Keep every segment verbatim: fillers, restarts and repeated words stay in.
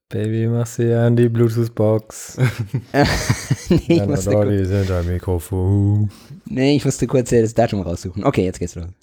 Baby, mach sie an die Bluetooth-Box. nee, ich ja, musste da, kurz, die sind ein Mikrofon. nee, ich musste kurz das Datum raussuchen. Okay, jetzt geht's los.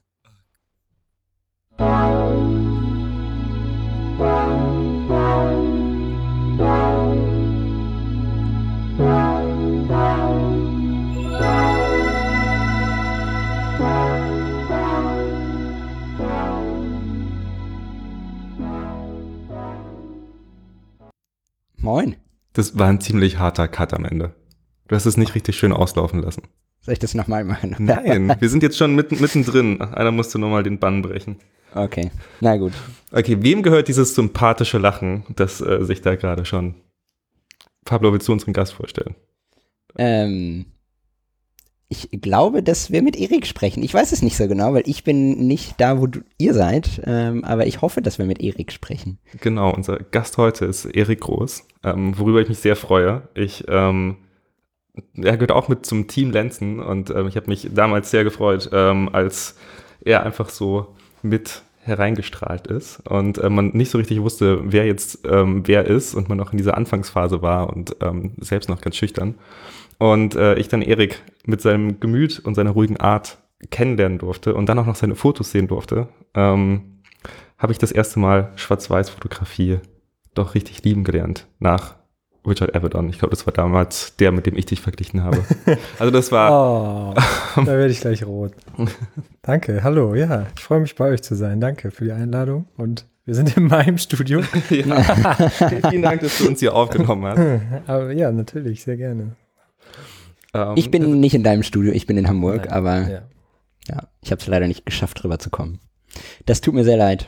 Moin. Das war ein ziemlich harter Cut am Ende. Du hast es nicht richtig schön auslaufen lassen. Soll ich das nochmal machen? Nein, wir sind jetzt schon mitten, mittendrin. Einer musste nochmal den Bann brechen. Okay, na gut. Okay, wem gehört dieses sympathische Lachen, das äh, sich da gerade schon... Pablo, willst du unseren Gast vorstellen? Ähm, ich glaube, dass wir mit Erik sprechen. Ich weiß es nicht so genau, weil ich bin nicht da, wo du, ihr seid. Ähm, aber ich hoffe, dass wir mit Erik sprechen. Genau, unser Gast heute ist Erik Groß, ähm, worüber ich mich sehr freue. Ich, ähm, er gehört auch mit zum Team Lenzen und ähm, ich habe mich damals sehr gefreut, ähm, als er einfach so mit hereingestrahlt ist und äh, man nicht so richtig wusste, wer jetzt ähm, wer ist und man noch in dieser Anfangsphase war und ähm, selbst noch ganz schüchtern. Und äh, ich dann Erik mit seinem Gemüt und seiner ruhigen Art kennenlernen durfte und dann auch noch seine Fotos sehen durfte, ähm, habe ich das erste Mal Schwarz-Weiß-Fotografie doch richtig lieben gelernt nach Richard Avedon. Ich glaube, das war damals der, mit dem ich dich verglichen habe. Also das war... Oh, da werde ich gleich rot. Danke, hallo, ja, ich freue mich bei euch zu sein. Danke für die Einladung und wir sind in meinem Studio. ja. Vielen Dank, dass du uns hier aufgenommen hast. Aber ja, natürlich, sehr gerne. Ähm, Ich bin nicht in deinem Studio, ich bin in Hamburg, Nein, aber ja. ja, ich habe es leider nicht geschafft, rüber zu kommen. Das tut mir sehr leid.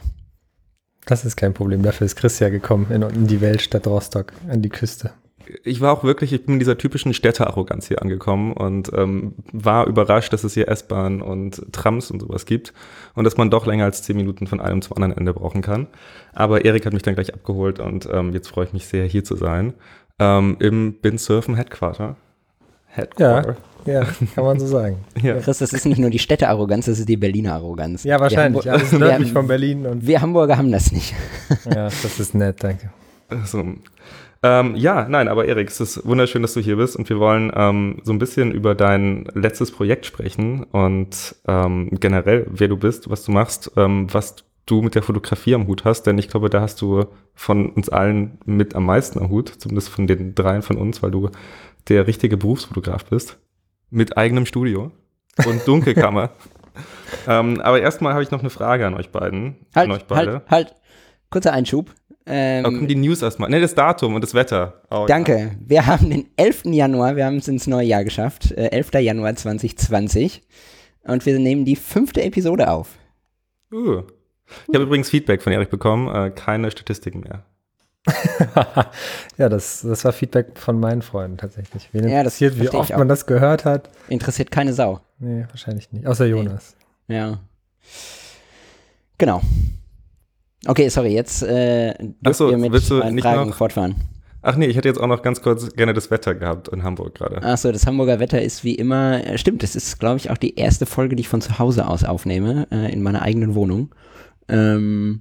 Das ist kein Problem, dafür ist Chris ja gekommen in, in die Weltstadt Rostock, an die Küste. Ich war auch wirklich, ich bin mit dieser typischen Städtearroganz hier angekommen und ähm, war überrascht, dass es hier S-Bahn und Trams und sowas gibt und dass man doch länger als zehn Minuten von einem zum anderen Ende brauchen kann. Aber Erik hat mich dann gleich abgeholt und ähm, jetzt freue ich mich sehr, hier zu sein, ähm, im Bindsurfen Headquarter. Headquarter. Ja, ja, kann man so sagen. Ja. Chris, das ist nicht nur die Städtearroganz, das ist die Berliner Arroganz. Ja, wahrscheinlich. Wir, Alles wir, nördlich von Berlin. Und wir Hamburger haben das nicht. ja, das ist nett, danke. Also, ähm, ja, nein, aber Erik, es ist wunderschön, dass du hier bist und wir wollen ähm, so ein bisschen über dein letztes Projekt sprechen und ähm, generell, wer du bist, was du machst, ähm, was du mit der Fotografie am Hut hast, denn ich glaube, da hast du von uns allen mit am meisten am Hut, zumindest von den dreien von uns, weil du der richtige Berufsfotograf bist, mit eigenem Studio und Dunkelkammer. ähm, aber erstmal habe ich noch eine Frage an euch beiden. Halt, an euch beide. halt, halt. Kurzer Einschub. Ähm, Aber kommen die News erstmal. Ne, das Datum und das Wetter. Oh, danke. Ja. Wir haben den elften Januar, wir haben es ins neue Jahr geschafft. Äh, elfter Januar zwanzig zwanzig. Und wir nehmen die fünfte Episode auf. Uh. Ich habe übrigens Feedback von Erik bekommen, äh, keine Statistiken mehr. ja, das, das war Feedback von meinen Freunden tatsächlich. Wen Ja, das interessiert, wie verstehe oft ich auch. man das gehört hat? Interessiert keine Sau. Nee, wahrscheinlich nicht. Außer Jonas. Ja. Genau. Okay, sorry, jetzt äh, dürft Ach so, ihr mit willst du meinen nicht Fragen noch- fortfahren. Ach nee, ich hätte jetzt auch noch ganz kurz gerne das Wetter gehabt in Hamburg gerade. Achso, das Hamburger Wetter ist wie immer, äh, stimmt, das ist, glaube ich, auch die erste Folge, die ich von zu Hause aus aufnehme, äh, in meiner eigenen Wohnung. Ähm,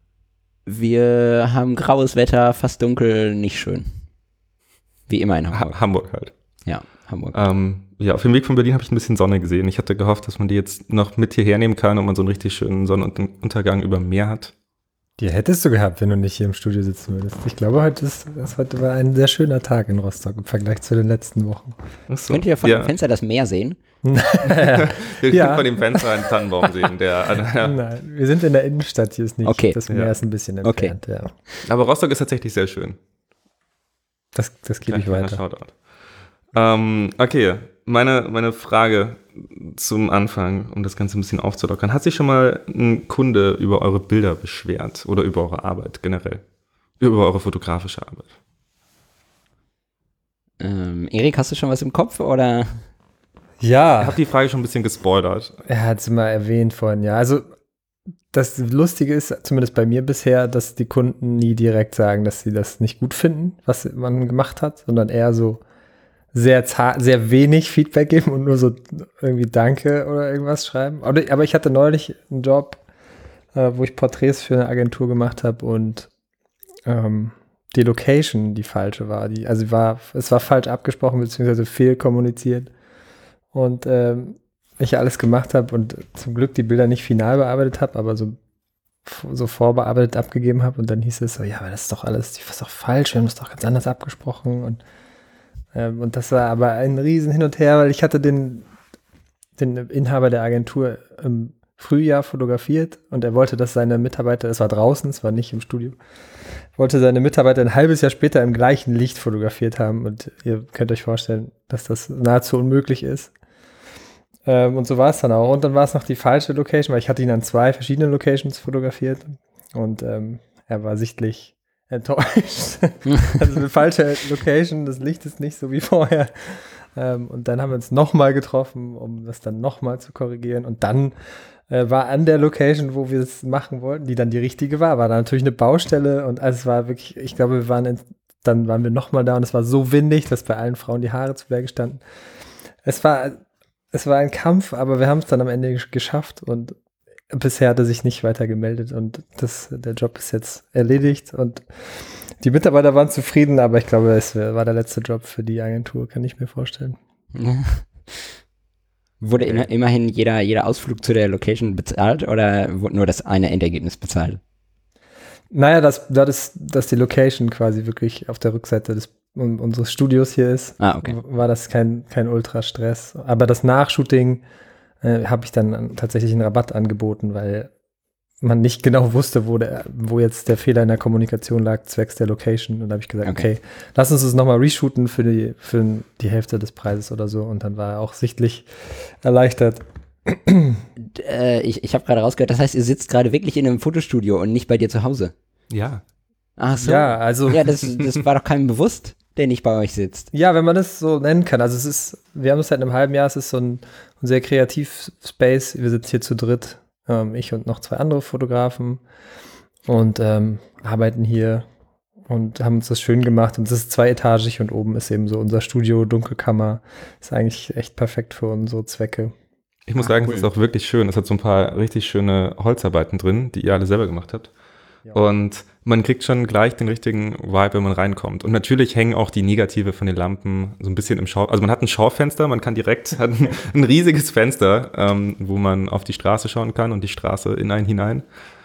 wir haben graues Wetter, fast dunkel, nicht schön. Wie immer in Hamburg. Ha- Hamburg halt. Ja, Hamburg. Ähm, ja, auf dem Weg von Berlin habe ich ein bisschen Sonne gesehen. Ich hatte gehofft, dass man die jetzt noch mit hierher nehmen kann und man so einen richtig schönen Sonnenuntergang über dem Meer hat. Die hättest du gehabt, wenn du nicht hier im Studio sitzen würdest. Ich glaube, heute, ist, das heute war ein sehr schöner Tag in Rostock im Vergleich zu den letzten Wochen. Ach so. Könnt ihr von ja. dem Fenster das Meer sehen? Wir Ja. können von dem Fenster einen Tannenbaum sehen. Der, ja. Nein, wir sind in der Innenstadt, hier ist nicht, Okay. das Meer Ja. ist ein bisschen Okay. entfernt. Ja. Aber Rostock ist tatsächlich sehr schön. Das, das gebe ich Kleiner weiter. Shoutout. Ähm, okay, meine, meine Frage zum Anfang, um das Ganze ein bisschen aufzulockern. Hat sich schon mal ein Kunde über eure Bilder beschwert oder über eure Arbeit generell? Über eure fotografische Arbeit? Ähm, Erik, hast du schon was im Kopf oder? Ich Ja, habe die Frage schon ein bisschen gespoilert. er hat es mal erwähnt vorhin, ja. Also das Lustige ist, zumindest bei mir bisher, dass die Kunden nie direkt sagen, dass sie das nicht gut finden, was man gemacht hat, sondern eher so sehr, za- sehr wenig Feedback geben und nur so irgendwie Danke oder irgendwas schreiben. Aber, aber ich hatte neulich einen Job, äh, wo ich Porträts für eine Agentur gemacht habe und ähm, die Location die falsche war. Die, also war, es war falsch abgesprochen, beziehungsweise fehlkommuniziert. Und ähm, ich alles gemacht habe und zum Glück die Bilder nicht final bearbeitet habe, aber so, so vorbearbeitet abgegeben habe. Und dann hieß es so, ja, aber das ist doch alles, das ist doch falsch, wir haben das doch ganz anders abgesprochen. Und, ähm, und das war aber ein riesen Hin und Her, weil ich hatte den, den Inhaber der Agentur im Frühjahr fotografiert und er wollte, dass seine Mitarbeiter, es war draußen, es war nicht im Studio, wollte seine Mitarbeiter ein halbes Jahr später im gleichen Licht fotografiert haben und ihr könnt euch vorstellen, dass das nahezu unmöglich ist. Ähm, und so war es dann auch. Und dann war es noch die falsche Location, weil ich hatte ihn an zwei verschiedenen Locations fotografiert und ähm, er war sichtlich enttäuscht. Also eine falsche Location, das Licht ist nicht so wie vorher. Ähm, und dann haben wir uns nochmal getroffen, um das dann nochmal zu korrigieren. Und dann äh, war an der Location, wo wir es machen wollten, die dann die richtige war, war da natürlich eine Baustelle und also es war wirklich, ich glaube, wir waren in, dann waren wir nochmal da und es war so windig, dass bei allen Frauen die Haare zu Berge standen. Es war, es war ein Kampf, aber wir haben es dann am Ende geschafft und bisher hat er sich nicht weiter gemeldet und das, der Job ist jetzt erledigt und die Mitarbeiter waren zufrieden, aber ich glaube, es war der letzte Job für die Agentur, kann ich mir vorstellen. Wurde immer, immerhin jeder, jeder Ausflug zu der Location bezahlt oder wurde nur das eine Endergebnis bezahlt? Naja, dass, dass, dass die Location quasi wirklich auf der Rückseite des, um, unseres Studios hier ist, ah, okay. war das kein, kein Ultra-Stress. Aber das Nachshooting äh, habe ich dann tatsächlich einen Rabatt angeboten, weil man nicht genau wusste, wo, der, wo jetzt der Fehler in der Kommunikation lag, zwecks der Location. Und da habe ich gesagt, okay. okay, lass uns das nochmal reshooten für die, für die Hälfte des Preises oder so. Und dann war er auch sichtlich erleichtert. äh, ich ich habe gerade rausgehört, das heißt, ihr sitzt gerade wirklich in einem Fotostudio und nicht bei dir zu Hause? Ja. Ach so. Ja, also. Ja, das, das war doch keinem bewusst, der nicht bei euch sitzt. Ja, wenn man das so nennen kann. Also es ist, wir haben es seit einem halben Jahr, es ist so ein, ein sehr kreativ Space. Wir sitzen hier zu dritt. Ähm, ich und noch zwei andere Fotografen und ähm, arbeiten hier und haben uns das schön gemacht und es ist zweietagig und oben ist eben so unser Studio, Dunkelkammer, ist eigentlich echt perfekt für unsere Zwecke. Ich muss ah, sagen, cool. es ist auch wirklich schön, es hat so ein paar richtig schöne Holzarbeiten drin, die ihr alle selber gemacht habt. Ja. Und man kriegt schon gleich den richtigen Vibe, wenn man reinkommt. Und natürlich hängen auch die Negative von den Lampen so ein bisschen im Schau. Also man hat ein Schaufenster, man kann direkt, hat ein, ein riesiges Fenster, ähm, wo man auf die Straße schauen kann und die Straße in einen hinein.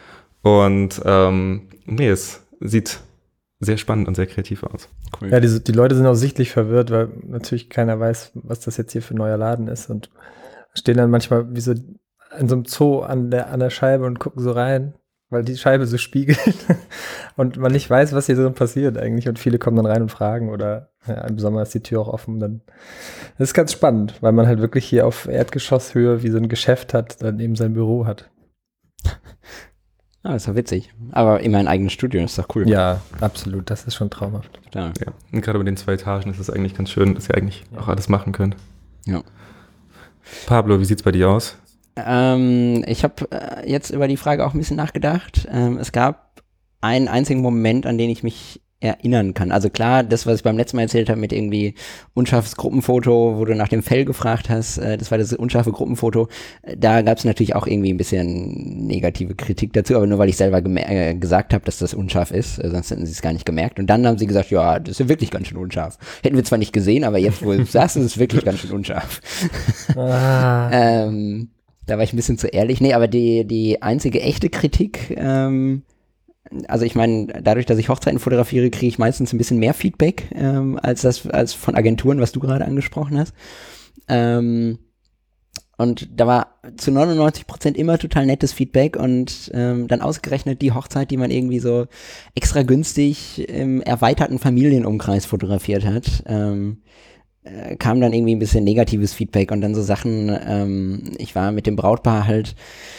Und ähm, nee, es sieht sehr spannend und sehr kreativ aus. Cool. Ja, die, die Leute sind auch sichtlich verwirrt, weil natürlich keiner weiß, was das jetzt hier für ein neuer Laden ist und stehen dann manchmal wie so in so einem Zoo an der, an der Scheibe und gucken so rein, weil die Scheibe so spiegelt und man nicht weiß, was hier drin passiert eigentlich. Und viele kommen dann rein und fragen oder ja, im Sommer ist die Tür auch offen. Dann das ist ganz spannend, weil man halt wirklich hier auf Erdgeschosshöhe wie so ein Geschäft hat, dann eben sein Büro hat. Ah, das ist doch witzig. Aber immer ein eigenes Studio, das ist doch cool. Ja, absolut, das ist schon traumhaft. Ja. Ja. Und gerade bei den zwei Etagen ist es eigentlich ganz schön, dass ihr eigentlich ja. auch alles machen könnt. Ja. Pablo, wie sieht's bei dir aus? Ähm, ich habe äh, jetzt über die Frage auch ein bisschen nachgedacht. Ähm, es gab einen einzigen Moment, an den ich mich erinnern kann. Also klar, das, was ich beim letzten Mal erzählt habe mit irgendwie unscharfes Gruppenfoto, wo du nach dem Fell gefragt hast, äh, das war das unscharfe Gruppenfoto. Äh, da gab es natürlich auch irgendwie ein bisschen negative Kritik dazu, aber nur weil ich selber äh, gesagt habe, dass das unscharf ist, äh, sonst hätten sie es gar nicht gemerkt. Und dann haben sie gesagt, ja, das ist ja wirklich ganz schön unscharf. Hätten wir zwar nicht gesehen, aber jetzt, wo du sagst, ist es wirklich ganz schön unscharf. Ah. ähm, Da war ich ein bisschen zu ehrlich. Nee, aber die, die einzige echte Kritik, ähm, also ich meine, dadurch, dass ich Hochzeiten fotografiere, kriege ich meistens ein bisschen mehr Feedback ähm, als das als von Agenturen, was du gerade angesprochen hast. Ähm, und da war zu neunundneunzig Prozent immer total nettes Feedback und ähm, dann ausgerechnet die Hochzeit, die man irgendwie so extra günstig im erweiterten Familienumkreis fotografiert hat, ähm, kam dann irgendwie ein bisschen negatives Feedback und dann so Sachen, ähm, ich war mit dem Brautpaar halt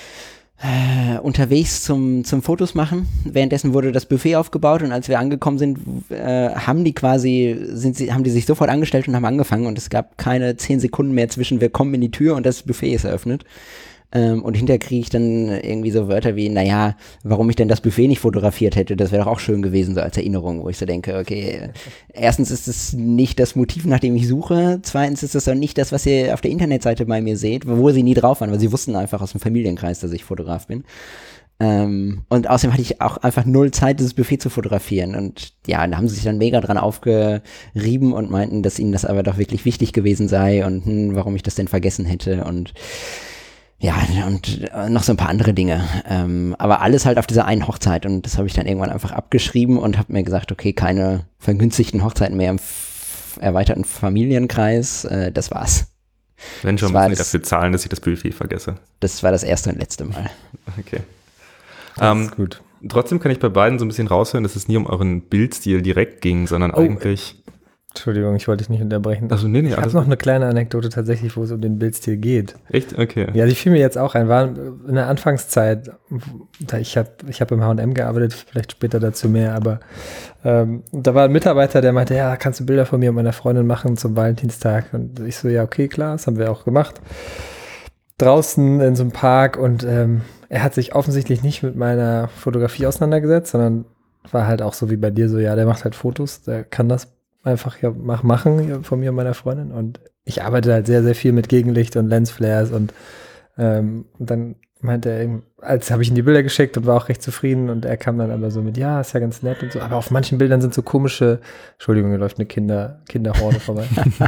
äh, unterwegs zum, zum Fotos machen, währenddessen wurde das Buffet aufgebaut und als wir angekommen sind, äh, haben die quasi, sind sie, haben die sich sofort angestellt und haben angefangen und es gab keine zehn Sekunden mehr zwischen wir kommen in die Tür und das Buffet ist eröffnet. Ähm, und hinterher kriege ich dann irgendwie so Wörter wie, naja, warum ich denn das Buffet nicht fotografiert hätte, das wäre doch auch schön gewesen, so als Erinnerung, wo ich so denke, okay, erstens ist es nicht das Motiv, nach dem ich suche, zweitens ist es auch nicht das, was ihr auf der Internetseite bei mir seht, wo sie nie drauf waren, weil sie wussten einfach aus dem Familienkreis, dass ich Fotograf bin. Ähm, und außerdem hatte ich auch einfach null Zeit, dieses Buffet zu fotografieren. Und ja, da haben sie sich dann mega dran aufgerieben und meinten, dass ihnen das aber doch wirklich wichtig gewesen sei und hm, warum ich das denn vergessen hätte und ja, und noch so ein paar andere Dinge. Ähm, aber alles halt auf dieser einen Hochzeit. Und das habe ich dann irgendwann einfach abgeschrieben und habe mir gesagt, okay, keine vergünstigten Hochzeiten mehr im f- erweiterten Familienkreis. Äh, das war's. Wenn schon, Das müssen die dafür zahlen, dass ich das Buffet vergesse. Das war das erste und letzte Mal. Okay. Das Ähm, ist gut. Trotzdem kann ich bei beiden so ein bisschen raushören, dass es nie um euren Bildstil direkt ging, sondern Oh. eigentlich. Entschuldigung, ich wollte dich nicht unterbrechen. Also nee, nee, ich habe alles noch eine kleine Anekdote tatsächlich, wo es um den Bildstil geht. echt? Okay. Ja, die fiel mir jetzt auch ein. War in der Anfangszeit, da ich habe ich hab im H und M gearbeitet, vielleicht später dazu mehr, aber ähm, da war ein Mitarbeiter, der meinte, ja, kannst du Bilder von mir und meiner Freundin machen zum Valentinstag? Und ich so, ja, okay, klar, das haben wir auch gemacht. Draußen in so einem Park und ähm, er hat sich offensichtlich nicht mit meiner Fotografie auseinandergesetzt, sondern war halt auch so wie bei dir so, ja, der macht halt Fotos, der kann das einfach ja mach, machen ja, von mir und meiner Freundin und ich arbeite halt sehr, sehr viel mit Gegenlicht und Lensflares und, ähm, und dann meinte er, eben, als habe ich ihm die Bilder geschickt und war auch recht zufrieden und er kam dann aber so mit, ja, ist ja ganz nett und so, aber auf manchen Bildern sind so komische, Entschuldigung, hier läuft eine Kinder, Kinderhorde vorbei.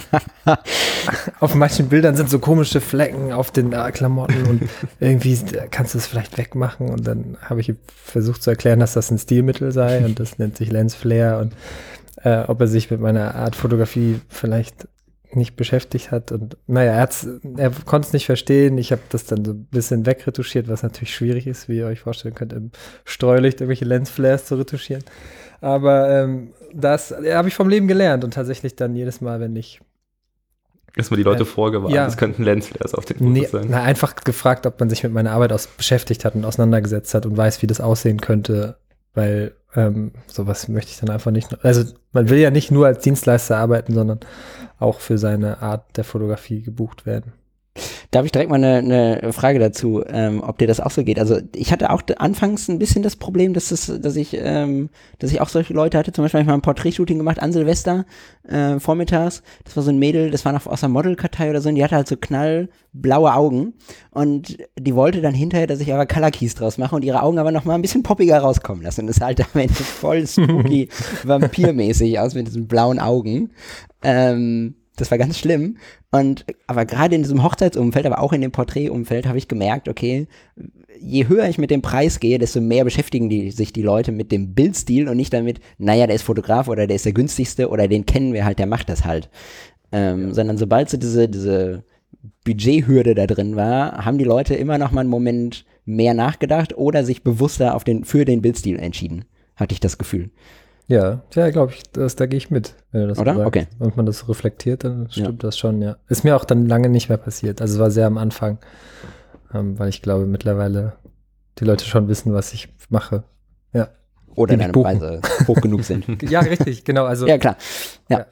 Auf manchen Bildern sind so komische Flecken auf den äh, Klamotten und irgendwie kannst du es vielleicht wegmachen und dann habe ich ihm versucht zu erklären, dass das ein Stilmittel sei und das nennt sich Lensflare und äh, ob er sich mit meiner Art Fotografie vielleicht nicht beschäftigt hat und naja, er, hat's, er konnte es nicht verstehen. Ich habe das dann so ein bisschen wegretuschiert, was natürlich schwierig ist, wie ihr euch vorstellen könnt, im Streulicht irgendwelche Lensflares zu retuschieren. Aber ähm, das ja, habe ich vom Leben gelernt und tatsächlich dann jedes Mal, wenn ich Erstmal die Leute äh, vorgewarnt, ja. es könnten Lensflares auf den Fotos nee, sein. na, einfach gefragt, ob man sich mit meiner Arbeit aus, beschäftigt hat und auseinandergesetzt hat und weiß, wie das aussehen könnte, weil ähm, sowas möchte ich dann einfach nicht. Also man will ja nicht nur als Dienstleister arbeiten, sondern auch für seine Art der Fotografie gebucht werden. Da habe ich direkt mal eine, eine Frage dazu, ähm, ob dir das auch so geht. Also ich hatte auch anfangs ein bisschen das Problem, dass, das, dass, ich, ähm, dass ich auch solche Leute hatte. Zum Beispiel habe ich mal ein Porträtshooting gemacht an Silvester äh, vormittags. Das war so ein Mädel, das war noch aus der Modelkartei oder so und die hatte halt so knallblaue Augen und die wollte dann hinterher, dass ich aber Color Keys draus mache und ihre Augen aber noch mal ein bisschen poppiger rauskommen lasse. Und das sah halt am Ende voll spooky, vampirmäßig aus mit diesen blauen Augen. Ähm, Das war ganz schlimm. Und aber gerade in diesem Hochzeitsumfeld, aber auch in dem Porträtumfeld habe ich gemerkt, okay, je höher ich mit dem Preis gehe, desto mehr beschäftigen die, sich die Leute mit dem Bildstil und nicht damit, naja, der ist Fotograf oder der ist der günstigste oder den kennen wir halt, der macht das halt. Ähm, ja. Sondern sobald so diese, diese Budgethürde da drin war, haben die Leute immer noch mal einen Moment mehr nachgedacht oder sich bewusster auf den, für den Bildstil entschieden, hatte ich das Gefühl. Ja, ja, glaube ich, das, da gehe ich mit, wenn du das Oder? sagst. Okay. Und man das reflektiert, dann stimmt Ja. das schon, ja. Ist mir auch dann lange nicht mehr passiert. Also es war sehr am Anfang, ähm, weil ich glaube, mittlerweile die Leute schon wissen, was ich mache. Ja. Oder Die deine buchen. Preise hoch genug sind. Ja, richtig, genau. Also Ja, klar. Ja.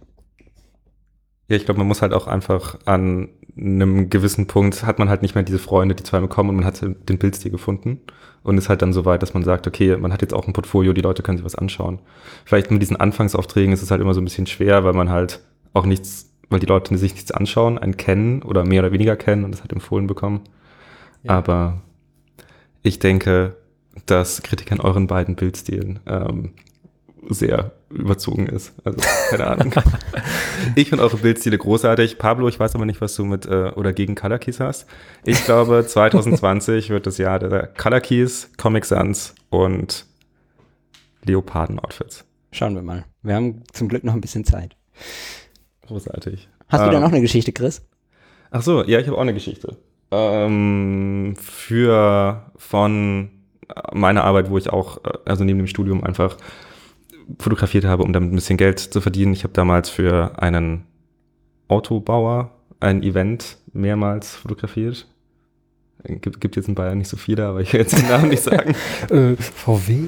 Ja, ich glaube, man muss halt auch einfach an einem gewissen Punkt, hat man halt nicht mehr diese Freunde, die zweimal kommen und man hat den Bildstil gefunden und ist halt dann so weit, dass man sagt, okay, man hat jetzt auch ein Portfolio, die Leute können sich was anschauen. Vielleicht mit diesen Anfangsaufträgen ist es halt immer so ein bisschen schwer, weil man halt auch nichts, weil die Leute sich nichts anschauen, einen kennen oder mehr oder weniger kennen und das halt empfohlen bekommen. Ja. Aber ich denke, dass Kritik an euren beiden Bildstilen ähm, sehr überzogen ist. Also, keine Ahnung. Ich finde eure Bildstile großartig. Pablo, ich weiß aber nicht, was du mit äh, oder gegen Color Keys hast. Ich glaube, zwanzig zwanzig wird das Jahr der Color Keys, Comic Sans und Leoparden-Outfits. Schauen wir mal. Wir haben zum Glück noch ein bisschen Zeit. Großartig. Hast du ähm, da noch eine Geschichte, Chris? Ach so, ja, ich habe auch eine Geschichte. Ähm, für von meiner Arbeit, wo ich auch, also neben dem Studium einfach fotografiert habe, um damit ein bisschen Geld zu verdienen. Ich habe damals für einen Autobauer ein Event mehrmals fotografiert. Gibt, gibt jetzt in Bayern nicht so viele, aber ich will jetzt den Namen nicht sagen. äh, V W?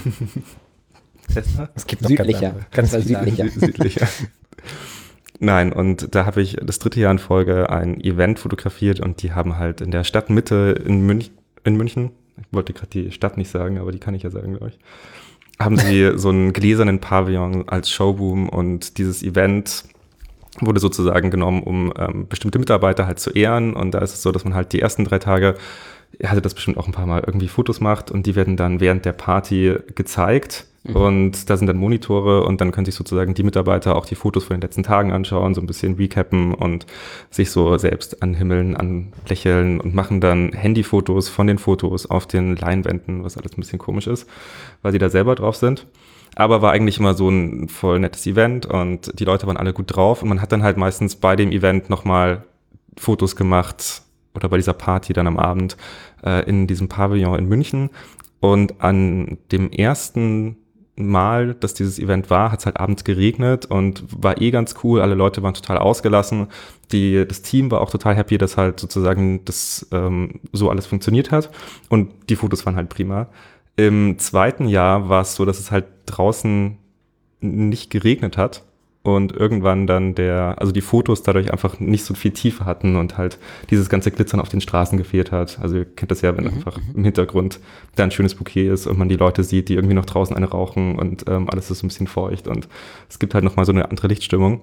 Tesla? Es gibt noch Südlicher. Ganz, Das war südlicher. Sü- südlicher. Nein, und da habe ich das dritte Jahr in Folge ein Event fotografiert und die haben halt in der Stadtmitte in, Münch, in München, ich wollte gerade die Stadt nicht sagen, aber die kann ich ja sagen, glaube ich, haben sie so einen gläsernen Pavillon als Showroom und dieses Event wurde sozusagen genommen, um ähm, bestimmte Mitarbeiter halt zu ehren und da ist es so, dass man halt die ersten drei Tage ihr hattet das bestimmt auch ein paar Mal, irgendwie Fotos macht und die werden dann während der Party gezeigt. Und da sind dann Monitore und dann können sich sozusagen die Mitarbeiter auch die Fotos von den letzten Tagen anschauen, so ein bisschen recappen und sich so selbst anhimmeln, anlächeln und machen dann Handyfotos von den Fotos auf den Leinwänden, was alles ein bisschen komisch ist, weil sie da selber drauf sind. Aber war eigentlich immer so ein voll nettes Event und die Leute waren alle gut drauf und man hat dann halt meistens bei dem Event nochmal Fotos gemacht oder bei dieser Party dann am Abend äh, in diesem Pavillon in München. Und an dem ersten Mal, dass dieses Event war, hat es halt abends geregnet und war eh ganz cool. Alle Leute waren total ausgelassen. Die, das Team war auch total happy, dass halt sozusagen das ähm, so alles funktioniert hat. Und die Fotos waren halt prima. Im zweiten Jahr war es so, dass es halt draußen nicht geregnet hat. Und irgendwann dann der, also die Fotos dadurch einfach nicht so viel Tiefe hatten und halt dieses ganze Glitzern auf den Straßen gefehlt hat. Also ihr kennt das ja, wenn mhm. einfach im Hintergrund da ein schönes Bouquet ist und man die Leute sieht, die irgendwie noch draußen eine rauchen und ähm, alles ist so ein bisschen feucht und es gibt halt nochmal so eine andere Lichtstimmung.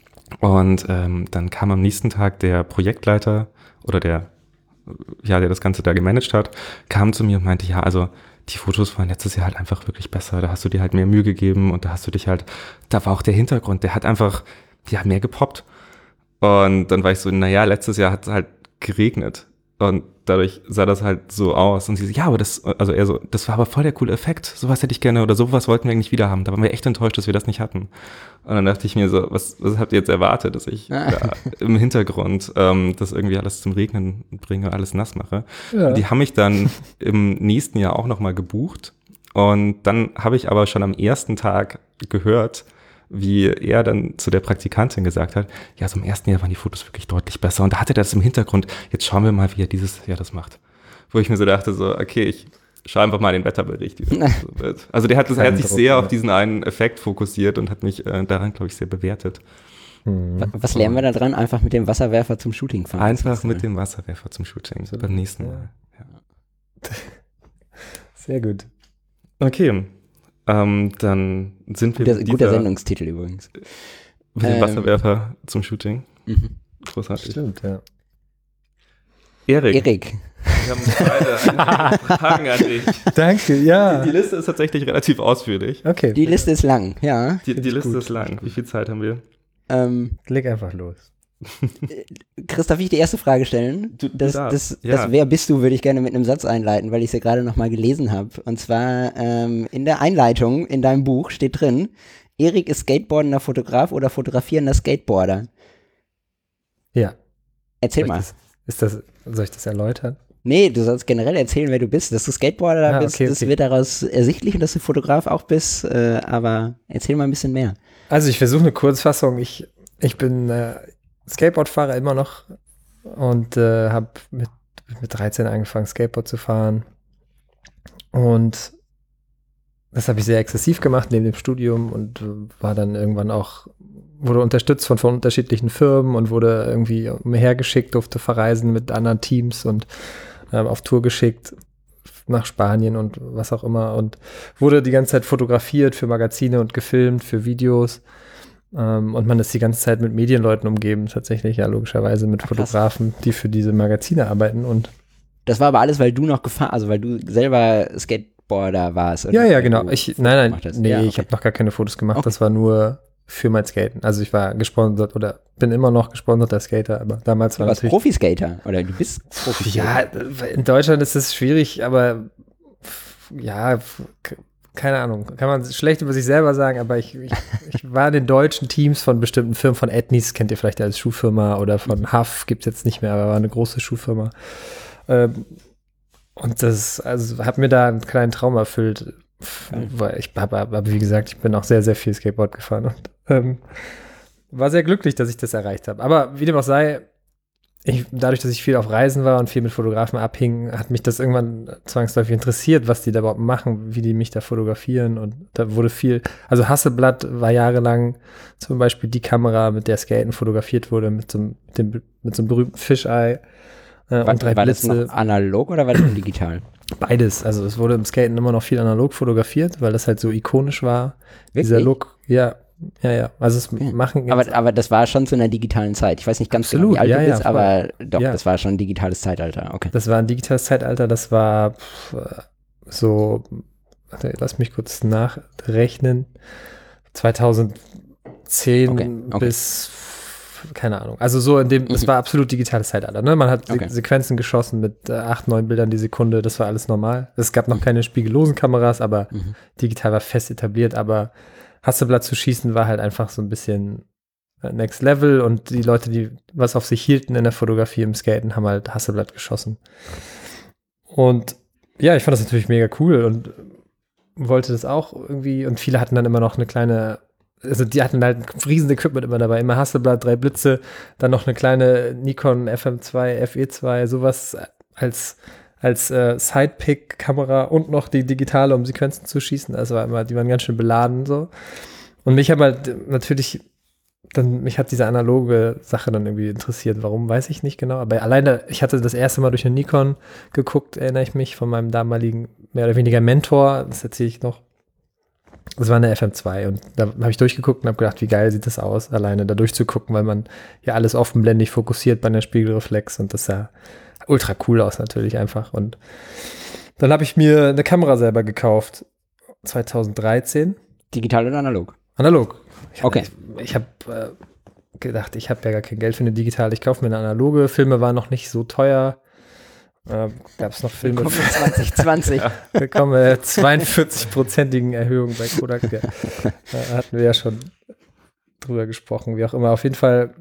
Und ähm, dann kam am nächsten Tag der Projektleiter oder der, ja, der das Ganze da gemanagt hat, kam zu mir und meinte, ja, also die Fotos waren letztes Jahr halt einfach wirklich besser. Da hast du dir halt mehr Mühe gegeben und da hast du dich halt, da war auch der Hintergrund, der hat einfach, ja, mehr gepoppt. Und dann war ich so, naja, letztes Jahr hat es halt geregnet und dadurch sah das halt so aus. Und sie so, ja, aber das, also eher so, das war aber voll der coole Effekt. Sowas hätte ich gerne oder sowas wollten wir eigentlich wieder haben. Da waren wir echt enttäuscht, dass wir das nicht hatten. Und dann dachte ich mir so, was, was habt ihr jetzt erwartet, dass ich da im Hintergrund ähm, das irgendwie alles zum Regnen bringe, alles nass mache? Ja. Die haben mich dann im nächsten Jahr auch nochmal gebucht. Und dann habe ich aber schon am ersten Tag gehört, wie er dann zu der Praktikantin gesagt hat, ja, so im ersten Jahr waren die Fotos wirklich deutlich besser. Und da hatte er das im Hintergrund. Jetzt schauen wir mal, wie er dieses Jahr das macht. Wo ich mir so dachte, so, okay, ich schaue einfach mal den Wetterbericht, wie das so wird. Also der hat, das, er hat sich sehr auf diesen einen Effekt fokussiert und hat mich äh, daran, glaube ich, sehr bewertet. Mhm. Was lernen wir da dran? Einfach mit dem Wasserwerfer zum Shooting fahren. Einfach mit dem Wasserwerfer zum Shooting, so beim nächsten Mal. Ja. Sehr gut. Okay. Ähm, dann sind wir guter, mit guter Sendungstitel übrigens. Mit dem ähm, Wasserwerfer zum Shooting. Mhm. Großartig. Stimmt, ja. Erik. Erik. Wir haben beide Fragen an dich. Danke, ja. Die, die Liste ist tatsächlich relativ ausführlich. Okay. Die Liste ist lang, ja. Die, die Liste gut. ist lang. Wie viel Zeit haben wir? Ähm, Leg einfach los. Chris, darf ich die erste Frage stellen? Du, das, du das, ja. das Wer bist du, würde ich gerne mit einem Satz einleiten, weil ich es ja gerade nochmal gelesen habe. Und zwar ähm, in der Einleitung in deinem Buch steht drin, Erik ist skateboardender Fotograf oder fotografierender Skateboarder. Ja. Erzähl soll mal. Das, ist das, soll ich das erläutern? Nee, du sollst generell erzählen, wer du bist. Dass du Skateboarder ah, bist, okay, das okay. wird daraus ersichtlich und dass du Fotograf auch bist. Äh, aber erzähl mal ein bisschen mehr. Also ich versuche eine Kurzfassung. Ich, ich bin äh, Skateboardfahrer immer noch und äh, habe mit, mit dreizehn angefangen, Skateboard zu fahren. Und das habe ich sehr exzessiv gemacht neben dem Studium und war dann irgendwann auch, wurde unterstützt von, von unterschiedlichen Firmen und wurde irgendwie umhergeschickt, durfte verreisen mit anderen Teams und ähm, auf Tour geschickt nach Spanien und was auch immer und wurde die ganze Zeit fotografiert für Magazine und gefilmt für Videos. Um, und man ist die ganze Zeit mit Medienleuten umgeben, tatsächlich, ja, logischerweise mit Ach, Fotografen, die für diese Magazine arbeiten. Und das war aber alles, weil du noch gefahren, also weil du selber Skateboarder warst. Ja, ja, genau. Ich, nein, nein, nee, ja, okay. ich habe noch gar keine Fotos gemacht. Okay. Das war nur für mein Skaten. Also ich war gesponsert oder bin immer noch gesponserter Skater, aber damals war du warst natürlich Profiskater oder du bist Profiskater. Ja, in Deutschland ist es schwierig, aber ja, keine Ahnung, kann man schlecht über sich selber sagen, aber ich, ich, ich war in den deutschen Teams von bestimmten Firmen, von Etnies, kennt ihr vielleicht als Schuhfirma, oder von Huff, gibt es jetzt nicht mehr, aber war eine große Schuhfirma. Ähm, und das, also hat mir da einen kleinen Traum erfüllt, weil ich habe, aber wie gesagt, ich bin auch sehr, sehr viel Skateboard gefahren und ähm, war sehr glücklich, dass ich das erreicht habe. Aber wie dem auch sei, Ich, dadurch, dass ich viel auf Reisen war und viel mit Fotografen abhing, hat mich das irgendwann zwangsläufig interessiert, was die da überhaupt machen, wie die mich da fotografieren. Und da wurde viel, also Hasselblad war jahrelang zum Beispiel die Kamera, mit der Skaten fotografiert wurde, mit so, mit dem, mit so einem berühmten Fisheye äh, war, und drei war Blitze. das noch analog oder war das digital? Beides. Also es wurde im Skaten immer noch viel analog fotografiert, weil das halt so ikonisch war. Wirklich? Dieser Look, ja. Ja, ja. Also es Okay. machen jetzt, Aber, aber das war schon zu einer digitalen Zeit. Ich weiß nicht ganz Absolut, genau, wie alt ja, du ja, bist, voll. aber doch, Ja. das war schon ein digitales Zeitalter. Okay. das war ein digitales Zeitalter, das war pff, so, warte, lass mich kurz nachrechnen, zweitausendzehn Okay, okay. bis, keine Ahnung, also so in dem, es Mhm. war absolut digitales Zeitalter, ne? Man hat Se- Okay. Sequenzen geschossen mit äh, acht, neun Bildern die Sekunde, das war alles normal. Es gab noch keine spiegellosen Kameras, aber Mhm. digital war fest etabliert, aber Hasselblad zu schießen war halt einfach so ein bisschen äh, Next Level und die Leute, die was auf sich hielten in der Fotografie im Skaten, haben halt Hasselblad geschossen. Und ja, ich fand das natürlich mega cool und wollte das auch irgendwie und viele hatten dann immer noch eine kleine, also die hatten halt ein riesen Equipment immer dabei, immer Hasselblad, drei Blitze, dann noch eine kleine Nikon F M zwei, F E zwei, sowas als als äh, Sidepick-Kamera und noch die digitale, um Sequenzen zu schießen. Also war immer, die waren ganz schön beladen so. Und mich haben halt natürlich dann, mich hat diese analoge Sache dann irgendwie interessiert. Warum, weiß ich nicht genau. Aber alleine, ich hatte das erste Mal durch eine Nikon geguckt, erinnere ich mich, von meinem damaligen, mehr oder weniger Mentor, das erzähle ich noch. Das war eine F M zwei und da habe ich durchgeguckt und habe gedacht, wie geil sieht das aus, alleine da durchzugucken, weil man ja alles offenblendig fokussiert bei einer Spiegelreflex und das sah ultra cool aus natürlich einfach. Und dann habe ich mir eine Kamera selber gekauft, zweitausenddreizehn. Digital oder analog? Analog. Ich hab, Okay. Ich, ich habe äh, gedacht, ich habe ja gar kein Geld für eine digitale. Ich kaufe mir eine analoge. Filme waren noch nicht so teuer. Äh, Gab es noch Filme? zwanzig zwanzig. Willkommen bei der zweiundvierzig-prozentigen Erhöhung bei Kodak. Ja. Da hatten wir ja schon drüber gesprochen. Wie auch immer. Auf jeden Fall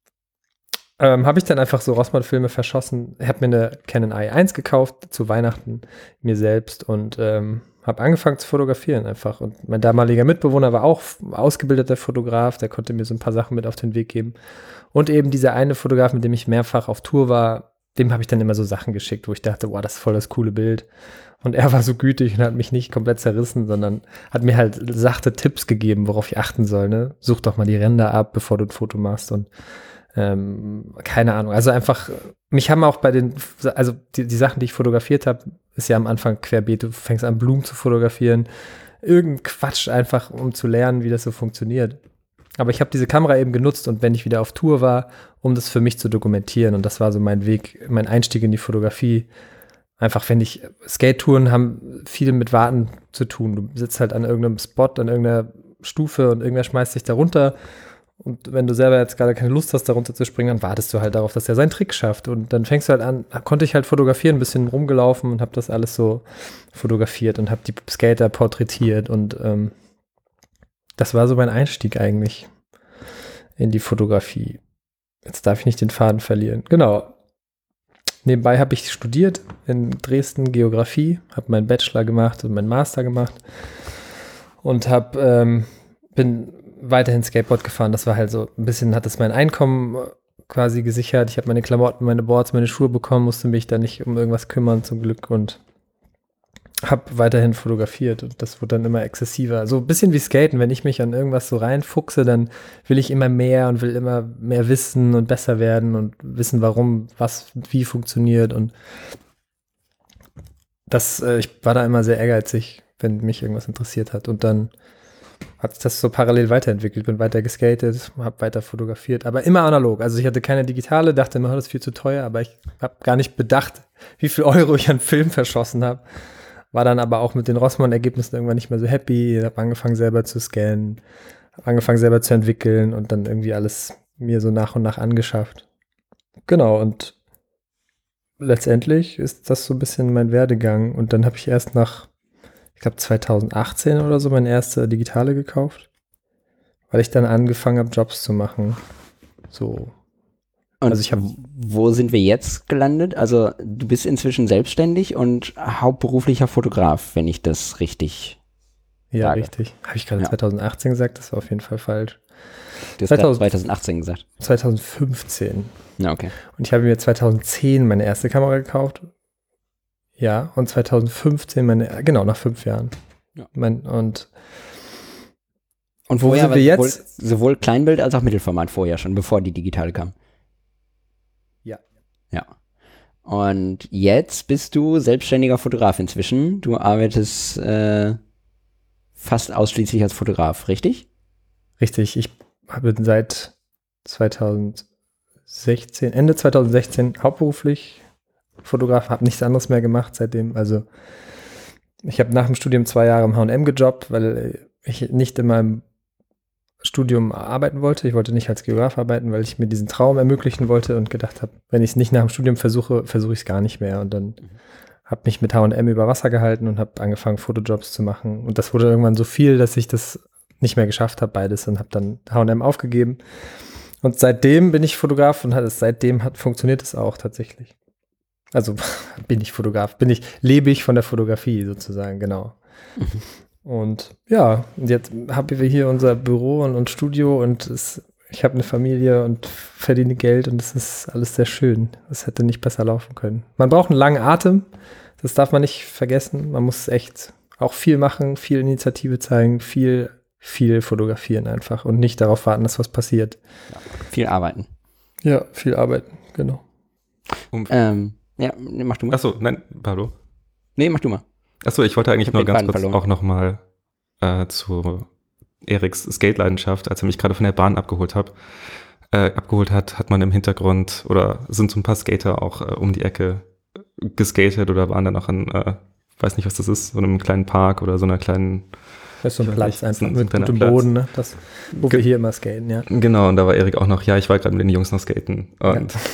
ähm, habe ich dann einfach so Rossmann-Filme verschossen. Ich habe mir eine Canon I eins gekauft zu Weihnachten, mir selbst und ähm, habe angefangen zu fotografieren einfach. Und mein damaliger Mitbewohner war auch ausgebildeter Fotograf, der konnte mir so ein paar Sachen mit auf den Weg geben. Und eben dieser eine Fotograf, mit dem ich mehrfach auf Tour war, dem habe ich dann immer so Sachen geschickt, wo ich dachte, wow, das ist voll das coole Bild. Und er war so gütig und hat mich nicht komplett zerrissen, sondern hat mir halt sachte Tipps gegeben, worauf ich achten soll. Ne? Such doch mal die Ränder ab, bevor du ein Foto machst und ähm, keine Ahnung. Also einfach, mich haben auch bei den, also die, die Sachen, die ich fotografiert habe, ist ja am Anfang querbeet. Du fängst an, Blumen zu fotografieren. Irgendein Quatsch einfach, um zu lernen, wie das so funktioniert. Aber ich habe diese Kamera eben genutzt und wenn ich wieder auf Tour war, um das für mich zu dokumentieren. Und das war so mein Weg, mein Einstieg in die Fotografie. Einfach, wenn ich, Skate-Touren haben viel mit Warten zu tun. Du sitzt halt an irgendeinem Spot, an irgendeiner Stufe und irgendwer schmeißt dich da runter. Und wenn du selber jetzt gerade keine Lust hast, da runter zu springen, dann wartest du halt darauf, dass er seinen Trick schafft. Und dann fängst du halt an, konnte ich halt fotografieren, ein bisschen rumgelaufen und habe das alles so fotografiert und habe die Skater porträtiert. Und ähm, das war so mein Einstieg eigentlich in die Fotografie. Jetzt darf ich nicht den Faden verlieren. Genau. Nebenbei habe ich studiert in Dresden Geografie, habe meinen Bachelor gemacht und meinen Master gemacht und habe ähm, bin weiterhin Skateboard gefahren. Das war halt so ein bisschen, hat das mein Einkommen quasi gesichert. Ich habe meine Klamotten, meine Boards, meine Schuhe bekommen, musste mich da nicht um irgendwas kümmern zum Glück und habe weiterhin fotografiert und das wurde dann immer exzessiver. So ein bisschen wie Skaten, wenn ich mich an irgendwas so reinfuchse, dann will ich immer mehr und will immer mehr wissen und besser werden und wissen, warum, was, wie funktioniert und das, äh, ich war da immer sehr ehrgeizig, wenn mich irgendwas interessiert hat und dann hat sich das so parallel weiterentwickelt, bin weiter geskatet, habe weiter fotografiert, aber immer analog. Also ich hatte keine digitale, dachte immer, das ist viel zu teuer, aber ich habe gar nicht bedacht, wie viel Euro ich an Film verschossen habe. War dann aber auch mit den Rossmann-Ergebnissen irgendwann nicht mehr so happy, habe angefangen selber zu scannen, habe angefangen selber zu entwickeln und dann irgendwie alles mir so nach und nach angeschafft. Genau, und letztendlich ist das so ein bisschen mein Werdegang und dann habe ich erst nach ich glaube zweitausendachtzehn oder so meine erste digitale gekauft, weil ich dann angefangen habe, Jobs zu machen. So. Und also ich habe, wo sind wir jetzt gelandet? Also du bist inzwischen selbstständig und hauptberuflicher Fotograf, wenn ich das richtig ja, sage. richtig. Habe ich gerade Ja. zweitausendachtzehn gesagt? Das war auf jeden Fall falsch. Du hast zweitausend zweitausendachtzehn gesagt. zweitausendfünfzehn. Ja, okay. Und ich habe mir zweitausendzehn meine erste Kamera gekauft. Ja, und zweitausendfünfzehn meine, genau, nach fünf Jahren. Ja. Mein, und Und wo vorher sind wir war jetzt? Sowohl, sowohl Kleinbild als auch Mittelformat vorher schon, bevor die digitale kam. Ja. Ja. Und jetzt bist du selbstständiger Fotograf inzwischen. Du arbeitest äh, fast ausschließlich als Fotograf, richtig? richtig, ich habe seit zweitausendsechzehn, Ende zweitausendsechzehn hauptberuflich Fotograf, habe nichts anderes mehr gemacht seitdem. Also ich habe nach dem Studium zwei Jahre im H und M gejobbt, weil ich nicht in meinem Studium arbeiten wollte. Ich wollte nicht als Geograf arbeiten, weil ich mir diesen Traum ermöglichen wollte und gedacht habe, wenn ich es nicht nach dem Studium versuche, versuche ich es gar nicht mehr. Und dann mhm. habe mich mit H und M über Wasser gehalten und habe angefangen, Fotojobs zu machen. Und das wurde irgendwann so viel, dass ich das nicht mehr geschafft habe, beides, und habe dann H und M aufgegeben. Und seitdem bin ich Fotograf und hat es seitdem hat, funktioniert es auch tatsächlich. Also bin ich Fotograf, bin ich, lebe ich von der Fotografie sozusagen, genau. Mhm. Und ja, jetzt haben wir hier unser Büro und, und Studio und es, ich habe eine Familie und verdiene Geld und es ist alles sehr schön. Das hätte nicht besser laufen können. Man braucht einen langen Atem, das darf man nicht vergessen. Man muss echt auch viel machen, viel Initiative zeigen, viel, viel fotografieren einfach und nicht darauf warten, dass was passiert. Ja, viel arbeiten. Ja, viel arbeiten, genau. Um, ähm, ja, mach du mal. Achso, nein, Pablo. Nee, mach du mal. Achso, ich wollte eigentlich nur ganz kurz verloren. auch nochmal äh, zu Eriks Skate-Leidenschaft, als er mich gerade von der Bahn abgeholt hat, äh, abgeholt hat, hat man im Hintergrund oder sind so ein paar Skater auch äh, um die Ecke geskatet oder waren dann auch in, äh, weiß nicht, was das ist, so einem kleinen Park oder so einer kleinen. Das ist so ein Platz einfach ein, mit gutem Boden, ne? Das, wo Ge- wir hier immer skaten, ja. Genau, und da war Erik auch noch, ja, ich war gerade mit den Jungs noch skaten. Und ja.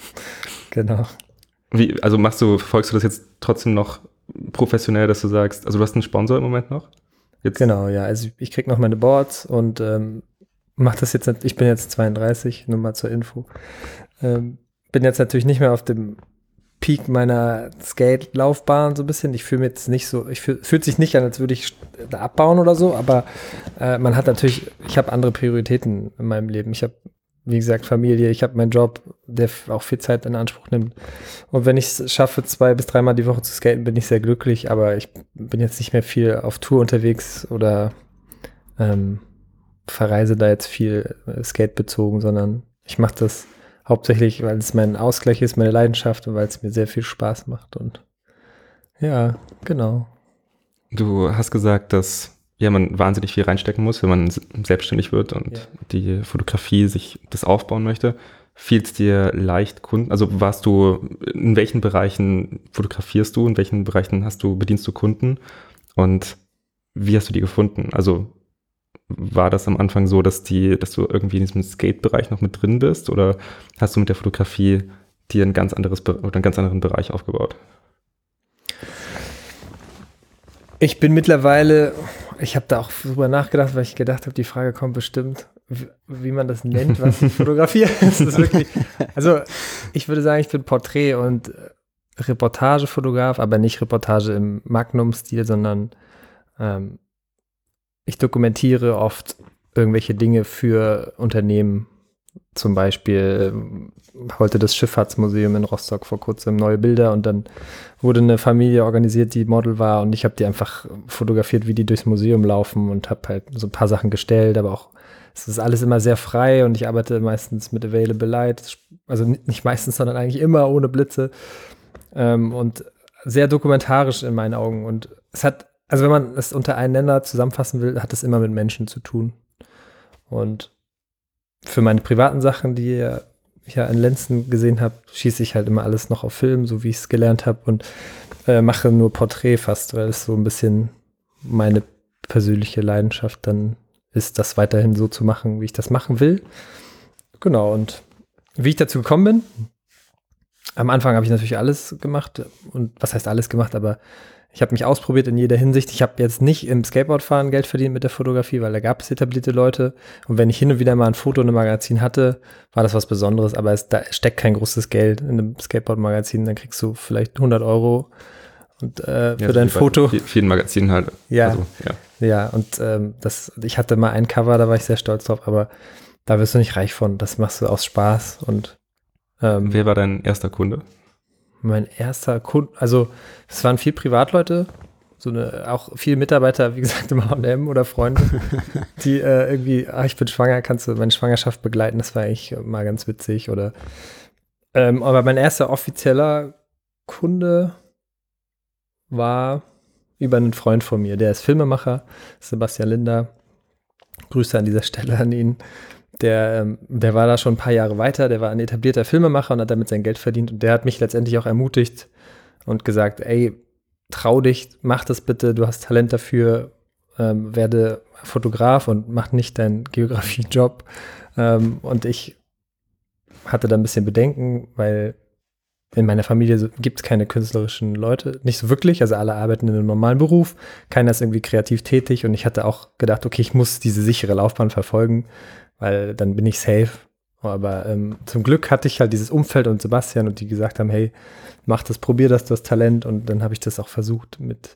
Genau. Wie, also machst du, verfolgst du das jetzt trotzdem noch professionell, dass du sagst, also du hast einen Sponsor im Moment noch? Jetzt? Genau, ja, also ich krieg noch meine Boards und ähm, mach das jetzt, ich bin jetzt zweiunddreißig, nur mal zur Info. Ähm, bin jetzt natürlich nicht mehr auf dem Peak meiner Skate-Laufbahn so ein bisschen. Ich fühle mir jetzt nicht so, ich fühl, fühlt sich nicht an, als würde ich da abbauen oder so, aber äh, man hat natürlich, ich habe andere Prioritäten in meinem Leben. Ich habe, wie gesagt, Familie, ich habe meinen Job, der auch viel Zeit in Anspruch nimmt. Und wenn ich es schaffe, zwei bis dreimal die Woche zu skaten, bin ich sehr glücklich, aber ich bin jetzt nicht mehr viel auf Tour unterwegs oder ähm, verreise da jetzt viel äh, Skate-bezogen, sondern ich mache das hauptsächlich, weil es mein Ausgleich ist, meine Leidenschaft und weil es mir sehr viel Spaß macht. Und ja, genau. Du hast gesagt, dass ja, man wahnsinnig viel reinstecken muss, wenn man selbstständig wird und ja. die Fotografie sich das aufbauen möchte. Fiel es dir leicht, Kunden, also warst du, in welchen Bereichen fotografierst du, in welchen Bereichen hast du, bedienst du Kunden und wie hast du die gefunden? Also war das am Anfang so, dass die, dass du irgendwie in diesem Skate-Bereich noch mit drin bist oder hast du mit der Fotografie dir ein ganz anderes oder einen ganz anderen Bereich aufgebaut? Ich bin mittlerweile, ich habe da auch drüber nachgedacht, weil ich gedacht habe, die Frage kommt bestimmt, wie, wie man das nennt, was ich fotografiere. Das ist wirklich, also ich würde sagen, ich bin Porträt- und Reportagefotograf, aber nicht Reportage im Magnum-Stil, sondern ähm, ich dokumentiere oft irgendwelche Dinge für Unternehmen. Zum Beispiel heute das Schifffahrtsmuseum in Rostock vor kurzem neue Bilder und dann wurde eine Familie organisiert, die Model war und ich habe die einfach fotografiert, wie die durchs Museum laufen und habe halt so ein paar Sachen gestellt, aber auch es ist alles immer sehr frei und ich arbeite meistens mit Available Light, also nicht meistens, sondern eigentlich immer ohne Blitze ähm, und sehr dokumentarisch in meinen Augen und es hat, also wenn man es unter einen Nenner zusammenfassen will, hat es immer mit Menschen zu tun und für meine privaten Sachen, die ihr ja in Lenzen gesehen habt, schieße ich halt immer alles noch auf Film, so wie ich es gelernt habe und äh, mache nur Porträt fast, weil es so ein bisschen meine persönliche Leidenschaft dann ist, das weiterhin so zu machen, wie ich das machen will. Genau, und wie ich dazu gekommen bin, am Anfang habe ich natürlich alles gemacht und was heißt alles gemacht, aber ich habe mich ausprobiert in jeder Hinsicht. Ich habe jetzt nicht im Skateboardfahren Geld verdient mit der Fotografie, weil da gab es etablierte Leute. Und wenn ich hin und wieder mal ein Foto in einem Magazin hatte, war das was Besonderes. Aber es, da steckt kein großes Geld in einem Skateboard-Magazin. Dann kriegst du vielleicht hundert Euro und, äh, für ja, dein Foto. Bei vielen Magazinen halt. Ja, also, ja. ja und ähm, das, ich hatte mal ein Cover, da war ich sehr stolz drauf. Aber da wirst du nicht reich von. Das machst du aus Spaß. Und ähm, wer war dein erster Kunde? Mein erster Kunde, also es waren viel Privatleute, so eine, auch viele Mitarbeiter, wie gesagt, im H und M oder Freunde, die äh, irgendwie, ah, ich bin schwanger, kannst du meine Schwangerschaft begleiten, das war eigentlich mal ganz witzig. Oder ähm, aber mein erster offizieller Kunde war über einen Freund von mir, der ist Filmemacher, Sebastian Linder, Grüße an dieser Stelle an ihn. Der, ähm, der war da schon ein paar Jahre weiter, der war ein etablierter Filmemacher und hat damit sein Geld verdient. Und der hat mich letztendlich auch ermutigt und gesagt, ey, trau dich, mach das bitte, du hast Talent dafür, ähm, werde Fotograf und mach nicht deinen Geografiejob. Ähm, und ich hatte da ein bisschen Bedenken, weil in meiner Familie so, gibt es keine künstlerischen Leute, nicht so wirklich, also alle arbeiten in einem normalen Beruf, keiner ist irgendwie kreativ tätig und ich hatte auch gedacht, okay, ich muss diese sichere Laufbahn verfolgen, weil dann bin ich safe. Aber ähm, zum Glück hatte ich halt dieses Umfeld und Sebastian und die gesagt haben, hey, mach das, probier das, du hast Talent und dann habe ich das auch versucht mit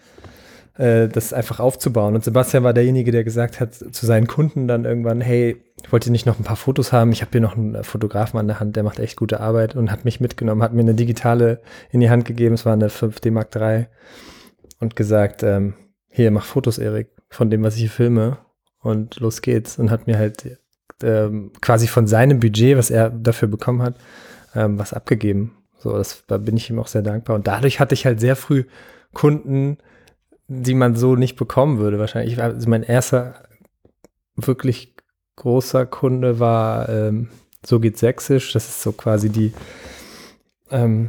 äh, das einfach aufzubauen. Und Sebastian war derjenige, der gesagt hat zu seinen Kunden dann irgendwann, hey, wollt ihr nicht noch ein paar Fotos haben? Ich habe hier noch einen Fotografen an der Hand, der macht echt gute Arbeit und hat mich mitgenommen, hat mir eine digitale in die Hand gegeben, es war eine fünf D Mark drei und gesagt, ähm, hier, mach Fotos, Erik, von dem, was ich hier filme und los geht's. Und hat mir halt ähm, quasi von seinem Budget, was er dafür bekommen hat, ähm, was abgegeben. So, das, da bin ich ihm auch sehr dankbar. Und dadurch hatte ich halt sehr früh Kunden, die man so nicht bekommen würde wahrscheinlich. Also mein erster wirklich großer Kunde war ähm, So geht Sächsisch. Das ist so quasi die, ähm,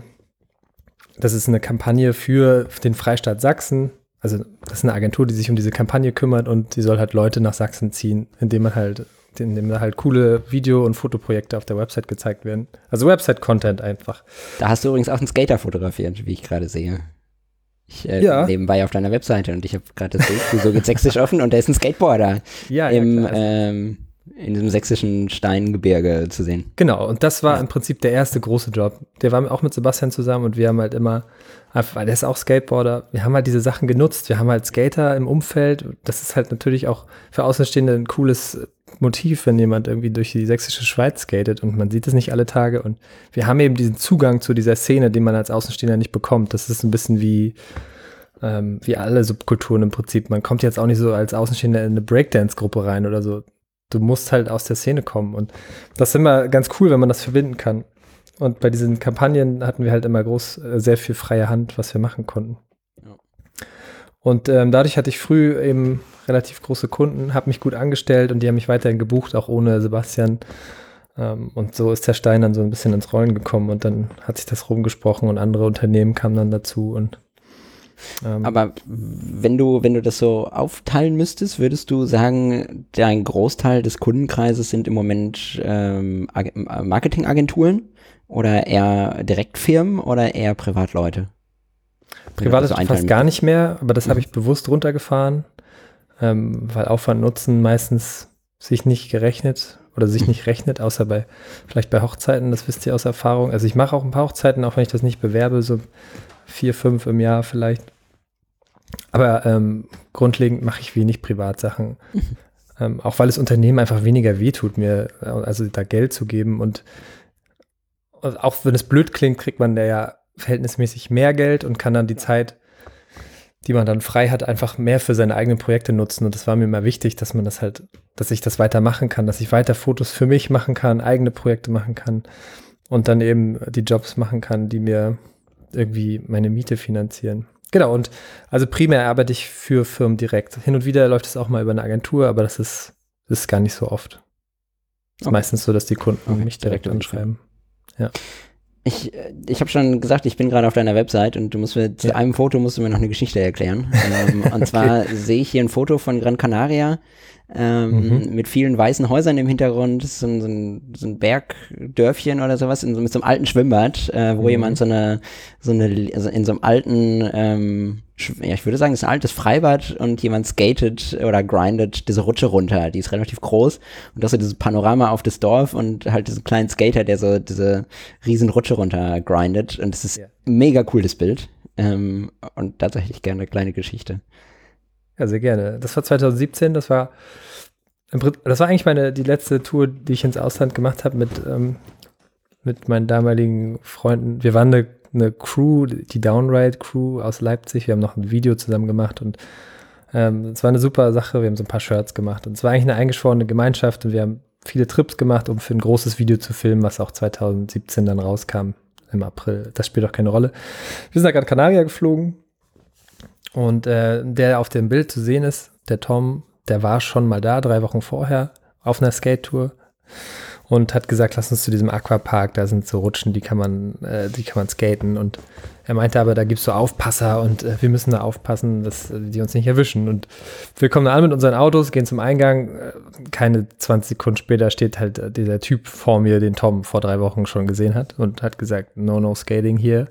das ist eine Kampagne für den Freistaat Sachsen. Also das ist eine Agentur, die sich um diese Kampagne kümmert und die soll halt Leute nach Sachsen ziehen, indem man halt, indem da halt coole Video- und Fotoprojekte auf der Website gezeigt werden. Also Website-Content einfach. Da hast du übrigens auch einen Skater fotografiert, wie ich gerade sehe. Ich äh, ja. nebenbei auf deiner Webseite und ich habe gerade das Bild für So geht Sächsisch offen und da ist ein Skateboarder ja, im, ja, klar. ähm, in diesem sächsischen Steingebirge zu sehen. Genau, und das war ja. im Prinzip der erste große Job. Der war auch mit Sebastian zusammen und wir haben halt immer, weil der ist auch Skateboarder, wir haben halt diese Sachen genutzt. Wir haben halt Skater im Umfeld. Das ist halt natürlich auch für Außenstehende ein cooles Motiv, wenn jemand irgendwie durch die sächsische Schweiz skatet und man sieht es nicht alle Tage. Und wir haben eben diesen Zugang zu dieser Szene, den man als Außenstehender nicht bekommt. Das ist ein bisschen wie, ähm, wie alle Subkulturen im Prinzip. Man kommt jetzt auch nicht so als Außenstehender in eine Breakdance-Gruppe rein oder so. Du musst halt aus der Szene kommen. Und das ist immer ganz cool, wenn man das verbinden kann. Und bei diesen Kampagnen hatten wir halt immer groß, äh, sehr viel freie Hand, was wir machen konnten. Ja. Und ähm, dadurch hatte ich früh eben relativ große Kunden, habe mich gut angestellt und die haben mich weiterhin gebucht, auch ohne Sebastian. Ähm, und so ist der Stein dann so ein bisschen ins Rollen gekommen und dann hat sich das rumgesprochen und andere Unternehmen kamen dann dazu und Ähm. Aber wenn du, wenn du das so aufteilen müsstest, würdest du sagen, dein Großteil des Kundenkreises sind im Moment ähm, Marketingagenturen oder eher Direktfirmen oder eher Privatleute? Privat ist fast gar nicht mehr, aber das mhm. habe ich bewusst runtergefahren, ähm, weil Aufwand Nutzen meistens sich nicht gerechnet oder sich mhm. nicht rechnet, außer bei vielleicht bei Hochzeiten, das wisst ihr aus Erfahrung. Also ich mache auch ein paar Hochzeiten, auch wenn ich das nicht bewerbe, so vier, fünf im Jahr vielleicht. Aber ähm, grundlegend mache ich wenig Privatsachen. Mhm. Ähm, auch weil es Unternehmen einfach weniger wehtut, mir also da Geld zu geben. Und, und auch wenn es blöd klingt, kriegt man da ja verhältnismäßig mehr Geld und kann dann die Zeit, die man dann frei hat, einfach mehr für seine eigenen Projekte nutzen. Und das war mir immer wichtig, dass man das halt, dass ich das weiter machen kann, dass ich weiter Fotos für mich machen kann, eigene Projekte machen kann und dann eben die Jobs machen kann, die mir irgendwie meine Miete finanzieren. Genau, und also primär arbeite ich für Firmen direkt. Hin und wieder läuft es auch mal über eine Agentur, aber das ist, das ist gar nicht so oft. Es ist okay. meistens so, dass die Kunden okay, mich direkt, direkt anschreiben. Ja. Ich, ich habe schon gesagt, ich bin gerade auf deiner Website und du musst mir zu ja. einem Foto musst du mir noch eine Geschichte erklären. ähm, und okay. zwar sehe ich hier ein Foto von Gran Canaria ähm, mhm. mit vielen weißen Häusern im Hintergrund, so ein, so ein, so ein Bergdörfchen oder sowas, in, mit so einem alten Schwimmbad, äh, wo mhm. jemand so eine, so eine, also in so einem alten, ähm, ja, ich würde sagen, es ist ein altes Freibad und jemand skatet oder grindet diese Rutsche runter, die ist relativ groß und das ist so dieses Panorama auf das Dorf und halt diesen kleinen Skater, der so diese riesen Rutsche runter grindet und das ist ja. mega cool, das Bild ähm, und dazu hätte ich gerne eine kleine Geschichte. Ja, sehr gerne. Das war zwanzig siebzehn, das war das war eigentlich meine, die letzte Tour, die ich ins Ausland gemacht habe mit, ähm, mit meinen damaligen Freunden. Wir waren eine, eine Crew, die Downride Crew aus Leipzig. Wir haben noch ein Video zusammen gemacht und ähm, es war eine super Sache. Wir haben so ein paar Shirts gemacht und es war eigentlich eine eingeschworene Gemeinschaft und wir haben viele Trips gemacht, um für ein großes Video zu filmen, was auch zwanzig siebzehn dann rauskam im April. Das spielt auch keine Rolle. Wir sind nach Gran Canaria geflogen und äh, der auf dem Bild zu sehen ist, der Tom, der war schon mal da, drei Wochen vorher, auf einer Skate-Tour und hat gesagt, lass uns zu diesem Aquapark, da sind so Rutschen, die kann man, äh, die kann man skaten. Und er meinte aber, da gibt es so Aufpasser und äh, wir müssen da aufpassen, dass äh, die uns nicht erwischen. Und wir kommen da an mit unseren Autos, gehen zum Eingang. Äh, keine zwanzig Sekunden später steht halt äh, dieser Typ vor mir, den Tom vor drei Wochen schon gesehen hat und hat gesagt, no, no skating hier.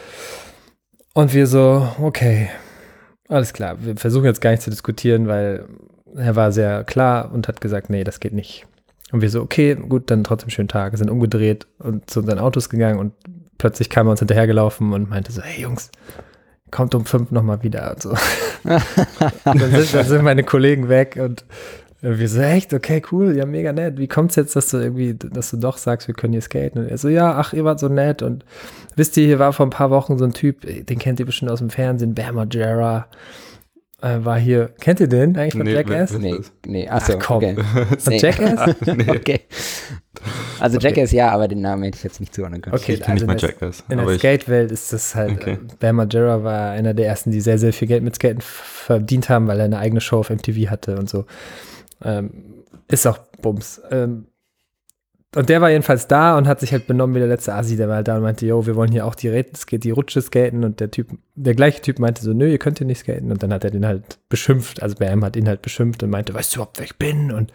Und wir so, okay, alles klar, wir versuchen jetzt gar nicht zu diskutieren, weil er war sehr klar und hat gesagt, nee, das geht nicht. Und wir so, okay, gut, dann trotzdem schönen Tag, sind umgedreht und zu unseren Autos gegangen und plötzlich kam er uns hinterhergelaufen und meinte so, hey Jungs, kommt um fünf nochmal wieder und so. Und dann, sind, dann sind meine Kollegen weg und wir so, echt, okay, cool, ja, mega nett. Wie kommt's jetzt, dass du irgendwie, dass du doch sagst, wir können hier skaten? Und er so, ja, ach, ihr wart so nett und wisst ihr, hier war vor ein paar Wochen so ein Typ, den kennt ihr bestimmt aus dem Fernsehen, Bam Margera. Äh, war hier, kennt ihr den eigentlich von Nee, Jackass? wer- Nee, nee, achso, Ach, komm. okay. Von Nee. Jackass? Nee, Okay. Also Okay. Jackass ja, aber den Namen hätte ich jetzt nicht zuordnen können. Okay, ich kenne nicht also mal das- Jackass. In aber der ich, Skate-Welt ist das halt, Okay. äh, Bam Margera war einer der ersten, die sehr, sehr viel Geld mit Skaten f- verdient haben, weil er eine eigene Show auf M T V hatte und so. Ähm, ist auch Bums. Ähm, und der war jedenfalls da und hat sich halt benommen wie der letzte Assi, der war halt da und meinte, yo, wir wollen hier auch die, Red, die Rutsche skaten und der Typ, der gleiche Typ meinte so, nö, ihr könnt hier nicht skaten und dann hat er den halt beschimpft, also Bam hat ihn halt beschimpft und meinte, weißt du überhaupt, wer ich bin? Und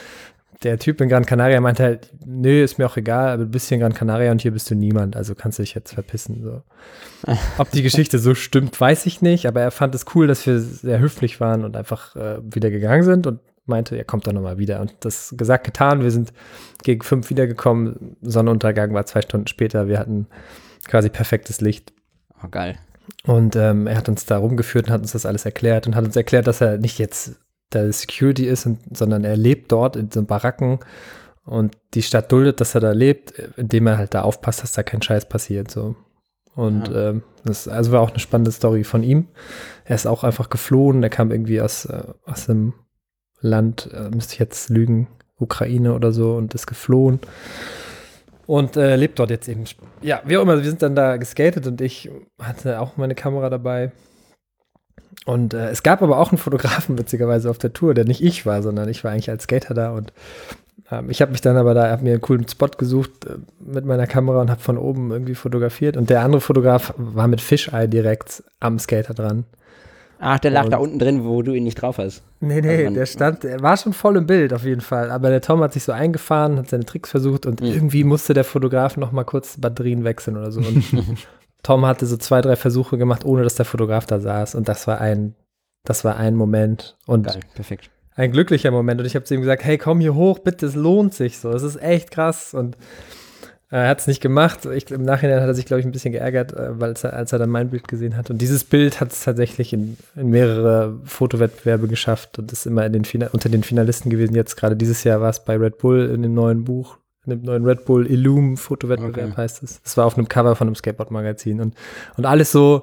der Typ in Gran Canaria meinte halt, nö, ist mir auch egal, aber du bist hier in Gran Canaria und hier bist du niemand, also kannst du dich jetzt verpissen. So. Ob die Geschichte so stimmt, weiß ich nicht, aber er fand es cool, dass wir sehr höflich waren und einfach äh, wieder gegangen sind und meinte, er kommt doch nochmal wieder. Und das gesagt, getan, wir sind gegen fünf wiedergekommen, Sonnenuntergang war zwei Stunden später, wir hatten quasi perfektes Licht. Oh, geil. Und ähm, er hat uns da rumgeführt und hat uns das alles erklärt und hat uns erklärt, dass er nicht jetzt der Security ist, und, sondern er lebt dort in so Baracken und die Stadt duldet, dass er da lebt, indem er halt da aufpasst, dass da kein Scheiß passiert. So. Und Ja. ähm, das also war auch eine spannende Story von ihm. Er ist auch einfach geflohen, er kam irgendwie aus, äh, aus einem Land, äh, müsste ich jetzt lügen, Ukraine oder so, und ist geflohen. Und äh, lebt dort jetzt eben. Ja, wie auch immer, wir sind dann da geskatet und ich hatte auch meine Kamera dabei. Und äh, es gab aber auch einen Fotografen, witzigerweise, auf der Tour, der nicht ich war, sondern ich war eigentlich als Skater da. Und ähm, ich habe mich dann aber da, habe mir einen coolen Spot gesucht äh, mit meiner Kamera und habe von oben irgendwie fotografiert. Und der andere Fotograf war mit Fisheye direkt am Skater dran. Ach, der lag Und- da unten drin, wo du ihn nicht drauf hast. Nee, nee, Also man- der stand, er war schon voll im Bild auf jeden Fall, aber der Tom hat sich so eingefahren, hat seine Tricks versucht und Mhm. irgendwie musste der Fotograf noch mal kurz Batterien wechseln oder so. Und Tom hatte so zwei, drei Versuche gemacht, ohne dass der Fotograf da saß und das war ein, das war ein Moment und Geil, perfekt. ein glücklicher Moment und ich habe zu ihm gesagt, hey, komm hier hoch, bitte, es lohnt sich so, es ist echt krass und er hat es nicht gemacht. Ich, im Nachhinein hat er sich, glaube ich, ein bisschen geärgert, äh, weil er, als er dann mein Bild gesehen hat. Und dieses Bild hat es tatsächlich in, in mehrere Fotowettbewerbe geschafft und ist immer in den Fina- unter den Finalisten gewesen. Jetzt gerade dieses Jahr war es bei Red Bull in dem neuen Buch, in dem neuen Red Bull Illum Fotowettbewerb Okay. heißt es. Das war auf einem Cover von einem Skateboard-Magazin und, und alles so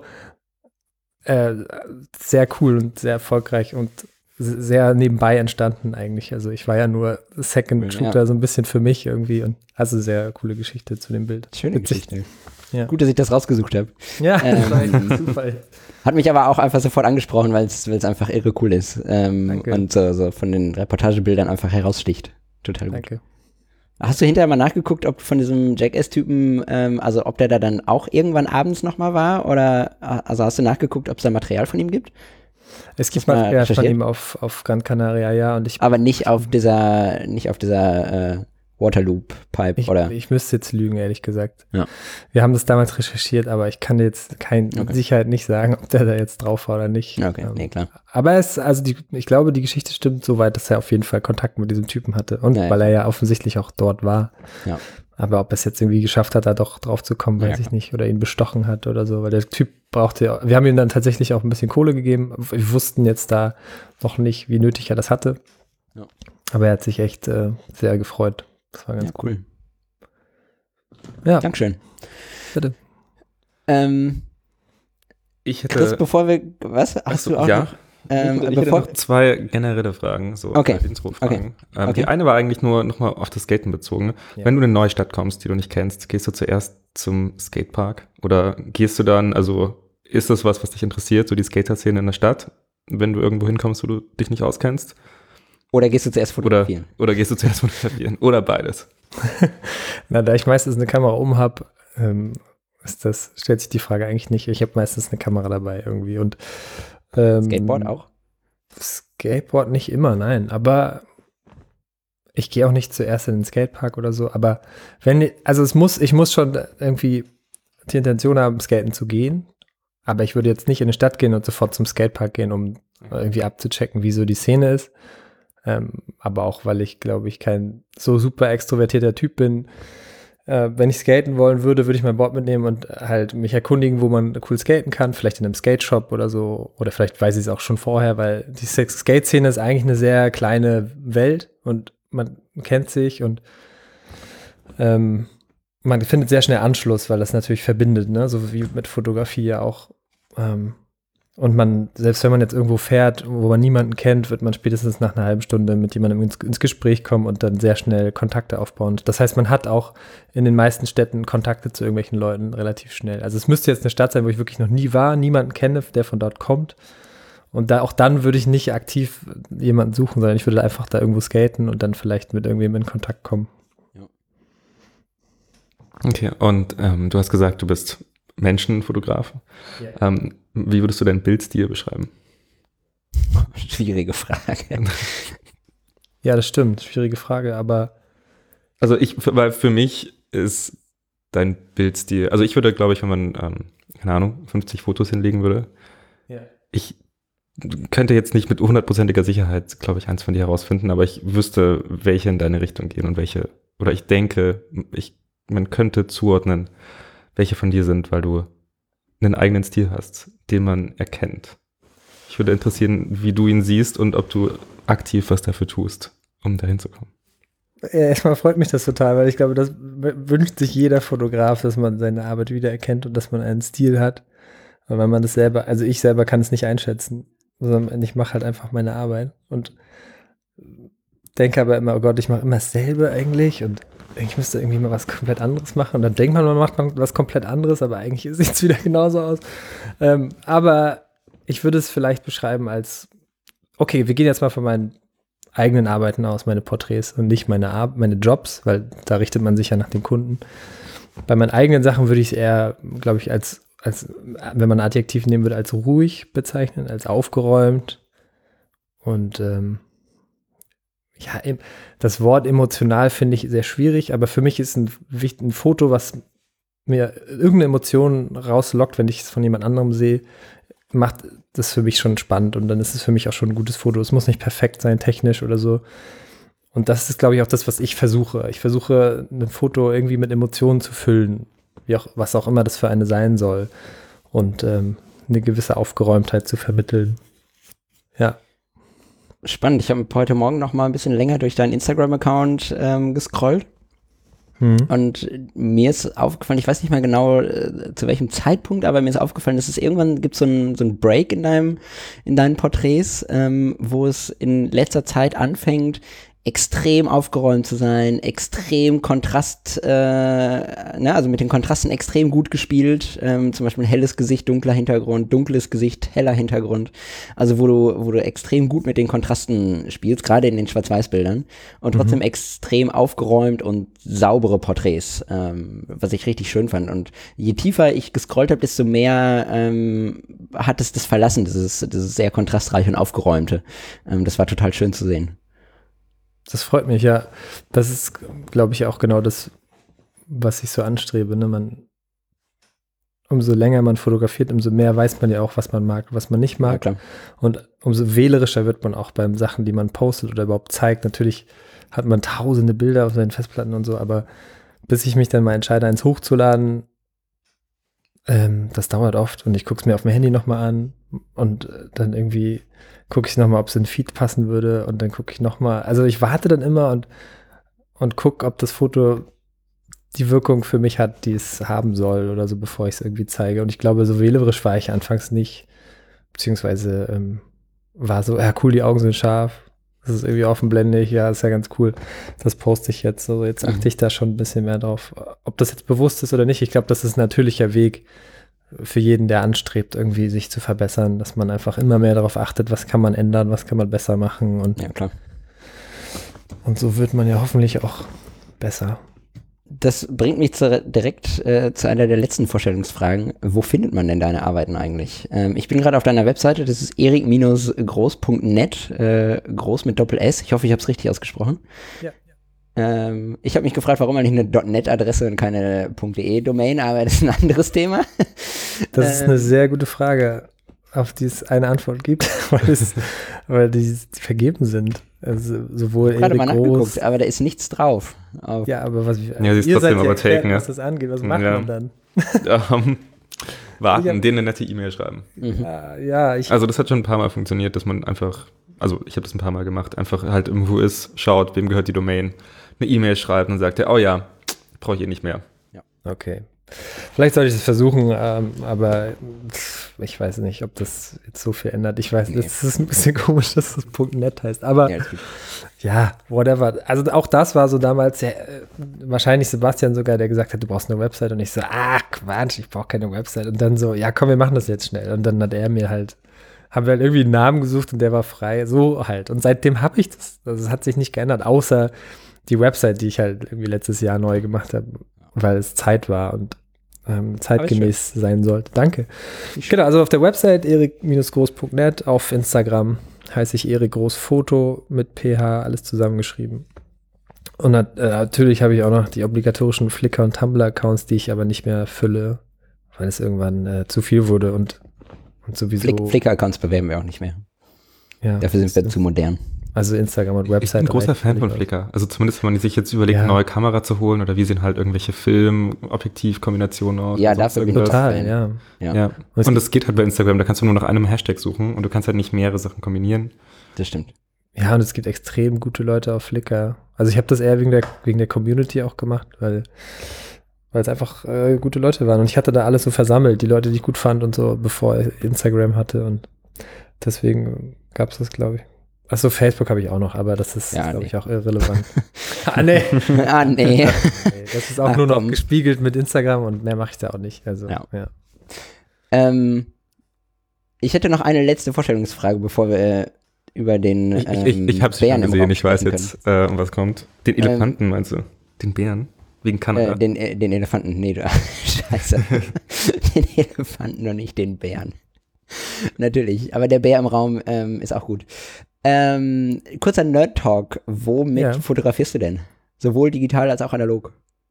äh, sehr cool und sehr erfolgreich und sehr nebenbei entstanden eigentlich. Also ich war ja nur Second Shooter, Ja. so ein bisschen für mich irgendwie. Und also sehr coole Geschichte zu dem Bild. Schöne Witzig. Geschichte. Ja. Gut, dass ich das rausgesucht habe. Ja, Ähm. das war echt Zufall. Hat mich aber auch einfach sofort angesprochen, weil es einfach irre cool ist. Ähm, Danke. und so, so von den Reportagebildern einfach heraussticht. Total gut. Danke. Hast du hinterher mal nachgeguckt, ob von diesem Jackass-Typen, ähm, also ob der da dann auch irgendwann abends nochmal war? Oder also hast du nachgeguckt, ob es da Material von ihm gibt? Es gibt Hast du mal Material von recherchiert? ihm auf, auf Gran Canaria, ja. Und ich, Aber nicht auf dieser, nicht auf dieser äh, Waterloop-Pipe, ich, oder? ich müsste jetzt lügen, ehrlich gesagt. Ja. Wir haben das damals recherchiert, aber ich kann jetzt kein, mit Okay. Sicherheit nicht sagen, ob der da jetzt drauf war oder nicht. Okay, Ähm, nee, klar. Aber es, also die, ich glaube, die Geschichte stimmt so weit, dass er auf jeden Fall Kontakt mit diesem Typen hatte. Und Ja, ja. weil er ja offensichtlich auch dort war. Ja. Aber ob er es jetzt irgendwie geschafft hat, da doch drauf zu kommen, weiß Ja, ich nicht. Oder ihn bestochen hat oder so. Weil der Typ brauchte ja, wir haben ihm dann tatsächlich auch ein bisschen Kohle gegeben. Wir wussten jetzt da noch nicht, wie nötig er das hatte. Ja. Aber er hat sich echt äh, sehr gefreut. Das war ganz Ja, cool. Ja, Dankeschön. bitte. Ähm, ich hätte, Chris, bevor wir, was? Hast Achso, du auch ja. noch? Ähm, ich hätte bevor, noch zwei generelle Fragen, so Okay. äh, Intro-Fragen. Ähm, Okay. Die eine war eigentlich nur nochmal auf das Skaten bezogen. Ja. Wenn du in eine neue Stadt kommst, die du nicht kennst, gehst du zuerst zum Skatepark? Oder gehst du dann, also ist das was, was dich interessiert, so die Skater-Szene in der Stadt, wenn du irgendwo hinkommst, wo du dich nicht auskennst? Oder gehst du zuerst fotografieren? Oder, oder gehst du zuerst fotografieren? Oder beides? Na, da ich meistens eine Kamera um habe, ähm, ist das, stellt sich die Frage eigentlich nicht. Ich habe meistens eine Kamera dabei irgendwie. Und ähm, Skateboard auch? Skateboard nicht immer, nein. Aber ich gehe auch nicht zuerst in den Skatepark oder so. Aber wenn, also es muss, ich muss schon irgendwie die Intention haben, skaten zu gehen. Aber ich würde jetzt nicht in die Stadt gehen und sofort zum Skatepark gehen, um irgendwie abzuchecken, wie so die Szene ist. Ähm, aber auch, weil ich, glaube ich, kein so super extrovertierter Typ bin. Äh, wenn ich skaten wollen würde, würde ich mein Board mitnehmen und halt mich erkundigen, wo man cool skaten kann. Vielleicht in einem Skate-Shop oder so. Oder vielleicht weiß ich es auch schon vorher, weil die Skate-Szene ist eigentlich eine sehr kleine Welt und man kennt sich und ähm, man findet sehr schnell Anschluss, weil das natürlich verbindet, ne? So wie mit Fotografie ja auch. Ähm, und man, selbst wenn man jetzt irgendwo fährt, wo man niemanden kennt, wird man spätestens nach einer halben Stunde mit jemandem ins, ins Gespräch kommen und dann sehr schnell Kontakte aufbauen. Das heißt, man hat auch in den meisten Städten Kontakte zu irgendwelchen Leuten relativ schnell. Also es müsste jetzt eine Stadt sein, wo ich wirklich noch nie war, niemanden kenne, der von dort kommt. Und da, auch dann würde ich nicht aktiv jemanden suchen, sondern ich würde einfach da irgendwo skaten und dann vielleicht mit irgendwem in Kontakt kommen. Okay, und ähm, du hast gesagt, du bist Menschenfotograf. Yeah. Ähm, wie würdest du deinen Bildstil beschreiben? Schwierige Frage. Ja, das stimmt. Schwierige Frage, aber also ich, weil für mich ist dein Bildstil, also ich würde, glaube ich, wenn man, ähm, keine Ahnung, fünfzig Fotos hinlegen würde, yeah. ich könnte jetzt nicht mit hundertprozentiger Sicherheit, glaube ich, eins von dir herausfinden, aber ich wüsste, welche in deine Richtung gehen und welche, oder ich denke, ich man könnte zuordnen, welche von dir sind, weil du einen eigenen Stil hast, den man erkennt. Ich würde interessieren, wie du ihn siehst und ob du aktiv was dafür tust, um dahin zu kommen. Ja, erstmal freut mich das total, weil ich glaube, das wünscht sich jeder Fotograf, dass man seine Arbeit wiedererkennt und dass man einen Stil hat. Und wenn man das selber, also ich selber kann es nicht einschätzen, sondern ich mache halt einfach meine Arbeit und denke aber immer, oh Gott, ich mache immer dasselbe eigentlich und ich müsste irgendwie mal was komplett anderes machen und dann denkt man, man macht was komplett anderes, aber eigentlich sieht es wieder genauso aus. Ähm, aber ich würde es vielleicht beschreiben als, okay, wir gehen jetzt mal von meinen eigenen Arbeiten aus, meine Porträts und nicht meine, Ar- meine Jobs, weil da richtet man sich ja nach den Kunden. Bei meinen eigenen Sachen würde ich es eher, glaube ich, als, als, wenn man ein Adjektiv nehmen würde, als ruhig bezeichnen, als aufgeräumt und ähm, ja, das Wort emotional finde ich sehr schwierig, aber für mich ist ein, ein Foto, was mir irgendeine Emotion rauslockt, wenn ich es von jemand anderem sehe, macht das für mich schon spannend und dann ist es für mich auch schon ein gutes Foto. Es muss nicht perfekt sein, technisch oder so. Und das ist, glaube ich, auch das, was ich versuche. Ich versuche, ein Foto irgendwie mit Emotionen zu füllen, wie auch, was auch immer das für eine sein soll und ähm, eine gewisse Aufgeräumtheit zu vermitteln. Ja. Spannend. Ich habe heute Morgen noch mal ein bisschen länger durch deinen Instagram-Account ähm, gescrollt. Mhm. Und mir ist aufgefallen, ich weiß nicht mal genau äh, zu welchem Zeitpunkt, aber mir ist aufgefallen, dass es irgendwann gibt so einen so ein Break in deinem in deinen Porträts, ähm, wo es in letzter Zeit anfängt, extrem aufgeräumt zu sein, extrem Kontrast, äh, ne, also mit den Kontrasten extrem gut gespielt, ähm, zum Beispiel ein helles Gesicht, dunkler Hintergrund, dunkles Gesicht, heller Hintergrund, also wo du, wo du extrem gut mit den Kontrasten spielst, gerade in den Schwarz-Weiß-Bildern und trotzdem mhm. extrem aufgeräumt und saubere Porträts, ähm, was ich richtig schön fand und je tiefer ich gescrollt habe, desto mehr ähm, hat es das verlassen, dieses, dieses sehr kontrastreiche und aufgeräumte, ähm, das war total schön zu sehen. Das freut mich, ja. Das ist, glaube ich, auch genau das, was ich so anstrebe. Ne? Man, umso länger man fotografiert, umso mehr weiß man ja auch, was man mag, was man nicht mag. Ja, klar. Und umso wählerischer wird man auch beim Sachen, die man postet oder überhaupt zeigt. Natürlich hat man tausende Bilder auf seinen Festplatten und so, aber bis ich mich dann mal entscheide, eins hochzuladen, ähm, das dauert oft und ich gucke es mir auf dem Handy nochmal an und dann irgendwie gucke ich nochmal, ob es in den Feed passen würde und dann gucke ich nochmal, also ich warte dann immer und, und gucke, ob das Foto die Wirkung für mich hat, die es haben soll oder so, bevor ich es irgendwie zeige. Und ich glaube, so wählerisch war ich anfangs nicht, beziehungsweise ähm, war so, ja cool, die Augen sind scharf, das ist irgendwie offenblendig, ja, ist ja ganz cool, das poste ich jetzt. So, jetzt achte ich da schon ein bisschen mehr drauf. Ob das jetzt bewusst ist oder nicht, ich glaube, das ist ein natürlicher Weg für jeden, der anstrebt, irgendwie sich zu verbessern, dass man einfach immer mehr darauf achtet, was kann man ändern, was kann man besser machen und ja, klar. Und so wird man ja hoffentlich auch besser. Das bringt mich zu, direkt äh, zu einer der letzten Vorstellungsfragen. Wo findet man denn deine Arbeiten eigentlich? Ähm, ich bin gerade auf deiner Webseite, das ist erik groß punkt net, äh, groß mit Doppel-S. Ich hoffe, ich habe es richtig ausgesprochen. Ja. Ähm, ich habe mich gefragt, warum eigentlich eine .net-Adresse und keine .de-Domain, aber das ist ein anderes Thema. Das ist eine sehr gute Frage, auf die es eine Antwort gibt, weil, es, weil die vergeben sind. Also sowohl ich habe gerade Erik mal Groß, nachgeguckt, aber da ist nichts drauf. Auf ja, aber was Ja, sie ist ihr trotzdem seid ja übertaken, erklärt, ja. was das angeht. Was macht Ja. man dann? ähm, warten, Ich hab- denen eine nette E-Mail schreiben. Mhm. Ja, ja, ich Also das hat schon ein paar Mal funktioniert, dass man einfach, also ich habe das ein paar Mal gemacht, einfach halt im Who is, schaut, wem gehört die Domain, eine E-Mail schreibt und sagt, oh ja, brauche ich eh nicht mehr. okay. Vielleicht sollte ich es versuchen, ähm, aber pff, ich weiß nicht, ob das jetzt so viel ändert. Ich weiß, Nee. es ist ein bisschen komisch, dass das .net heißt, aber Ja, das gibt- ja, whatever. Also auch das war so damals, ja, äh, wahrscheinlich Sebastian sogar, der gesagt hat, du brauchst eine Website und ich so, ah, Quatsch, ich brauche keine Website. Und dann so, ja komm, wir machen das jetzt schnell. Und dann hat er mir halt, haben wir halt irgendwie einen Namen gesucht und der war frei, so halt. Und seitdem habe ich das, also es hat sich nicht geändert, außer die Website, die ich halt irgendwie letztes Jahr neu gemacht habe, weil es Zeit war und ähm, zeitgemäß sein sollte. Danke. Genau, also auf der Website erik groß punkt net, auf Instagram heiße ich Erik Groß Foto mit P H, alles zusammengeschrieben. Und nat äh, natürlich habe ich auch noch die obligatorischen Flickr- und Tumblr-Accounts, die ich aber nicht mehr fülle, weil es irgendwann äh, zu viel wurde und, und sowieso. Flick, Flickr-Accounts bewerben wir auch nicht mehr. Ja, Dafür sind wir zu modern. also Instagram und Ich bin Website. ein großer reicht Fan von völlig Flickr. Also zumindest, wenn man sich jetzt überlegt, Ja. eine neue Kamera zu holen oder wie sehen halt irgendwelche Film-Objektiv-Kombinationen aus. Ja, oder sonst dafür bin ich irgendwas. Total, Fan. ja. Ja, Ja. es Und gibt- das geht halt bei Instagram, da kannst du nur nach einem Hashtag suchen und du kannst halt nicht mehrere Sachen kombinieren. das stimmt. Ja, und es gibt extrem gute Leute auf Flickr. Also ich habe das eher wegen der, wegen der Community auch gemacht, weil weil es einfach äh, gute Leute waren. Und ich hatte da alles so versammelt, die Leute, die ich gut fand und so, bevor ich Instagram hatte. Und deswegen gab es das, glaube ich. Achso, Facebook habe ich auch noch, aber das ist, Ja, glaube nee. ich, auch irrelevant. ah, nee. ah, nee. nee. Das ist auch Ach, nur noch komm. gespiegelt mit Instagram und mehr mache ich da auch nicht. Also, Ja. ja. ähm, ich hätte noch eine letzte Vorstellungsfrage, bevor wir äh, über den Ich, ähm, ich, ich, ich habe es schon Bären im gesehen, Raum ich weiß sprechen jetzt, äh, um was kommt. Den Elefanten meinst du? Den Bären? Wegen können. Kanada? Äh, den, äh, den Elefanten, nee, du, scheiße. den Elefanten und nicht den Bären. Natürlich, aber der Bär im Raum ähm, ist auch gut. Ähm, kurzer Nerd-Talk, womit Ja. fotografierst du denn? Sowohl digital als auch analog.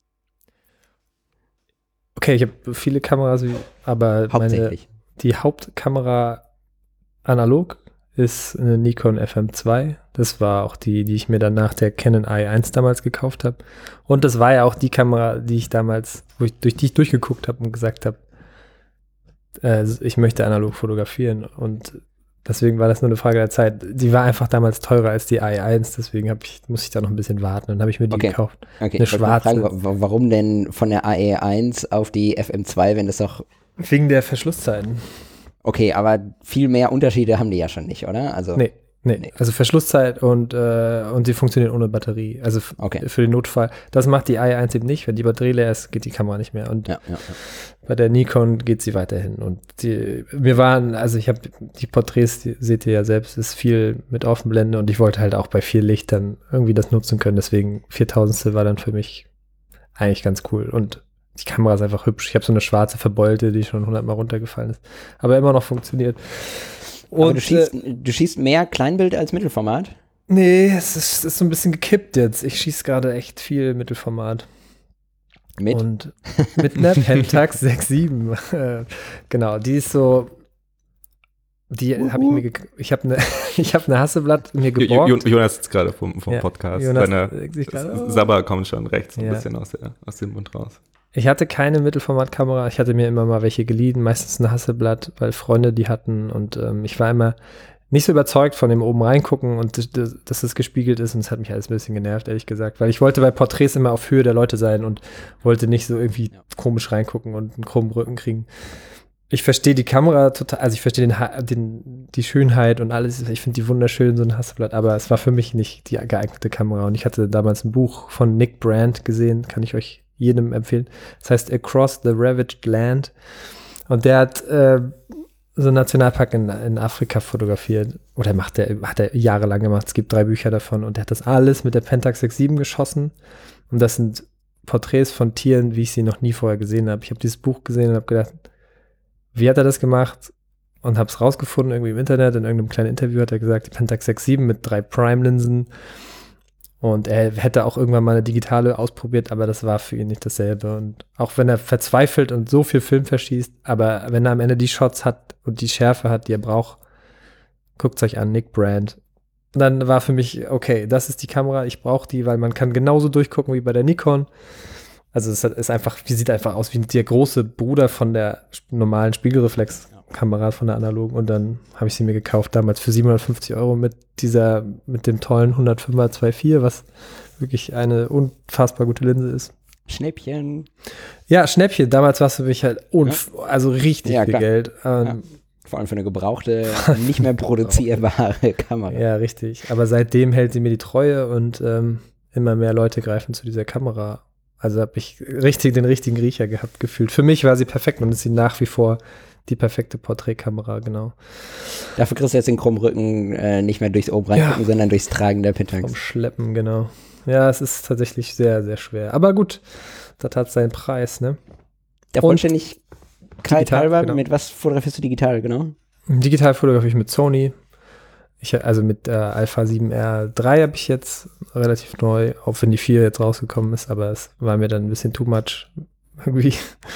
Okay, ich habe viele Kameras, aber meine, Hauptsächlich. die Hauptkamera analog ist eine Nikon F M zwei. Das war auch die, die ich mir dann nach der Canon I eins damals gekauft habe. Und das war ja auch die Kamera, die ich damals, wo ich, durch die ich durchgeguckt habe und gesagt habe, äh, ich möchte analog fotografieren. Und deswegen war das nur eine Frage der Zeit. Die war einfach damals teurer als die I eins, deswegen hab ich, muss ich da noch ein bisschen warten. Dann habe ich mir die Okay. gekauft. Okay, eine ich wollte mal schwarze. fragen, wa- warum denn von der A E eins auf die F M zwei, wenn das doch. Wegen der Verschlusszeiten. Okay, aber viel mehr Unterschiede haben die ja schon nicht, oder? Also, Nee, nee, Nee. Also Verschlusszeit und, äh, und sie funktionieren ohne Batterie. Also f- Okay. für den Notfall. Das macht die I eins eben nicht. Wenn die Batterie leer ist, geht die Kamera nicht mehr. Und Ja, ja, ja. bei der Nikon geht sie weiterhin. Und die, wir waren, also ich habe die Porträts, die seht ihr ja selbst, ist viel mit Offenblende und ich wollte halt auch bei viel Licht dann irgendwie das nutzen können. Deswegen viertausendstel war dann für mich eigentlich ganz cool. Und die Kamera ist einfach hübsch. Ich habe so eine schwarze Verbeulte, die schon hundertmal runtergefallen ist. Aber immer noch funktioniert. Aber Und, du schießt, du schießt mehr Kleinbild als Mittelformat? Nee, es ist, es ist so ein bisschen gekippt jetzt. Ich schieße gerade echt viel Mittelformat. Mit? Und mit einer Pentax sechs sieben. Äh, genau, die ist so. Die habe ich mir. gek- Ich habe eine ich hab eine Hasselblatt mir Jo- Jo- geborgt. Jonas sitzt gerade vom, vom Ja, Podcast. Jonas Seine denkt sich gerade, oh. Sabber kommt schon rechts ein Ja. bisschen aus, der, aus dem Mund raus. Ich hatte keine Mittelformatkamera. Ich hatte mir immer mal welche geliehen, meistens eine Hasselblatt, weil Freunde die hatten. Und ähm, ich war immer nicht so überzeugt von dem oben reingucken und das- das- dass es gespiegelt ist. Und es hat mich alles ein bisschen genervt, ehrlich gesagt. Weil ich wollte bei Porträts immer auf Höhe der Leute sein und wollte nicht so irgendwie Ja. komisch reingucken und einen krummen Rücken kriegen. Ich verstehe die Kamera total, also ich verstehe den, Ha- den, die Schönheit und alles. Ich finde die wunderschön, so ein Hasselblatt. Aber es war für mich nicht die geeignete Kamera. Und ich hatte damals ein Buch von Nick Brandt gesehen, kann ich euch jedem empfehlen. Das heißt Across the Ravaged Land. Und der hat äh, so einen Nationalpark in, in Afrika fotografiert. Oder macht der, hat er jahrelang gemacht. Es gibt drei Bücher davon und er hat das alles mit der Pentax sechs sieben geschossen. Und das sind Porträts von Tieren, wie ich sie noch nie vorher gesehen habe. Ich habe dieses Buch gesehen und habe gedacht, wie hat er das gemacht? Und habe es rausgefunden, irgendwie im Internet, in irgendeinem kleinen Interview hat er gesagt, die Pentax sechs sieben mit drei Prime-Linsen. Und er hätte auch irgendwann mal eine digitale ausprobiert, aber das war für ihn nicht dasselbe. Und auch wenn er verzweifelt und so viel Film verschießt, aber wenn er am Ende die Shots hat und die Schärfe hat, die er braucht, guckt es euch an, Nick Brand. Und dann war für mich, okay, das ist die Kamera, ich brauche die, weil man kann genauso durchgucken wie bei der Nikon. Also es ist einfach, die sieht einfach aus wie der große Bruder von der normalen Spiegelreflexkamera von der analogen. Und dann habe ich sie mir gekauft, damals für siebenhundertfünfzig Euro mit dieser, mit dem tollen hundertfünfer zwei Komma vier, was wirklich eine unfassbar gute Linse ist. Schnäppchen. Ja, Schnäppchen. Damals war es für mich halt unf- ja. also richtig ja, viel klar. Geld. Ähm, ja. Vor allem für eine gebrauchte, nicht mehr produzierbare Kamera. Ja, richtig. Aber seitdem hält sie mir die Treue und ähm, immer mehr Leute greifen zu dieser Kamera. Also habe ich richtig den richtigen Riecher gehabt, gefühlt. Für mich war sie perfekt und ist sie nach wie vor die perfekte Porträtkamera, genau. Dafür kriegst du jetzt den krummen Rücken äh, nicht mehr durchs Oben reingucken, ja. sondern durchs Tragen der Pentax. Vom Schleppen, genau. Ja, es ist tatsächlich sehr, sehr schwer. Aber gut, das hat seinen Preis, ne? Der Vollständigkeit halber, genau. Mit was fotografierst du digital, genau? Digital fotografiere ich mit Sony. Ich, also mit der äh, Alpha sieben R drei habe ich jetzt relativ neu, auch wenn die vier jetzt rausgekommen ist, aber es war mir dann ein bisschen too much irgendwie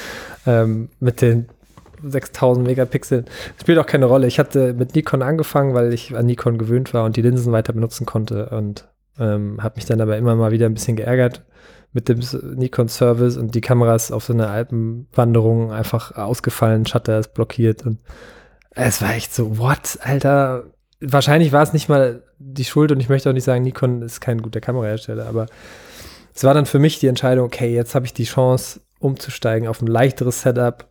ähm, mit den sechstausend Megapixeln. Spielt auch keine Rolle. Ich hatte mit Nikon angefangen, weil ich an Nikon gewöhnt war und die Linsen weiter benutzen konnte und ähm, habe mich dann aber immer mal wieder ein bisschen geärgert mit dem Nikon-Service und die Kamera ist auf so einer Alpenwanderung einfach ausgefallen, Shutter ist blockiert und es war echt so, what, Alter? Wahrscheinlich war es nicht mal die Schuld und ich möchte auch nicht sagen, Nikon ist kein guter Kamerahersteller, aber es war dann für mich die Entscheidung, okay, jetzt habe ich die Chance umzusteigen auf ein leichteres Setup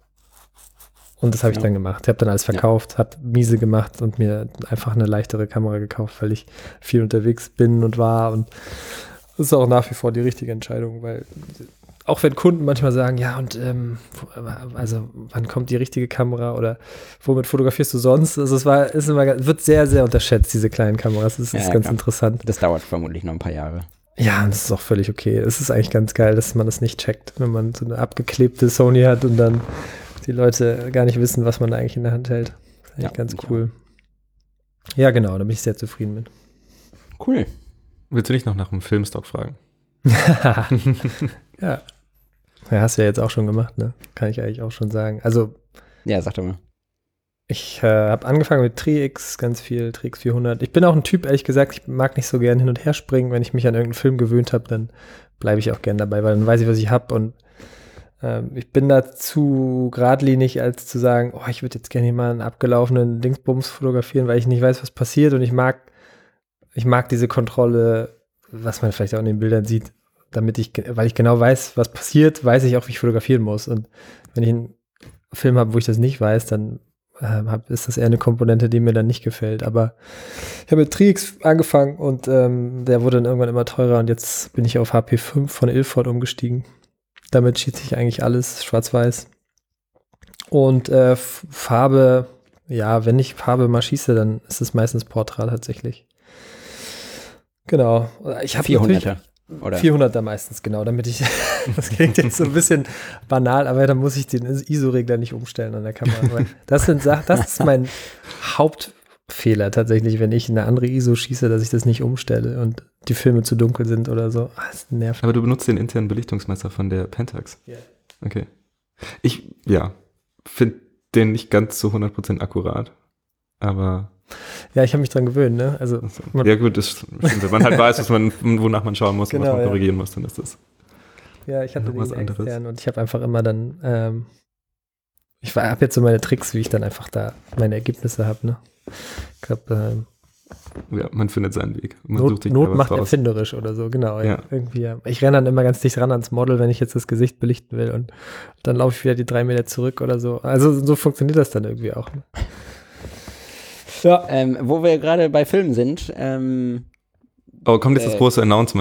und das habe ich ja. dann gemacht. Ich habe dann alles verkauft, ja. habe miese gemacht und mir einfach eine leichtere Kamera gekauft, weil ich viel unterwegs bin und war und das ist auch nach wie vor die richtige Entscheidung, weil auch wenn Kunden manchmal sagen, ja und ähm, also wann kommt die richtige Kamera oder womit fotografierst du sonst? Also es war, ist immer, wird sehr, sehr unterschätzt, diese kleinen Kameras. Das ist ja, ganz klar. interessant. Das dauert vermutlich noch ein paar Jahre. Ja, und das ist auch völlig okay. Es ist eigentlich ganz geil, dass man das nicht checkt, wenn man so eine abgeklebte Sony hat und dann die Leute gar nicht wissen, was man eigentlich in der Hand hält. Das ist eigentlich ja, ganz cool. Auch. Ja, genau, da bin ich sehr zufrieden mit. Cool. Willst du nicht noch nach einem Filmstock fragen? Ja. Ja, hast du ja jetzt auch schon gemacht, ne? Kann ich eigentlich auch schon sagen. Also. Ja, sag doch mal. Ich äh, habe angefangen mit Tri-X, ganz viel, Tri-X vierhundert. Ich bin auch ein Typ, ehrlich gesagt, ich mag nicht so gern hin und her springen. Wenn ich mich an irgendeinen Film gewöhnt habe, dann bleibe ich auch gern dabei, weil dann weiß ich, was ich habe. Und ähm, ich bin da zu geradlinig, als zu sagen, oh, ich würde jetzt gerne mal einen abgelaufenen Dingsbums fotografieren, weil ich nicht weiß, was passiert. Und ich mag, ich mag diese Kontrolle, was man vielleicht auch in den Bildern sieht, damit ich, weil ich genau weiß, was passiert, weiß ich auch, wie ich fotografieren muss. Und wenn ich einen Film habe, wo ich das nicht weiß, dann äh, hab, ist das eher eine Komponente, die mir dann nicht gefällt. Aber ich habe mit Tri-X angefangen und ähm, der wurde dann irgendwann immer teurer und jetzt bin ich auf H P fünf von Ilford umgestiegen. Damit schießt sich eigentlich alles schwarz-weiß. Und äh, Farbe, ja, wenn ich Farbe mal schieße, dann ist es meistens Portrait tatsächlich. Genau. Ich habe vierhunderter. Oder? vierhunderter meistens, genau, damit ich, das klingt jetzt so ein bisschen banal, aber dann muss ich den I S O-Regler nicht umstellen an der Kamera. Weil das sind Sachen, das ist mein Hauptfehler tatsächlich, wenn ich eine andere I S O schieße, dass ich das nicht umstelle und die Filme zu dunkel sind oder so. Ah, das nervt. Aber du benutzt den internen Belichtungsmesser von der Pentax. Ja. Yeah. Okay. Ich, ja, finde den nicht ganz so hundert Prozent akkurat, aber ja, ich habe mich dran gewöhnt, ne? Also, man ja gut, das stimmt. Wenn man halt weiß, was man, wonach man schauen muss genau, und was man ja. korrigieren muss, dann ist das ja, ich hatte den extern und ich habe einfach immer dann ähm, ich habe jetzt so meine Tricks, wie ich dann einfach da meine Ergebnisse habe, ne? Ich glaube, ähm, ja, man findet seinen Weg. Man Not, sucht sich Not was macht raus. erfinderisch oder so, genau. Ja. Irgendwie, ja. Ich renne dann immer ganz dicht ran ans Model, wenn ich jetzt das Gesicht belichten will und dann laufe ich wieder die drei Meter zurück oder so. Also so funktioniert das dann irgendwie auch, ne? Ja. Ähm, wo wir gerade bei Filmen sind. Ähm, oh, kommt jetzt äh, das große Announcement?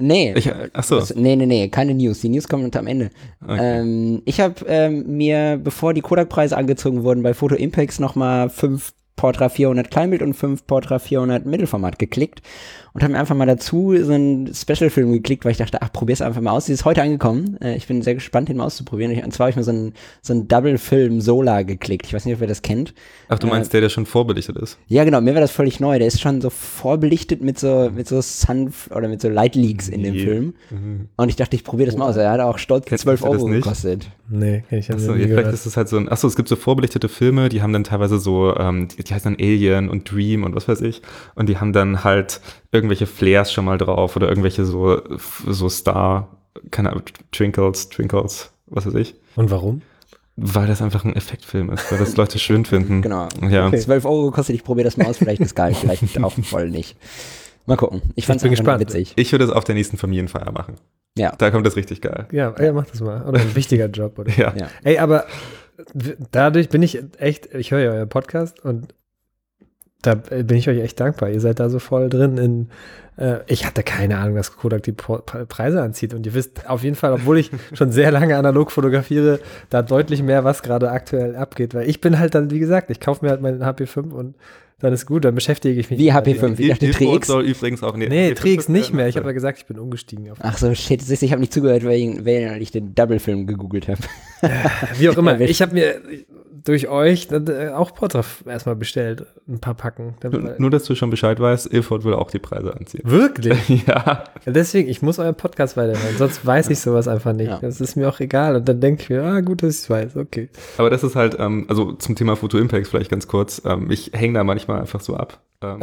Nee, Ich, ach so. das, nee, nee, nee, keine News. Die News kommen am Ende. Okay. Ähm, ich habe ähm, mir, bevor die Kodak-Preise angezogen wurden, bei Photo Impacts nochmal fünf Portra vierhundert Kleinbild und fünf Portra vierhundert Mittelformat geklickt und habe mir einfach mal dazu so einen Special-Film geklickt, weil ich dachte, ach, probier's einfach mal aus. Die ist heute angekommen. Äh, ich bin sehr gespannt, den mal auszuprobieren. Ich, und zwar habe ich mir so einen, so einen Double-Film Solar geklickt. Ich weiß nicht, ob ihr das kennt. Ach, du meinst äh, der, der schon vorbelichtet ist? Ja, genau, mir war das völlig neu. Der ist schon so vorbelichtet mit so, mit so Sun- oder mit so Light-Leaks in dem Nee. Film. Mhm. Und ich dachte, ich probiere das mal aus. Er hat auch stolz Kennst zwölf du das Euro nicht? gekostet. Nee, kenn ich ja Achso, nie ja, vielleicht gehört. ist es halt so ein, achso, es gibt so vorbelichtete Filme, die haben dann teilweise so, ähm, die, die heißen dann Alien und Dream und was weiß ich. Und die haben dann halt irgendwelche Flares schon mal drauf oder irgendwelche so, so Star, keine Ahnung, Twinkles, Twinkles, was weiß ich. Und warum? Weil das einfach ein Effektfilm ist, weil das Leute schön finden. Genau. Ja. Okay. zwölf Euro gekostet, ich probiere das mal aus. Vielleicht ist geil, vielleicht auch voll nicht. Mal gucken. Ich fand's bin einfach nur gespannt. witzig. Ich würde es auf der nächsten Familienfeier machen. Ja. Da kommt das richtig geil. Ja, ja, mach das mal. Oder ein wichtiger Job. Oder? Ja. Ja. Ey, aber w- dadurch bin ich echt, ich höre ja euren Podcast und da bin ich euch echt dankbar. Ihr seid da so voll drin in, äh, ich hatte keine Ahnung, dass Kodak die Pro- Pre- Preise anzieht und ihr wisst auf jeden Fall, obwohl ich schon sehr lange analog fotografiere, da deutlich mehr, was gerade aktuell abgeht, weil ich bin halt dann, wie gesagt, ich kaufe mir halt meinen H P fünf und dann ist gut, dann beschäftige ich mich. Wie nicht H P mehr. fünf? Ich dachte Ilford Tri X. soll übrigens auch, nee, Nee, H P Tri X fünf ist nicht mehr. Ich der- habe ja gesagt, ich bin umgestiegen. Auf Ach so, shit. Siehst du, ich habe nicht zugehört, weil, weil ich den Double-Film gegoogelt habe. Wie auch immer. Erwischt. Ich habe mir durch euch äh, auch Portra erstmal bestellt. Ein paar Packen. Nur, nur, dass du schon Bescheid weißt, Ilford will auch die Preise anziehen. Wirklich? Ja. Ja, deswegen, ich muss euren Podcast weiterhören, sonst weiß ich sowas einfach nicht. Ja. Das ist mir auch egal. Und dann denke ich mir, ah, gut, dass ich es weiß, okay. Aber das ist halt, ähm, also zum Thema Photo Impacts vielleicht ganz kurz, ähm, ich hänge da manchmal einfach so ab. Ähm,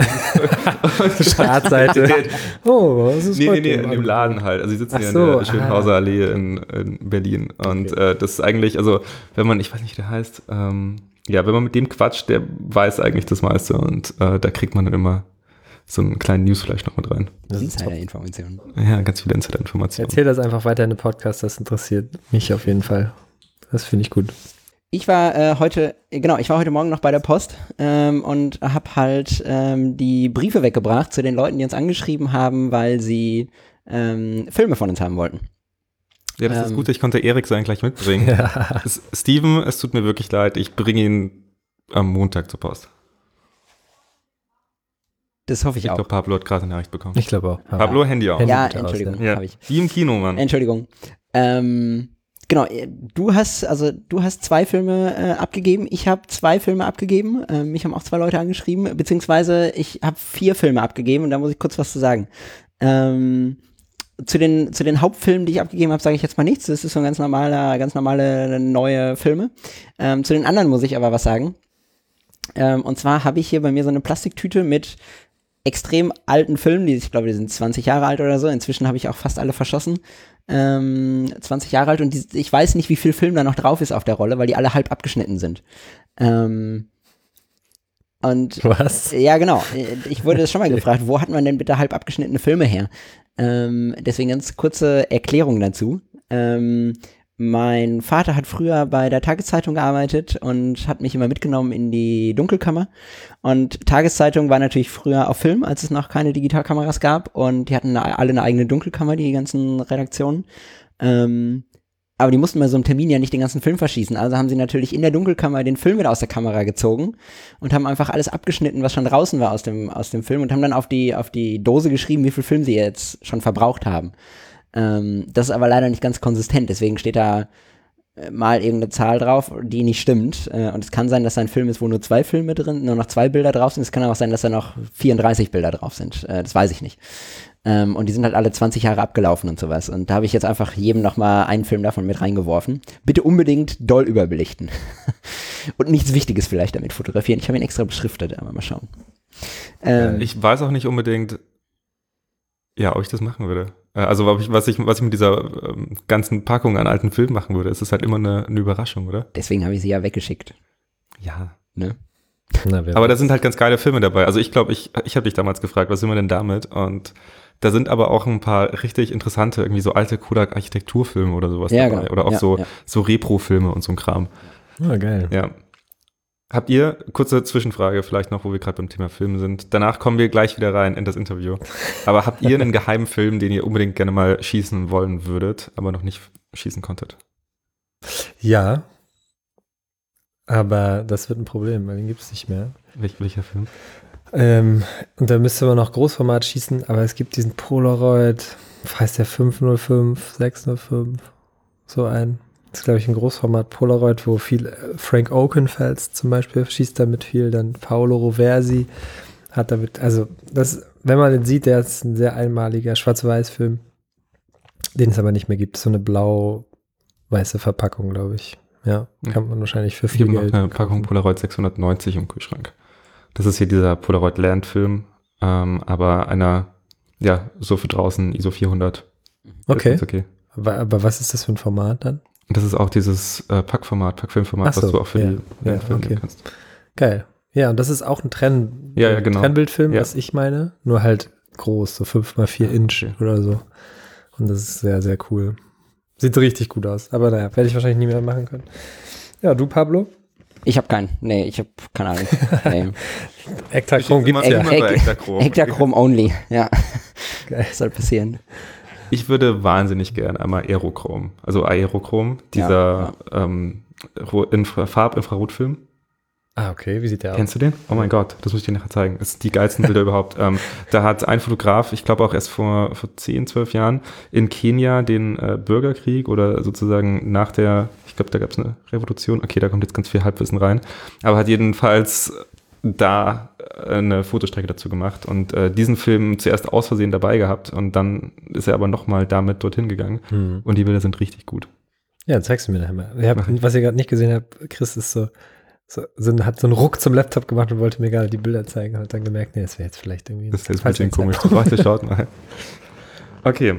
Startseite. Oh, was ist Nee, nee, heute nee, im in dem Angebot? Laden halt. Also sie sitzen Ach hier so, in der Schönhauser ah. Allee in, in Berlin. Und äh, das ist eigentlich, also wenn man, ich weiß nicht, wie der heißt, ähm, ja, wenn man mit dem quatscht, der weiß eigentlich das meiste. Und äh, da kriegt man dann immer so einen kleinen Newsflash noch mit rein. Das ist top. Insider-Informationen. Ja, ganz viele Insider-Informationen. Erzähl das einfach weiter in den Podcast, das interessiert mich auf jeden Fall. Das finde ich gut. Ich war äh, heute, genau, ich war heute Morgen noch bei der Post ähm, und habe halt ähm, die Briefe weggebracht zu den Leuten, die uns angeschrieben haben, weil sie ähm, Filme von uns haben wollten. Ja, das ist Ähm. gut, ich konnte Erik sein gleich mitbringen. Ja. Es, Steven, es tut mir wirklich leid, ich bringe ihn am Montag zur Post. Das hoffe ich, Ich auch. glaube, Pablo hat gerade eine Nachricht bekommen. Ich glaube auch. Pablo, Handy auf. Handy. Ja, bitte aus, Entschuldigung, Ja, habe ich. wie im Kino, Mann. Entschuldigung. Ähm, genau, äh, du hast, also du hast zwei Filme äh, abgegeben, ich habe zwei Filme abgegeben, äh, mich haben auch zwei Leute angeschrieben, beziehungsweise ich habe vier Filme abgegeben und da muss ich kurz was zu sagen. Ähm, zu den, zu den Hauptfilmen, die ich abgegeben habe, sage ich jetzt mal nichts, das ist so ein ganz normaler, ganz normale neue Filme. Ähm, zu den anderen muss ich aber was sagen. Ähm, und zwar habe ich hier bei mir so eine Plastiktüte mit extrem alten Filmen, die ich glaube, die sind zwanzig Jahre alt oder so. Inzwischen habe ich auch fast alle verschossen. Ähm, zwanzig Jahre alt und die, ich weiß nicht, wie viel Film da noch drauf ist auf der Rolle, weil die alle halb abgeschnitten sind. Ähm, und Was? ja, genau. Ich wurde das schon mal gefragt, wo hat man denn bitte halb abgeschnittene Filme her? Ähm, deswegen ganz kurze Erklärung dazu. Ähm, mein Vater hat früher bei der Tageszeitung gearbeitet und hat mich immer mitgenommen in die Dunkelkammer. Und Tageszeitung war natürlich früher auf Film, als es noch keine Digitalkameras gab. Und die hatten eine, alle eine eigene Dunkelkammer, die ganzen Redaktionen. Ähm, aber die mussten bei so einem Termin ja nicht den ganzen Film verschießen. Also haben sie natürlich in der Dunkelkammer den Film wieder aus der Kamera gezogen und haben einfach alles abgeschnitten, was schon draußen war aus dem, aus dem Film und haben dann auf die, auf die Dose geschrieben, wie viel Film sie jetzt schon verbraucht haben. Ähm, das ist aber leider nicht ganz konsistent, deswegen steht da äh, mal irgendeine Zahl drauf, die nicht stimmt. Äh, und es kann sein, dass da ein Film ist, wo nur zwei Filme drin, nur noch zwei Bilder drauf sind. Es kann auch sein, dass da noch vierunddreißig Bilder drauf sind. Äh, das weiß ich nicht. Ähm, und die sind halt alle zwanzig Jahre abgelaufen und sowas. Und da habe ich jetzt einfach jedem nochmal einen Film davon mit reingeworfen. Bitte unbedingt doll überbelichten. Und nichts Wichtiges vielleicht damit fotografieren. Ich habe ihn extra beschriftet, aber mal schauen. Ähm, Ich weiß auch nicht unbedingt, ja, ob ich das machen würde. Äh, Also ob ich, was, ich, was ich mit dieser ähm, ganzen Packung an alten Filmen machen würde, es ist halt immer eine, eine Überraschung, oder? deswegen habe ich sie ja weggeschickt. Ja. Ne? Na, wer Aber da weiß. sind halt ganz geile Filme dabei. Also ich glaube, ich, ich habe dich damals gefragt, was sind wir denn damit? Und da sind aber auch ein paar richtig interessante, irgendwie so alte Kodak-Architekturfilme oder sowas Ja, dabei. genau. Oder auch Ja, so, ja. so Repro-Filme und so ein Kram. Ah, geil. Ja. Habt ihr, kurze Zwischenfrage vielleicht noch, wo wir gerade beim Thema Film sind. Danach kommen wir gleich wieder rein in das Interview. Aber habt ihr einen geheimen Film, den ihr unbedingt gerne mal schießen wollen würdet, aber noch nicht schießen konntet? Ja. Aber das wird ein Problem, weil den gibt es nicht mehr. Welch, welcher Film? Ähm, und da müsste man noch Großformat schießen, aber es gibt diesen Polaroid, heißt der fünf null fünf, sechs null fünf, so ein. Das ist, glaube ich, ein Großformat Polaroid, wo viel äh, Frank Oakenfels zum Beispiel schießt damit viel, dann Paolo Roversi hat damit, also das, wenn man den sieht, der ist ein sehr einmaliger Schwarz-Weiß-Film, den es aber nicht mehr gibt. So eine blau-weiße Verpackung, glaube ich. Ja, kann man wahrscheinlich für viel Ich habe Geld noch eine Packung Polaroid sechshundertneunzig im Kühlschrank. Das ist hier dieser Polaroid Land-Film, ähm, aber einer, ja, so für draußen I S O vierhundert. Okay. Das ist okay. Aber, aber was ist das für ein Format dann? Das ist auch dieses äh, Packformat, Packfilmformat, Ach so, was du auch für ja, die ja, Filme okay. kannst. Geil. Ja, und das ist auch ein Trenn Ja, ja, genau. Trennbildfilm, Ja. was ich meine, nur halt groß, so fünf mal vier Inch Okay. oder so. Und das ist sehr, sehr cool. Sieht richtig gut aus. Aber naja, werde ich wahrscheinlich nie mehr machen können. Ja, du, Pablo? Ich habe keinen. Nee, ich habe keine Ahnung. Nee. Ektachrom Ich- gibt's ich- ja. immer bei Ektachrom. Ektachrom only. Ja. Geil. Das soll passieren. Ich würde wahnsinnig gerne einmal Aerochrom, also Aerochrom, dieser Ja, ähm, Ro- Infra- Farb-Infrarotfilm. Ah, okay. Wie sieht der aus? Kennst du den? Oh mein Gott, das muss ich dir nachher zeigen. Das sind die geilsten Bilder überhaupt. Ähm, da hat ein Fotograf, ich glaube auch erst vor, vor zehn, zwölf Jahren, in Kenia den äh, Bürgerkrieg oder sozusagen nach der, ich glaube, da gab es eine Revolution. Okay, da kommt jetzt ganz viel Halbwissen rein. Aber hat jedenfalls da eine Fotostrecke dazu gemacht und äh, diesen Film zuerst aus Versehen dabei gehabt und dann ist er aber nochmal damit dorthin gegangen Hm. und die Bilder sind richtig gut. Ja, zeigst du mir nachher mal. Ich hab, Mach ich. was ihr gerade nicht gesehen habt, Chris ist so, so, so, hat so einen Ruck zum Laptop gemacht und wollte mir gerade die Bilder zeigen und hat dann gemerkt, nee, das wäre jetzt vielleicht irgendwie Das ist jetzt ein falscher bisschen komisch. Zeitpunkt. Warte, schaut mal. Okay.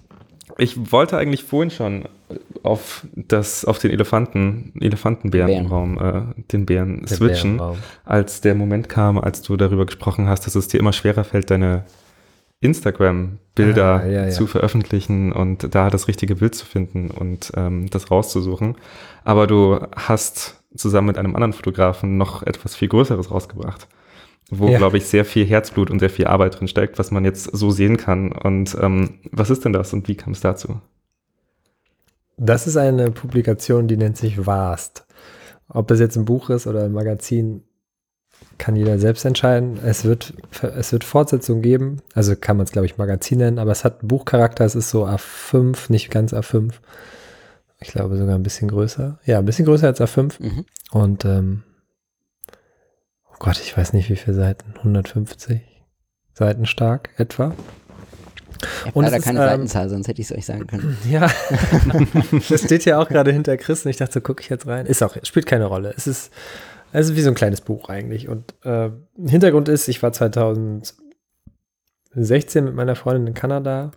Ich wollte eigentlich vorhin schon auf das, auf den Elefanten, Elefantenbären Bären. im Raum, äh, den Bären Der switchen, Bärenraum. als der Moment kam, als du darüber gesprochen hast, dass es dir immer schwerer fällt, deine Instagram-Bilder Ah, ja, ja. zu veröffentlichen und da das richtige Bild zu finden und ähm, das rauszusuchen. Aber du hast zusammen mit einem anderen Fotografen noch etwas viel Größeres rausgebracht, wo, Ja. glaube ich, sehr viel Herzblut und sehr viel Arbeit drin steckt, was man jetzt so sehen kann. Und ähm, was ist denn das und wie kam es dazu? Das ist eine Publikation, die nennt sich Vast. Ob das jetzt ein Buch ist oder ein Magazin, kann jeder selbst entscheiden. Es wird, es wird Fortsetzungen geben, also kann man es, glaube ich, Magazin nennen, aber es hat Buchcharakter, es ist so A fünf, nicht ganz A fünf. Ich glaube sogar ein bisschen größer. Ja, ein bisschen größer als A fünf. Mhm. Und, ähm, oh Gott, ich weiß nicht, wie viele Seiten, hundertfünfzig Seiten stark etwa. Ich habe Und leider es ist, keine ähm, Seitenzahl, sonst hätte ich es euch sagen können. Ja, das steht ja auch gerade hinter Chris und ich dachte, so gucke ich jetzt rein. Ist auch, spielt keine Rolle. Es ist, es ist wie so ein kleines Buch eigentlich. Und äh, Hintergrund ist, ich war zweitausendsechzehn mit meiner Freundin in Kanada.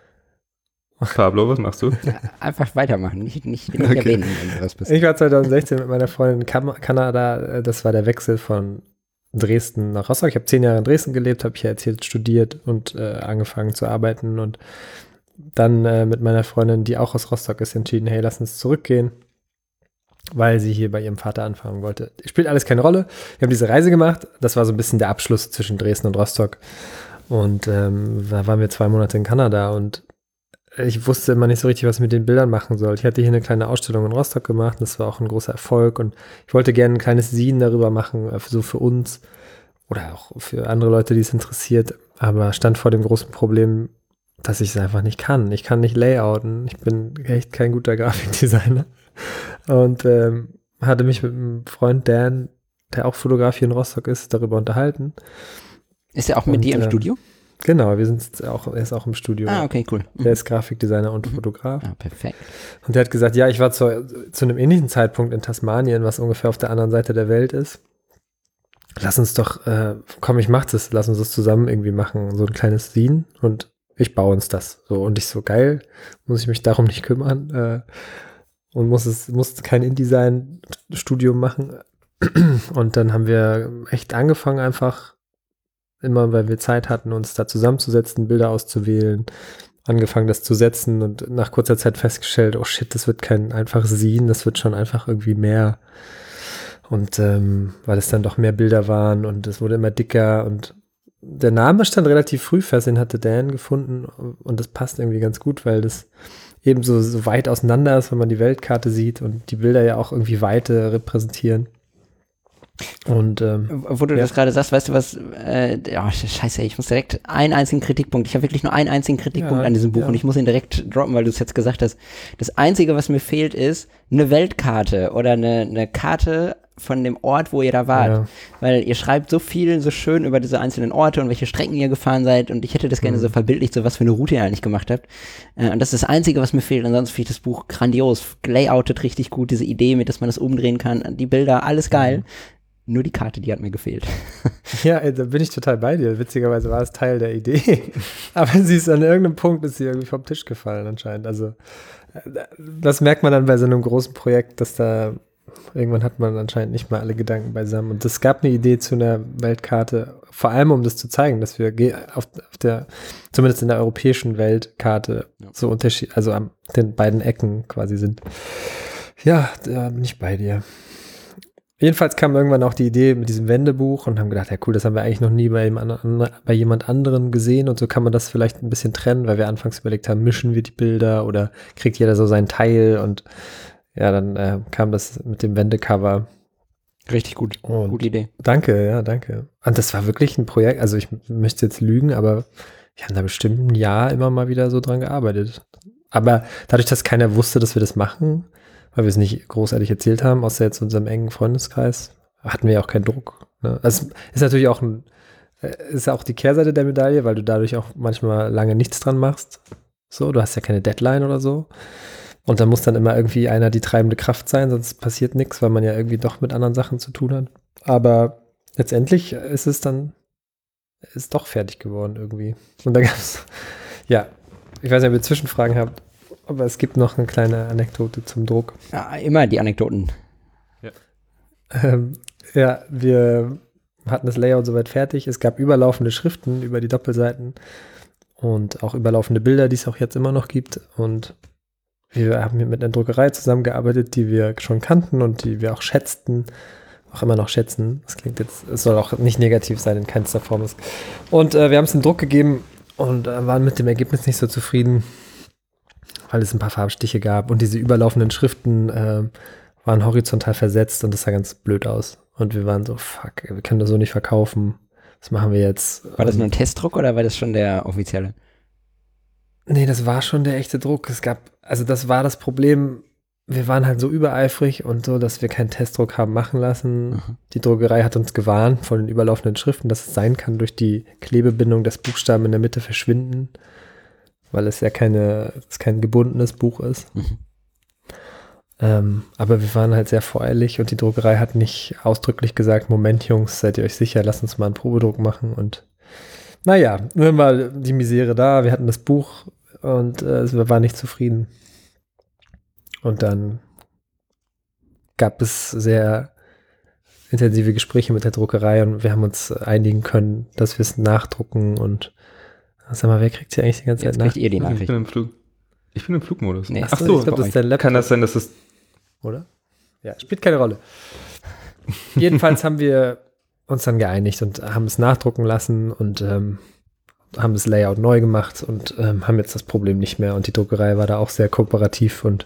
Pablo, was machst du? Einfach weitermachen, nicht, nicht, nicht Okay. erwähnen, wenn du was bist. Ich war zweitausendsechzehn mit meiner Freundin in Kam Kanada. Äh, Das war der Wechsel von Dresden nach Rostock. Ich habe zehn Jahre in Dresden gelebt, habe hier erzählt, studiert und äh, angefangen zu arbeiten und dann äh, mit meiner Freundin, die auch aus Rostock ist, entschieden, hey, lass uns zurückgehen, weil sie hier bei ihrem Vater anfangen wollte. Spielt alles keine Rolle. Wir haben diese Reise gemacht. Das war so ein bisschen der Abschluss zwischen Dresden und Rostock. Und ähm, da waren wir zwei Monate in Kanada und ich wusste immer nicht so richtig, was ich mit den Bildern machen soll. Ich hatte hier eine kleine Ausstellung in Rostock gemacht. Das war auch ein großer Erfolg. Und ich wollte gerne ein kleines Zine darüber machen, so für uns oder auch für andere Leute, die es interessiert. Aber stand vor dem großen Problem, dass ich es einfach nicht kann. Ich kann nicht layouten. Ich bin echt kein guter Grafikdesigner. Und ähm, hatte mich mit einem Freund Dan, der auch Fotograf hier in Rostock ist, darüber unterhalten. Ist er auch mit Und, dir im äh, Studio? Genau, wir sind auch, er ist auch im Studio. Ah, okay, cool. Mhm. Der ist Grafikdesigner und Fotograf. Ah, perfekt. Und der hat gesagt, ja, ich war zu, zu einem ähnlichen Zeitpunkt in Tasmanien, was ungefähr auf der anderen Seite der Welt ist. Lass uns doch, äh, komm, ich mach das, lass uns das zusammen irgendwie machen, so ein kleines Scene und ich baue uns das. So, und ich so, geil, muss ich mich darum nicht kümmern äh, und muss es, muss kein InDesign-Studium machen. Und dann haben wir echt angefangen einfach, immer weil wir Zeit hatten, uns da zusammenzusetzen, Bilder auszuwählen, angefangen das zu setzen und nach kurzer Zeit festgestellt, oh shit, das wird kein einfaches Scene, das wird schon einfach irgendwie mehr. Und ähm, weil es dann doch mehr Bilder waren und es wurde immer dicker und der Name stand relativ früh fest, den hatte Dan gefunden und das passt irgendwie ganz gut, weil das eben so, so weit auseinander ist, wenn man die Weltkarte sieht und die Bilder ja auch irgendwie Weite repräsentieren. Und ähm, wo du ja. das gerade sagst, weißt du was, äh, oh, scheiße, ich muss direkt einen einzigen Kritikpunkt, ich habe wirklich nur einen einzigen Kritikpunkt Ja, an diesem Buch ja. und ich muss ihn direkt droppen, weil du es jetzt gesagt hast. Das Einzige, was mir fehlt, ist eine Weltkarte oder eine, eine Karte von dem Ort, wo ihr da wart. Ja. Weil ihr schreibt so viel, so schön über diese einzelnen Orte und welche Strecken ihr gefahren seid und ich hätte das gerne Mhm. so verbildlicht, so was für eine Route ihr eigentlich gemacht habt. Äh, und das ist das Einzige, was mir fehlt. Ansonsten finde ich das Buch grandios, layoutet richtig gut, diese Idee mit, dass man das umdrehen kann, die Bilder, alles geil. Mhm. Nur die Karte, die hat mir gefehlt. Ja, ey, da bin ich total bei dir. Witzigerweise war es Teil der Idee. Aber sie ist an irgendeinem Punkt, ist sie irgendwie vom Tisch gefallen anscheinend. Also das merkt man dann bei so einem großen Projekt, dass da irgendwann hat man anscheinend nicht mal alle Gedanken beisammen. Und es gab eine Idee zu einer Weltkarte, vor allem um das zu zeigen, dass wir ge- auf, auf der, zumindest in der europäischen Weltkarte, Ja. so Unterschied, also an den beiden Ecken quasi sind. Ja, da bin ich bei dir. Jedenfalls kam irgendwann auch die Idee mit diesem Wendebuch und haben gedacht, ja cool, das haben wir eigentlich noch nie bei jemand, an, bei jemand anderem gesehen und so kann man das vielleicht ein bisschen trennen, weil wir anfangs überlegt haben, mischen wir die Bilder oder kriegt jeder so seinen Teil und ja, dann äh, kam das mit dem Wendecover. Richtig gut. Und Gute Idee. Danke, ja, danke. Und das war wirklich ein Projekt, also ich möchte jetzt lügen, aber wir haben da bestimmt ein Jahr immer mal wieder so dran gearbeitet. Aber dadurch, dass keiner wusste, dass wir das machen, weil wir es nicht großartig erzählt haben, außer jetzt unserem engen Freundeskreis, hatten wir ja auch keinen Druck. Ne? Also ist natürlich auch ein, ist auch die Kehrseite der Medaille, weil du dadurch auch manchmal lange nichts dran machst. So, du hast ja keine Deadline oder so. Und dann muss dann immer irgendwie einer die treibende Kraft sein, sonst passiert nichts, weil man ja irgendwie doch mit anderen Sachen zu tun hat. Aber letztendlich ist es dann, ist doch fertig geworden irgendwie. Und da gab es, ja, ich weiß nicht, ob ihr Zwischenfragen habt, aber es gibt noch eine kleine Anekdote zum Druck. Ja, immer die Anekdoten. Ähm, ja, wir hatten das Layout soweit fertig. Es gab überlaufende Schriften über die Doppelseiten und auch überlaufende Bilder, die es auch jetzt immer noch gibt. Und wir haben hier mit einer Druckerei zusammengearbeitet, die wir schon kannten und die wir auch schätzten, auch immer noch schätzen. Das klingt jetzt, es soll auch nicht negativ sein in keinster Form. Und äh, wir haben es in Druck gegeben und äh, waren mit dem Ergebnis nicht so zufrieden, weil es ein paar Farbstiche gab und diese überlaufenden Schriften äh, waren horizontal versetzt und das sah ganz blöd aus. Und wir waren so, fuck, wir können das so nicht verkaufen. Was machen wir jetzt? War das Und nur ein Testdruck oder war das schon der offizielle? Nee, das war schon der echte Druck. Es gab, also das war das Problem, wir waren halt so übereifrig und so, dass wir keinen Testdruck haben machen lassen. Mhm. Die Druckerei hat uns gewarnt von den überlaufenden Schriften, dass es sein kann, durch die Klebebindung, dass Buchstaben in der Mitte verschwinden, weil es ja keine, es kein gebundenes Buch ist. Mhm. Ähm, aber wir waren halt sehr voreilig und die Druckerei hat nicht ausdrücklich gesagt, Moment Jungs, seid ihr euch sicher, lasst uns mal einen Probedruck machen und naja, nun war die Misere da, wir hatten das Buch und äh, wir waren nicht zufrieden. Und dann gab es sehr intensive Gespräche mit der Druckerei und wir haben uns einigen können, dass wir es nachdrucken und sag mal, wer kriegt hier eigentlich die ganze Jetzt Zeit nach? kriegt ihr die Ich Nachricht. bin im Flug. Ich bin im Flugmodus. Nee. Ach Achso, so, ich glaube, das ist der Laptop. kann das sein, dass es Oder? Ja, spielt keine Rolle. Jedenfalls haben wir uns dann geeinigt und haben es nachdrucken lassen und ähm, haben das Layout neu gemacht und ähm, haben jetzt das Problem nicht mehr. Und die Druckerei war da auch sehr kooperativ und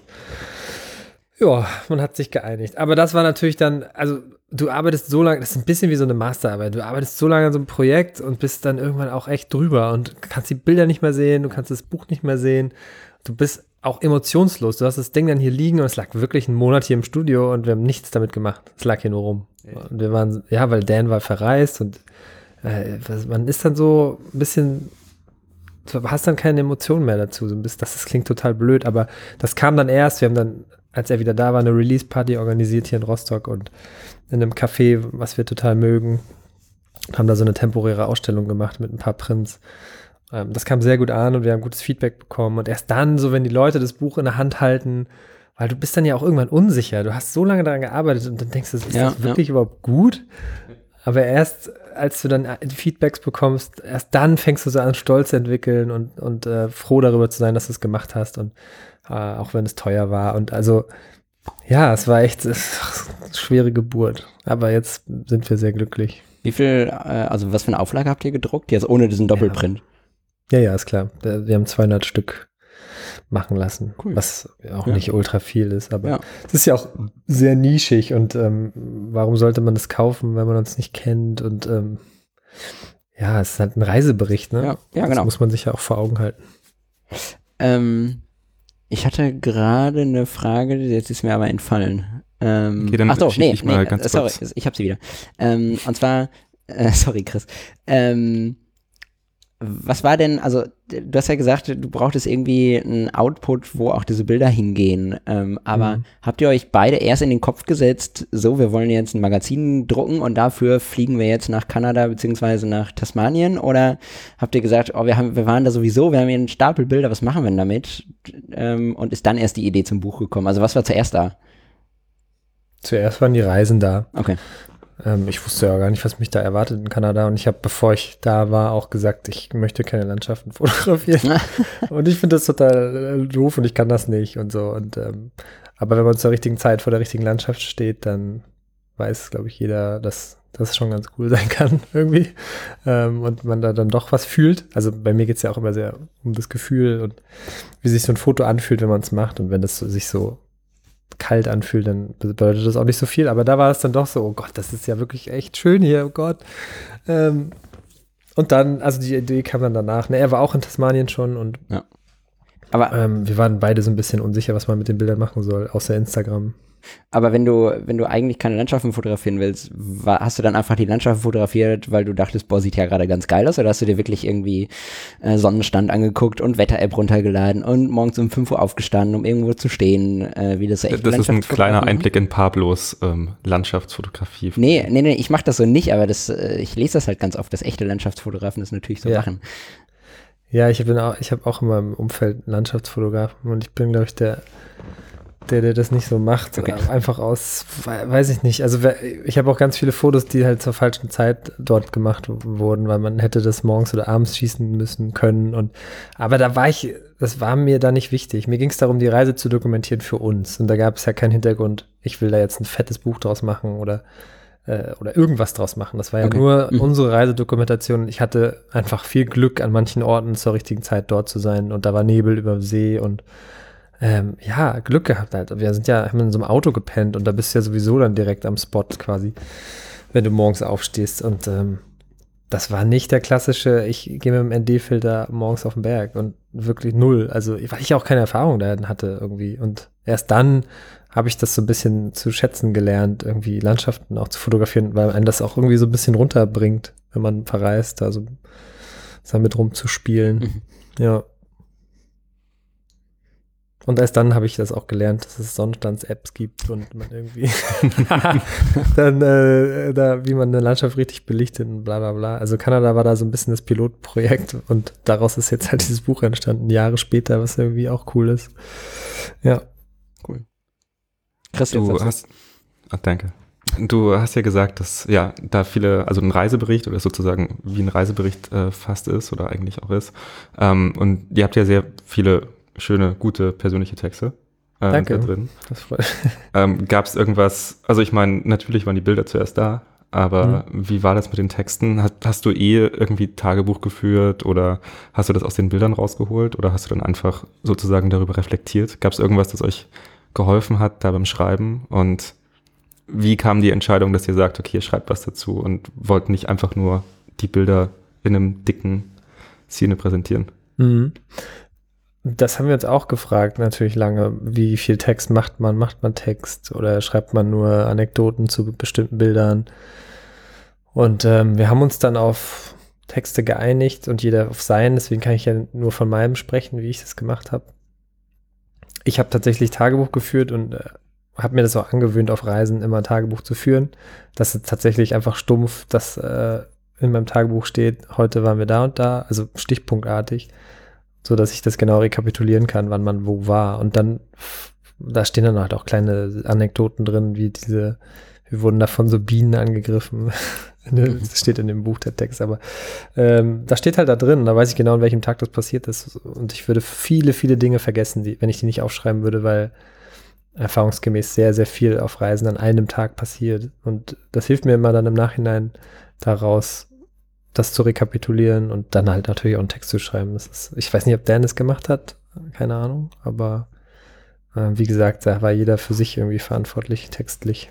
ja, man hat sich geeinigt. Aber das war natürlich dann, also du arbeitest so lange, das ist ein bisschen wie so eine Masterarbeit. Du arbeitest so lange an so einem Projekt und bist dann irgendwann auch echt drüber und kannst die Bilder nicht mehr sehen, du kannst das Buch nicht mehr sehen. Du bist auch emotionslos. Du hast das Ding dann hier liegen und es lag wirklich einen Monat hier im Studio und wir haben nichts damit gemacht. Es lag hier nur rum. Und wir waren, ja, weil Dan war verreist und äh, man ist dann so ein bisschen, du hast dann keine Emotionen mehr dazu. So ein bisschen, das, das klingt total blöd, aber das kam dann erst. Wir haben dann, als er wieder da war, eine Release-Party organisiert hier in Rostock und in einem Café, was wir total mögen. Haben da so eine temporäre Ausstellung gemacht mit ein paar Prints. Ähm, das kam sehr gut an und wir haben gutes Feedback bekommen. Und erst dann, so wenn die Leute das Buch in der Hand halten, weil du bist dann ja auch irgendwann unsicher. Du hast so lange daran gearbeitet und dann denkst du, ist Ja, das wirklich ja. überhaupt gut? Aber erst, als du dann Feedbacks bekommst, erst dann fängst du so an, Stolz zu entwickeln und, und äh, froh darüber zu sein, dass du es gemacht hast und äh, auch wenn es teuer war. Und also Ja, es war echt es, eine schwere Geburt. Aber jetzt sind wir sehr glücklich. Wie viel, äh, also was für eine Auflage habt ihr gedruckt? Jetzt ohne diesen Doppelprint. Ja, ja, ist klar. Wir haben zweihundert Stück machen lassen, cool. Was auch ja. nicht ultra viel ist, aber ja. es ist ja auch sehr nischig und ähm, warum sollte man das kaufen, wenn man uns nicht kennt und ähm, ja, es ist halt ein Reisebericht, ne? Ja, ja das genau. muss man sich ja auch vor Augen halten. Ähm, ich hatte gerade eine Frage, jetzt ist mir aber entfallen. Ähm, okay, dann ach so, nee, ich mal nee ganz sorry, kurz. ich habe sie wieder. Ähm, und zwar, äh, sorry Chris, ähm, was war denn, also du hast ja gesagt, du brauchtest irgendwie einen Output, wo auch diese Bilder hingehen, ähm, aber Mhm. habt ihr euch beide erst in den Kopf gesetzt, so, wir wollen jetzt ein Magazin drucken und dafür fliegen wir jetzt nach Kanada beziehungsweise nach Tasmanien, oder habt ihr gesagt, oh, wir haben, wir waren da sowieso, wir haben hier einen Stapel Bilder, was machen wir denn damit? Ähm, und ist dann erst die Idee zum Buch gekommen? Also was war zuerst da? Zuerst waren die Reisen da. Okay. Ähm, ich wusste ja gar nicht, was mich da erwartet in Kanada und ich habe, bevor ich da war, auch gesagt, ich möchte keine Landschaften fotografieren. Und ich finde das total äh, doof und ich kann das nicht und so. Und ähm, aber wenn man zur richtigen Zeit vor der richtigen Landschaft steht, dann weiß, glaube ich, jeder, dass das schon ganz cool sein kann irgendwie. Ähm, und man da dann doch was fühlt. Also bei mir geht es ja auch immer sehr um das Gefühl und wie sich so ein Foto anfühlt, wenn man es macht. Und wenn das so, sich so kalt anfühlt, dann bedeutet das auch nicht so viel. Aber da war es dann doch so, oh Gott, das ist ja wirklich echt schön hier, oh Gott. Ähm, und dann, also die Idee kam dann danach. Ne, er war auch in Tasmanien schon und ja. Aber ähm, wir waren beide so ein bisschen unsicher, was man mit den Bildern machen soll, außer Instagram. Aber wenn du, wenn du eigentlich keine Landschaften fotografieren willst, war, hast du dann einfach die Landschaften fotografiert, weil du dachtest, boah, sieht ja gerade ganz geil aus, oder hast du dir wirklich irgendwie äh, Sonnenstand angeguckt und Wetter-App runtergeladen und morgens um fünf Uhr aufgestanden, um irgendwo zu stehen, äh, wie das so echt Das ist ein kleiner Einblick in Pablos ähm, Landschaftsfotografie. Nee, nee, nee, ich mach das so nicht, aber das, äh, ich lese das halt ganz oft, dass echte Landschaftsfotografen das natürlich so Ja. machen. Ja, ich bin auch, ich habe auch in meinem Umfeld Landschaftsfotografen und ich bin, glaube ich, der Der, der das nicht so macht, Okay. einfach aus, weiß ich nicht. Also ich habe auch ganz viele Fotos, die halt zur falschen Zeit dort gemacht wurden, weil man hätte das morgens oder abends schießen müssen können. Und aber da war ich, das war mir da nicht wichtig. Mir ging es darum, die Reise zu dokumentieren für uns. Und da gab es ja keinen Hintergrund, ich will da jetzt ein fettes Buch draus machen oder äh, oder irgendwas draus machen. Das war ja Okay. nur Mhm. unsere Reisedokumentation. Ich hatte einfach viel Glück, an manchen Orten zur richtigen Zeit dort zu sein. Und da war Nebel über dem See und Ähm, ja, Glück gehabt halt. Wir sind ja, haben in so einem Auto gepennt und da bist du ja sowieso dann direkt am Spot quasi, wenn du morgens aufstehst. Und ähm, das war nicht der klassische, ich gehe mit dem N D-Filter morgens auf den Berg und wirklich null. Also, weil ich auch keine Erfahrung da hatte irgendwie. Und erst dann habe ich das so ein bisschen zu schätzen gelernt, irgendwie Landschaften auch zu fotografieren, weil einen das auch irgendwie so ein bisschen runterbringt, wenn man verreist, da so damit rumzuspielen. Mhm. Ja. Und erst dann habe ich das auch gelernt, dass es Sonnenstands-Apps gibt und man irgendwie dann, äh, da, wie man eine Landschaft richtig belichtet und bla bla bla. Also Kanada war da so ein bisschen das Pilotprojekt und daraus ist jetzt halt dieses Buch entstanden, Jahre später, was irgendwie auch cool ist. Ja. Cool. Christian, Du hast, ach, danke. Du hast ja gesagt, dass ja da viele, also ein Reisebericht oder sozusagen wie ein Reisebericht äh, fast ist oder eigentlich auch ist. Ähm, und ihr habt ja sehr viele schöne, gute persönliche Texte äh, Danke. da drin. Das freut Ähm, Gab es irgendwas, also ich meine, natürlich waren die Bilder zuerst da, aber Mhm. wie war das mit den Texten? Hast, hast du eh irgendwie Tagebuch geführt oder hast du das aus den Bildern rausgeholt oder hast du dann einfach sozusagen darüber reflektiert? Gab es irgendwas, das euch geholfen hat da beim Schreiben? Und wie kam die Entscheidung, dass ihr sagt, okay, ihr schreibt was dazu und wollt nicht einfach nur die Bilder in einem dicken Szene präsentieren? Mhm. Das haben wir uns auch gefragt, natürlich lange. Wie viel Text macht man? Macht man Text oder schreibt man nur Anekdoten zu bestimmten Bildern? Und ähm, wir haben uns dann auf Texte geeinigt und jeder auf seinen. Deswegen kann ich ja nur von meinem sprechen, wie ich das gemacht habe. Ich habe tatsächlich Tagebuch geführt und äh, habe mir das auch angewöhnt, auf Reisen immer ein Tagebuch zu führen. Das ist tatsächlich einfach stumpf, dass äh, in meinem Tagebuch steht, heute waren wir da und da, also stichpunktartig, so dass ich das genau rekapitulieren kann, wann man wo war. Und dann, da stehen dann halt auch kleine Anekdoten drin, wie diese, wir wurden da von so Bienen angegriffen. Das steht in dem Buch, der Text, aber ähm, da steht halt da drin, da weiß ich genau, an welchem Tag das passiert ist. Und ich würde viele, viele Dinge vergessen, die, wenn ich die nicht aufschreiben würde, weil erfahrungsgemäß sehr, sehr viel auf Reisen an einem Tag passiert. Und das hilft mir immer dann im Nachhinein daraus, das zu rekapitulieren und dann halt natürlich auch einen Text zu schreiben. Das ist, ich weiß nicht, ob Dan das gemacht hat, keine Ahnung, aber äh, wie gesagt, da war jeder für sich irgendwie verantwortlich, textlich.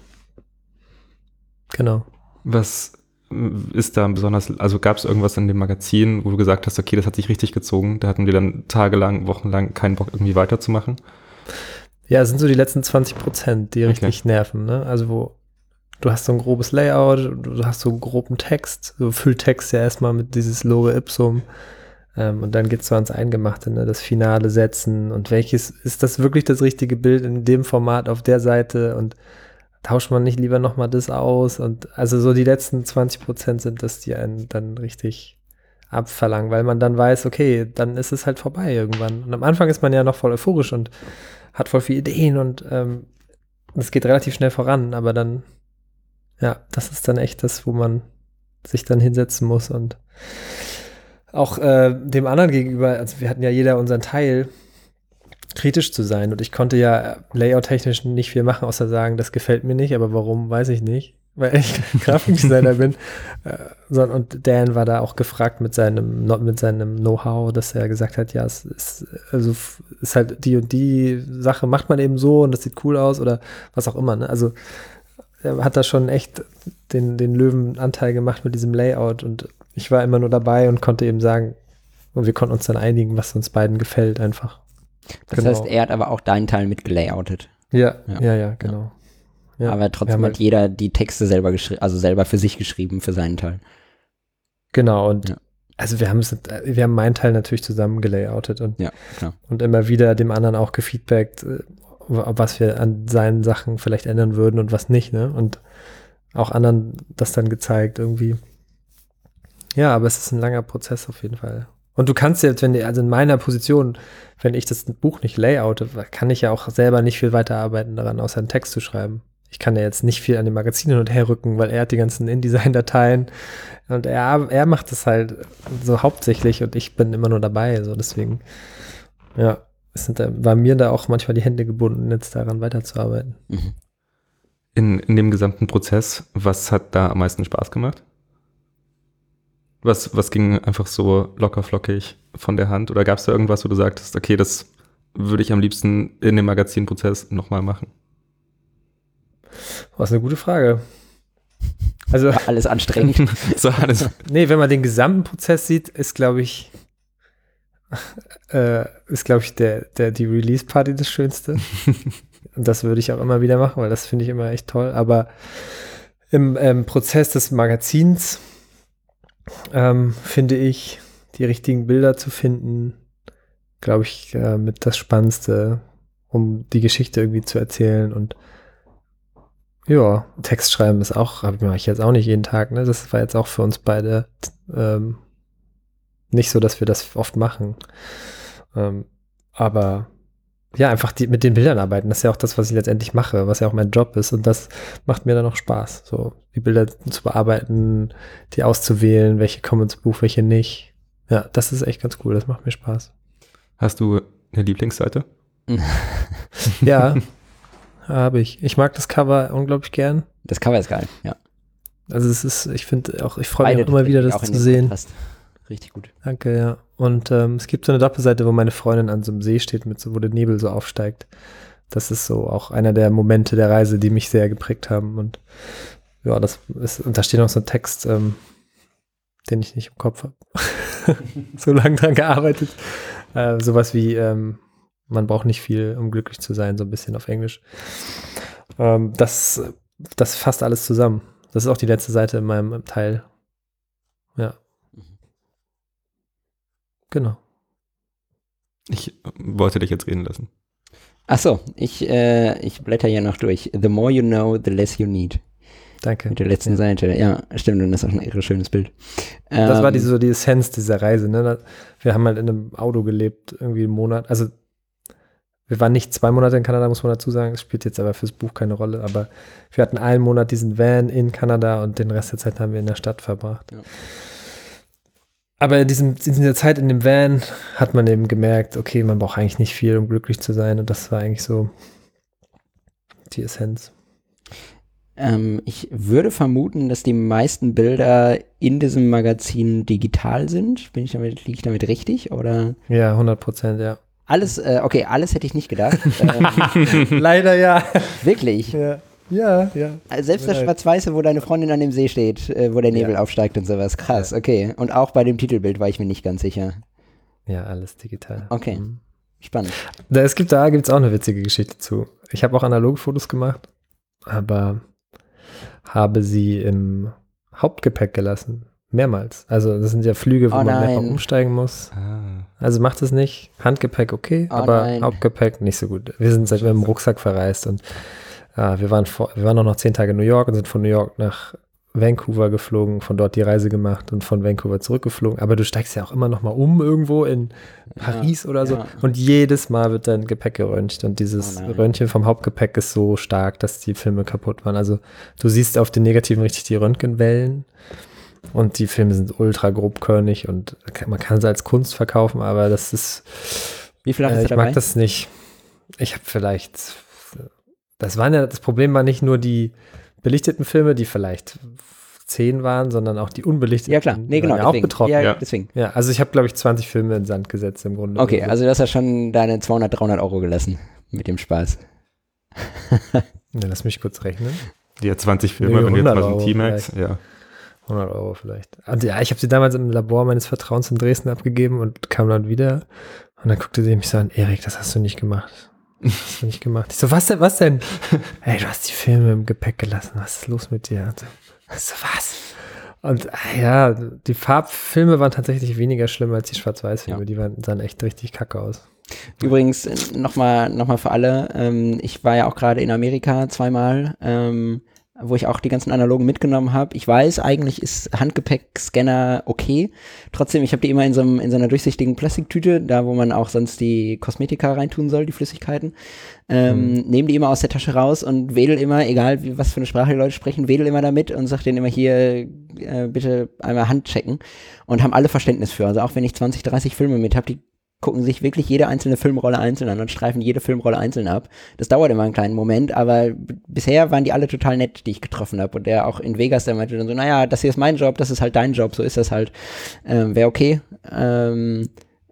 Genau. Was ist da besonders, also gab es irgendwas in dem Magazin, wo du gesagt hast, okay, das hat sich richtig gezogen, da hatten wir dann tagelang, wochenlang keinen Bock irgendwie weiterzumachen? Ja, es sind so die letzten zwanzig Prozent, die richtig okay. nerven, ne? Also wo du hast so ein grobes Layout, du hast so einen groben Text, du Fülltext ja erstmal mit dieses Lore Ipsum ähm, und dann geht's so ans Eingemachte, ne? Das finale Setzen und welches, ist das wirklich das richtige Bild in dem Format auf der Seite und tauscht man nicht lieber nochmal das aus und also so die letzten zwanzig Prozent sind das, die einen dann richtig abverlangen, weil man dann weiß, okay, dann ist es halt vorbei irgendwann. Und am Anfang ist man ja noch voll euphorisch und hat voll viele Ideen und ähm, es geht relativ schnell voran, aber dann, ja, das ist dann echt das, wo man sich dann hinsetzen muss und auch äh, dem anderen gegenüber, also wir hatten ja jeder unseren Teil, kritisch zu sein und ich konnte ja layout-technisch nicht viel machen, außer sagen, das gefällt mir nicht, aber warum, weiß ich nicht, weil ich Grafikdesigner bin. Und Dan war da auch gefragt mit seinem, mit seinem Know-how, dass er gesagt hat, ja, es ist, also ist halt die und die Sache, macht man eben so und das sieht cool aus oder was auch immer, ne? Also er hat da schon echt den, den Löwenanteil gemacht mit diesem Layout und ich war immer nur dabei und konnte eben sagen, und wir konnten uns dann einigen, was uns beiden gefällt einfach. Das genau. heißt, er hat aber auch deinen Teil mitgelayoutet. Ja, ja, ja, ja genau. Ja. Aber trotzdem hat halt jeder die Texte selber geschrieben, also selber für sich geschrieben, für seinen Teil. Genau, und ja. also wir haben es, wir haben meinen Teil natürlich zusammen gelayoutet und, ja, klar. und immer wieder dem anderen auch gefeedbackt, was wir an seinen Sachen vielleicht ändern würden und was nicht, ne? Und auch anderen das dann gezeigt irgendwie. Ja, aber es ist ein langer Prozess auf jeden Fall. Und du kannst jetzt, wenn du, also in meiner Position, wenn ich das Buch nicht layoute, kann ich ja auch selber nicht viel weiterarbeiten daran, außer einen Text zu schreiben. Ich kann ja jetzt nicht viel an dem Magazin hin und her rücken, weil er hat die ganzen InDesign-Dateien und er, er macht das halt so hauptsächlich und ich bin immer nur dabei, so deswegen, ja, es sind da, war mir da auch manchmal die Hände gebunden, jetzt daran weiterzuarbeiten. Mhm. In, in dem gesamten Prozess, was hat da am meisten Spaß gemacht? Was, was ging einfach so locker flockig von der Hand? Oder gab es da irgendwas, wo du sagtest, okay, das würde ich am liebsten in dem Magazinprozess nochmal machen? Das ist eine gute Frage. Also war alles anstrengend. so alles. Nee, wenn man den gesamten Prozess sieht, ist, glaube ich, äh, ist, glaube ich, der, der, die Release-Party das Schönste. Und das würde ich auch immer wieder machen, weil das finde ich immer echt toll. Aber im ähm, Prozess des Magazins Ähm, finde ich, die richtigen Bilder zu finden, glaube ich, äh, mit das Spannendste, um die Geschichte irgendwie zu erzählen. Und ja, Text schreiben ist auch, mache ich jetzt auch nicht jeden Tag, ne? Das war jetzt auch für uns beide ähm, nicht so, dass wir das oft machen. Ähm, aber ja, einfach die, mit den Bildern arbeiten, das ist ja auch das, was ich letztendlich mache, was ja auch mein Job ist und das macht mir dann auch Spaß, so die Bilder zu bearbeiten, die auszuwählen, welche kommen ins Buch, welche nicht. Ja, das ist echt ganz cool, das macht mir Spaß. Hast du eine Lieblingsseite? Ja, habe ich. Ich mag das Cover unglaublich gern. Das Cover ist geil, ja. Also es ist, ich finde auch, ich freue mich auch immer wieder, das zu sehen. Richtig gut. Danke, ja. Und ähm, es gibt so eine Doppelseite, wo meine Freundin an so einem See steht, mit so, wo der Nebel so aufsteigt. Das ist so auch einer der Momente der Reise, die mich sehr geprägt haben. Und ja, das ist, und da steht noch so ein Text, ähm, den ich nicht im Kopf habe. So lange dran gearbeitet. Äh, sowas wie, ähm, man braucht nicht viel, um glücklich zu sein, so ein bisschen auf Englisch. Ähm, das, das fasst alles zusammen. Das ist auch die letzte Seite in meinem Teil. Ja. Genau. Ich wollte dich jetzt reden lassen. Ach so, ich, äh, ich blätter ja noch durch. The more you know, the less you need. Danke. Mit der letzten ja. Seite. Ja, stimmt, und das ist auch ein irre schönes Bild. Das ähm, war die, so die Essenz dieser Reise. Ne? Wir haben halt in einem Auto gelebt, irgendwie einen Monat. Also wir waren nicht zwei Monate in Kanada, muss man dazu sagen. Das spielt jetzt aber fürs Buch keine Rolle. Aber wir hatten einen Monat diesen Van in Kanada und den Rest der Zeit haben wir in der Stadt verbracht. Ja. Aber in, diesem, in dieser Zeit in dem Van hat man eben gemerkt, okay, man braucht eigentlich nicht viel, um glücklich zu sein. Und das war eigentlich so die Essenz. Ähm, ich würde vermuten, dass die meisten Bilder in diesem Magazin digital sind. Bin ich damit, liege ich damit richtig? Oder? Ja, hundert Prozent, ja. Alles, äh, okay, alles hätte ich nicht gedacht. ähm, Leider ja. Wirklich? Ja, ja. ja. Also selbst das Schwarz-Weiße, wo deine Freundin an dem See steht, äh, wo der Nebel ja. aufsteigt und sowas. Krass, okay. Und auch bei dem Titelbild war ich mir nicht ganz sicher. Ja, alles digital. Okay, Mhm. spannend. Da, es gibt, da gibt es auch eine witzige Geschichte zu. Ich habe auch analoge Fotos gemacht, aber habe sie im Hauptgepäck gelassen. Mehrmals. Also das sind ja Flüge, wo Oh man nein. mehrfach umsteigen muss. Ah. Also macht es nicht. Handgepäck okay, Oh aber nein. Hauptgepäck nicht so gut. Wir sind seit mit dem Rucksack verreist und ja, wir waren vor, wir waren auch noch zehn Tage in New York und sind von New York nach Vancouver geflogen, von dort die Reise gemacht und von Vancouver zurückgeflogen. Aber du steigst ja auch immer noch mal um irgendwo in Paris Ja, oder so. ja. Und jedes Mal wird dein Gepäck geröntgt. Und dieses Oh nein. Röntgen vom Hauptgepäck ist so stark, dass die Filme kaputt waren. Also du siehst auf den Negativen richtig die Röntgenwellen. Und die Filme sind ultra grobkörnig und man kann sie als Kunst verkaufen, aber das ist, Wie viel hast äh, du ich dabei? mag das nicht. Ich habe vielleicht, das waren ja, das Problem war nicht nur die belichteten Filme, die vielleicht zehn waren, sondern auch die unbelichteten. Ja klar, nee die genau, waren ja auch deswegen. betroffen. Ja, Ja. deswegen. Ja, also ich habe, glaube ich, zwanzig Filme in den Sand gesetzt im Grunde. Okay, Oder so. also du hast ja schon deine zweihundert, dreihundert Euro gelassen mit dem Spaß. Ja, lass mich kurz rechnen. Ja, zwanzig Filme, Nee, wenn du jetzt mal hundert so ein Euro T-Max, ja. hundert Euro vielleicht. Also ja, ich habe sie damals im Labor meines Vertrauens in Dresden abgegeben und kam dann wieder. Und dann guckte sie mich so an, Erik, das hast du nicht gemacht. Das hast du nicht gemacht. Ich so, was denn, was denn? Ey, du hast die Filme im Gepäck gelassen. Was ist los mit dir? Und so, ich so, was? Und ah, ja, die Farbfilme waren tatsächlich weniger schlimm als die Schwarz-Weiß-Filme. Ja. Die waren, sahen echt richtig kacke aus. Übrigens, nochmal noch mal für alle, ähm, ich war ja auch gerade in Amerika zweimal, ähm, wo ich auch die ganzen Analogen mitgenommen habe. Ich weiß, eigentlich ist Handgepäckscanner okay. Trotzdem, ich habe die immer in so, einem, in so einer durchsichtigen Plastiktüte, da wo man auch sonst die Kosmetika reintun soll, die Flüssigkeiten. Ähm, Mhm. Nehme die immer aus der Tasche raus und wedel immer, egal wie, was für eine Sprache die Leute sprechen, wedel immer damit und sag denen immer hier, äh, bitte einmal Hand checken. Und haben alle Verständnis für. Also auch wenn ich zwanzig, dreißig Filme mit habe, die gucken sich wirklich jede einzelne Filmrolle einzeln an und streifen jede Filmrolle einzeln ab. Das dauert immer einen kleinen Moment, aber b- bisher waren die alle total nett, die ich getroffen habe. Und der auch in Vegas, der meinte dann so, naja, das hier ist mein Job, das ist halt dein Job, so ist das halt. Ähm, Wäre okay. Ähm,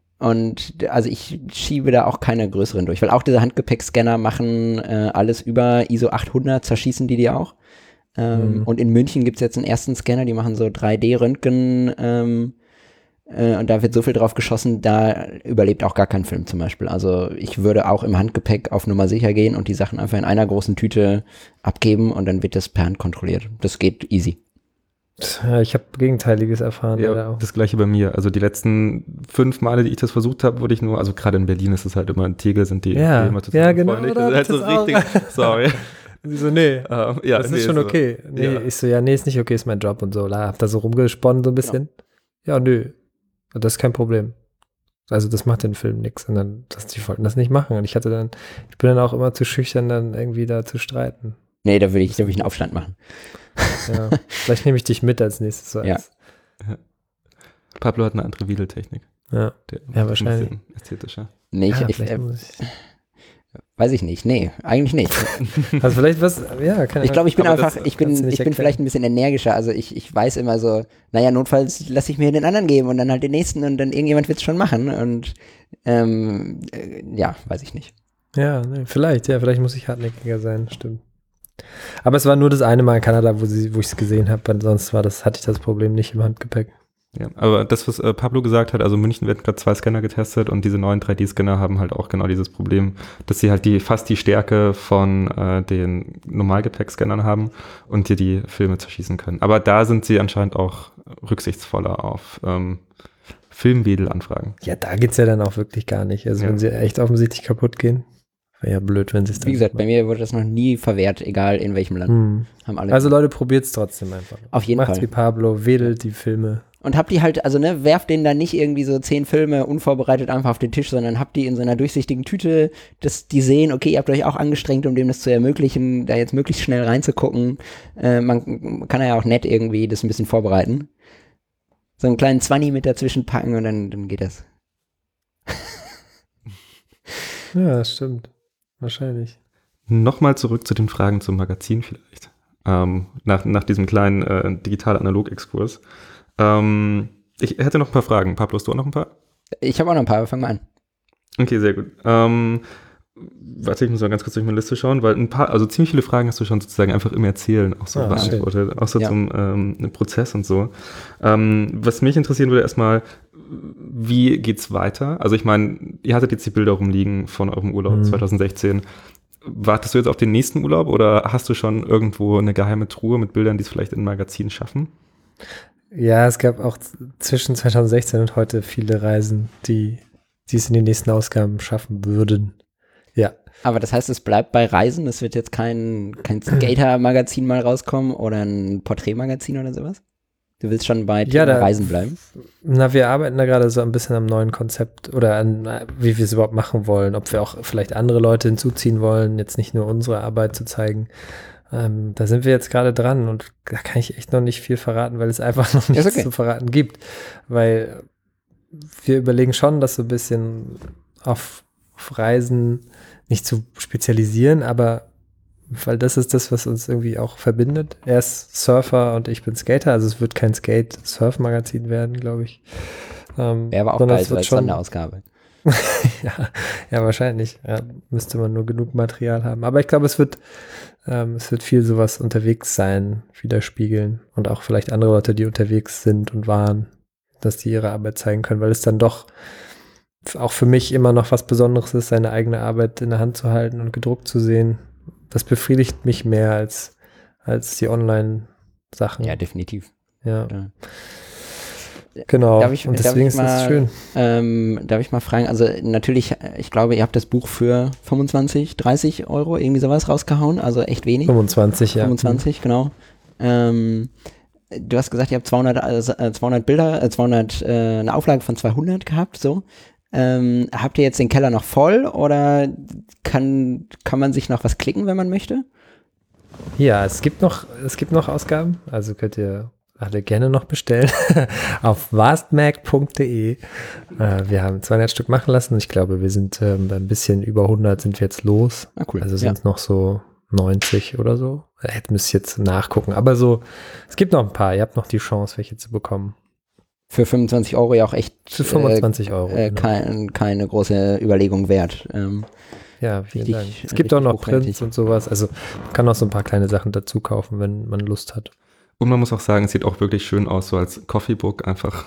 und d- also ich schiebe da auch keine größeren durch, weil auch diese Handgepäckscanner machen äh, alles über I S O achthundert, zerschießen die die auch. Ähm, Mhm. Und in München gibt es jetzt einen ersten Scanner, die machen so drei D-Röntgen, ähm, äh, und da wird so viel drauf geschossen, da überlebt auch gar kein Film zum Beispiel. Also ich würde auch im Handgepäck auf Nummer sicher gehen und die Sachen einfach in einer großen Tüte abgeben und dann wird das per Hand kontrolliert. Das geht easy. Ja, ich habe Gegenteiliges erfahren. leider Ja, auch. das gleiche bei mir. Also die letzten fünf Male, die ich das versucht habe, wurde ich nur, also gerade in Berlin ist es halt immer, Tegel sind die, Ja, die immer total ja, genau, freundlich. da Das ist halt hab so ich das richtig, sorry. Sie so, nee, Ähm, ja, das nee, ist schon so. okay. Nee, Ja. ich so, ja, nee, ist nicht okay, ist mein Job und so. La, hab da so rumgesponnen so ein bisschen. Ja, nö, das ist kein Problem. Also das macht den Film nix. Und dann, das, die wollten das nicht machen. Und ich hatte dann, ich bin dann auch immer zu schüchtern, dann irgendwie da zu streiten. Nee, da würde ich, da würde ich einen Aufstand machen. Ja, vielleicht nehme ich dich mit als nächstes. So Ja. als, Pablo hat eine andere Wiedeltechnik. ja. Der Ja, wahrscheinlich. Ein bisschen ästhetischer. Nee, ich, ja, ich, vielleicht äh, muss ich, weiß ich nicht. Nee, eigentlich nicht. also vielleicht was, ja, keine Ich glaube, ich bin Aber einfach, das ich kannst du bin, nicht ich bin erklären. vielleicht ein bisschen energischer. Also ich, ich weiß immer so, naja, notfalls lasse ich mir den anderen geben und dann halt den nächsten und dann irgendjemand wird es schon machen. Und ähm, äh, ja, weiß ich nicht. Ja, nee, vielleicht, ja, vielleicht muss ich hartnäckiger sein, stimmt. Aber es war nur das eine Mal in Kanada, wo, sie, wo ich es gesehen habe, sonst war das, hatte ich das Problem nicht im Handgepäck. Ja, aber das, was äh, Pablo gesagt hat, also München werden gerade zwei Scanner getestet und diese neuen drei D-Scanner haben halt auch genau dieses Problem, dass sie halt die fast die Stärke von äh, den Normalgepäckscannern haben und dir die Filme zerschießen können. Aber da sind sie anscheinend auch rücksichtsvoller auf ähm, Filmwedelanfragen. Ja, da geht's ja dann auch wirklich gar nicht. Also Ja. wenn sie echt offensichtlich kaputt gehen, wäre ja blöd, wenn sie es dann Wie gesagt, nicht bei mir wurde das noch nie verwehrt, egal in welchem Land. machen. Haben alle Hm. Also Leute, probiert's trotzdem einfach. Auf jeden Macht's Fall. wie Pablo, wedelt die Filme. Und habt die halt, also ne, werft denen dann nicht irgendwie so zehn Filme unvorbereitet einfach auf den Tisch, sondern habt die in so einer durchsichtigen Tüte, dass die sehen, okay, ihr habt euch auch angestrengt, um dem das zu ermöglichen, da jetzt möglichst schnell reinzugucken. Äh, man kann ja auch nett irgendwie das ein bisschen vorbereiten. So einen kleinen Zwanni mit dazwischen packen und dann, dann geht das. Ja, das stimmt. Wahrscheinlich. Nochmal zurück zu den Fragen zum Magazin vielleicht. Ähm, nach, nach diesem kleinen äh, digital-analog-Exkurs. Ähm, ich hätte noch ein paar Fragen. Pablo, hast du auch noch ein paar? Ich habe auch noch ein paar, fang mal an. Okay, sehr gut. Ähm, warte, ich muss mal ganz kurz durch meine Liste schauen, weil ein paar, also ziemlich viele Fragen hast du schon sozusagen einfach im Erzählen auch so Ah, beantwortet, schön. Auch so Ja. zum ähm, Prozess und so. Ähm, was mich interessieren würde erstmal, wie geht's weiter? Also ich meine, ihr hattet jetzt die Bilder rumliegen von eurem Urlaub Mhm. zwanzig sechzehn. Wartest du jetzt auf den nächsten Urlaub oder hast du schon irgendwo eine geheime Truhe mit Bildern, die es vielleicht in ein Magazin schaffen? Ja, es gab auch z- zwischen zwanzig sechzehn und heute viele Reisen, die die es in den nächsten Ausgaben schaffen würden. Ja. Aber das heißt, es bleibt bei Reisen, es wird jetzt kein, kein Skater-Magazin mal rauskommen oder ein Porträtmagazin oder sowas? Du willst schon bei Ja, Thema da- Reisen bleiben? Na, wir arbeiten da gerade so ein bisschen am neuen Konzept oder an, äh, wie wir es überhaupt machen wollen, ob wir auch vielleicht andere Leute hinzuziehen wollen, jetzt nicht nur unsere Arbeit zu zeigen. Ähm, da sind wir jetzt gerade dran und da kann ich echt noch nicht viel verraten, weil es einfach noch nichts okay. zu verraten gibt. Weil wir überlegen schon, das so ein bisschen auf, auf Reisen nicht zu spezialisieren, aber weil das ist das, was uns irgendwie auch verbindet. Er ist Surfer und ich bin Skater, also es wird kein Skate-Surf-Magazin werden, glaube ich. Ähm, Wäre aber auch sondern geil, es so wird als schon- Sonderausgabe. ja, ja, wahrscheinlich. Ja, müsste man nur genug Material haben. Aber ich glaube, es wird, ähm, es wird viel sowas unterwegs sein, widerspiegeln und auch vielleicht andere Leute, die unterwegs sind und waren, dass die ihre Arbeit zeigen können, weil es dann doch f- auch für mich immer noch was Besonderes ist, seine eigene Arbeit in der Hand zu halten und gedruckt zu sehen. Das befriedigt mich mehr als, als die Online-Sachen. Ja, definitiv. Ja, Ja. genau. Darf ich- und darf deswegen ich ist das mal- schön. Ähm, darf ich mal fragen, also natürlich, äh, ich glaube, ihr habt das Buch für fünfundzwanzig, dreißig Euro, irgendwie sowas rausgehauen, also echt wenig. fünfundzwanzig, ja. fünfundzwanzig, genau. Ähm, du hast gesagt, ihr habt zweihundert, also, äh, zweihundert Bilder, äh, zweihundert, äh, eine Auflage von zweihundert gehabt, so. Ähm, habt ihr jetzt den Keller noch voll oder kann, kann man sich noch was klicken, wenn man möchte? Ja, es gibt noch, es gibt noch Ausgaben, also könnt ihr alle gerne noch bestellen auf vastmag punkt de. Äh, wir haben zweihundert Stück machen lassen. Ich glaube, wir sind ähm, bei ein bisschen über hundert sind wir jetzt los. Ah, cool. Also Ja. sind es noch so neunzig oder so. Äh, Jetzt müsst ihr jetzt nachgucken. Aber so, es gibt noch ein paar. Ihr habt noch die Chance, welche zu bekommen. Für fünfundzwanzig Euro ja auch echt Für fünfundzwanzig Euro. äh, genau. kein, keine große Überlegung wert. Ähm, Ja, vielen richtig- Dank. Es gibt auch richtig noch hochwertig. Prints und sowas. Also man kann auch so ein paar kleine Sachen dazu kaufen, wenn man Lust hat. Und man muss auch sagen, es sieht auch wirklich schön aus, so als Coffeebook einfach.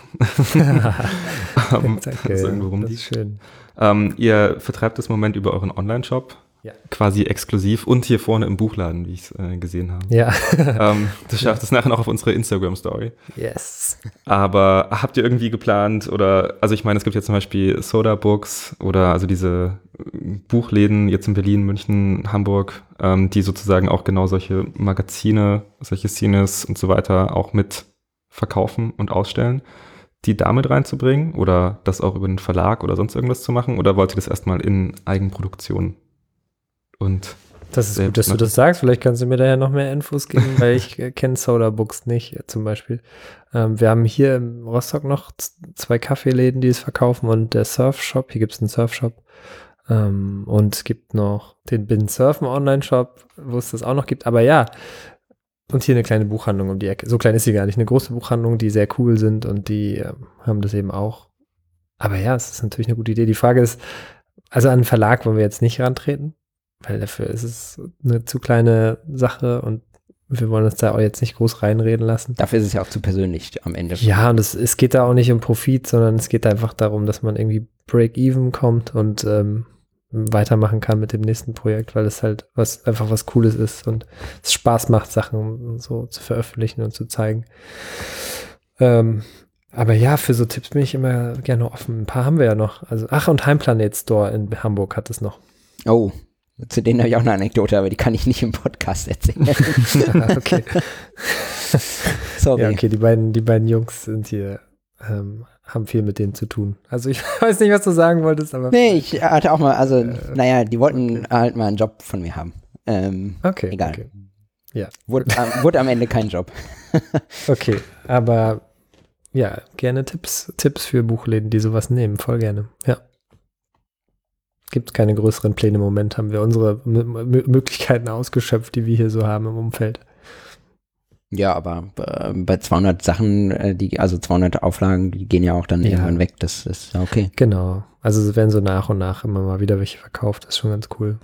ähm, Danke, so irgendwo das rumliegt. ist schön. Ähm, ihr vertreibt das im Moment über euren Online-Shop, Ja. quasi exklusiv und hier vorne im Buchladen, wie ich es äh, gesehen habe. Ja. Ähm, du schaffst es nachher noch auf unsere Instagram-Story. Yes. Aber habt ihr irgendwie geplant oder, also ich meine, es gibt jetzt zum Beispiel Soda Books oder also diese äh, Buchläden jetzt in Berlin, München, Hamburg, ähm, die sozusagen auch genau solche Magazine, solche Scenes und so weiter auch mit verkaufen und ausstellen, die damit reinzubringen oder das auch über einen Verlag oder sonst irgendwas zu machen oder wollt ihr das erstmal in Eigenproduktion? Und Das ist Selbst gut, dass du machen. das sagst. Vielleicht kannst du mir da ja noch mehr Infos geben, weil ich äh, kenne Soda Books nicht, äh, zum Beispiel. Ähm, wir haben hier im Rostock noch z- zwei Kaffeeläden, die es verkaufen und der Surfshop. Hier gibt es einen Surfshop. Ähm, und es gibt noch den Bin Surfen Online-Shop, wo es das auch noch gibt. Aber ja, und hier eine kleine Buchhandlung um die Ecke. So klein ist sie gar nicht. Eine große Buchhandlung, die sehr cool sind und die ähm, haben das eben auch. Aber ja, es ist natürlich eine gute Idee. Die Frage ist, also an einen Verlag wollen wir jetzt nicht rantreten, weil dafür ist es eine zu kleine Sache und wir wollen uns da auch jetzt nicht groß reinreden lassen. Dafür ist es ja auch zu persönlich am Ende. Ja, und es, es geht da auch nicht um Profit, sondern es geht einfach darum, dass man irgendwie Break-Even kommt und ähm, weitermachen kann mit dem nächsten Projekt, weil es halt was einfach was Cooles ist und es Spaß macht, Sachen so zu veröffentlichen und zu zeigen. Ähm, aber ja, für so Tipps bin ich immer gerne offen. Ein paar haben wir ja noch. Also, ach, und Heimplanet Store in Hamburg hat es noch. Oh, zu denen habe ich auch eine Anekdote, aber die kann ich nicht im Podcast erzählen. Ja, okay. Sorry. Ja, okay, die beiden, die beiden Jungs sind hier, ähm, haben viel mit denen zu tun. Also ich weiß nicht, was du sagen wolltest, aber. Nee, ich hatte auch mal, also, Äh, naja, die wollten halt mal einen Job von mir haben. Ähm, Okay. egal. Okay. Ja. Wurde, äh, wurde am Ende kein Job. Okay, aber ja, gerne Tipps, Tipps für Buchläden, die sowas nehmen, voll gerne. Ja. gibt es keine größeren Pläne im Moment, haben wir unsere M- M- Möglichkeiten ausgeschöpft, die wir hier so haben im Umfeld. Ja, aber äh, bei zweihundert Sachen, äh, die, also zweihundert Auflagen, die gehen ja auch dann Ja. irgendwann weg. Das ist ja okay. Genau. Also es werden so nach und nach immer mal wieder welche verkauft. Das ist schon ganz cool.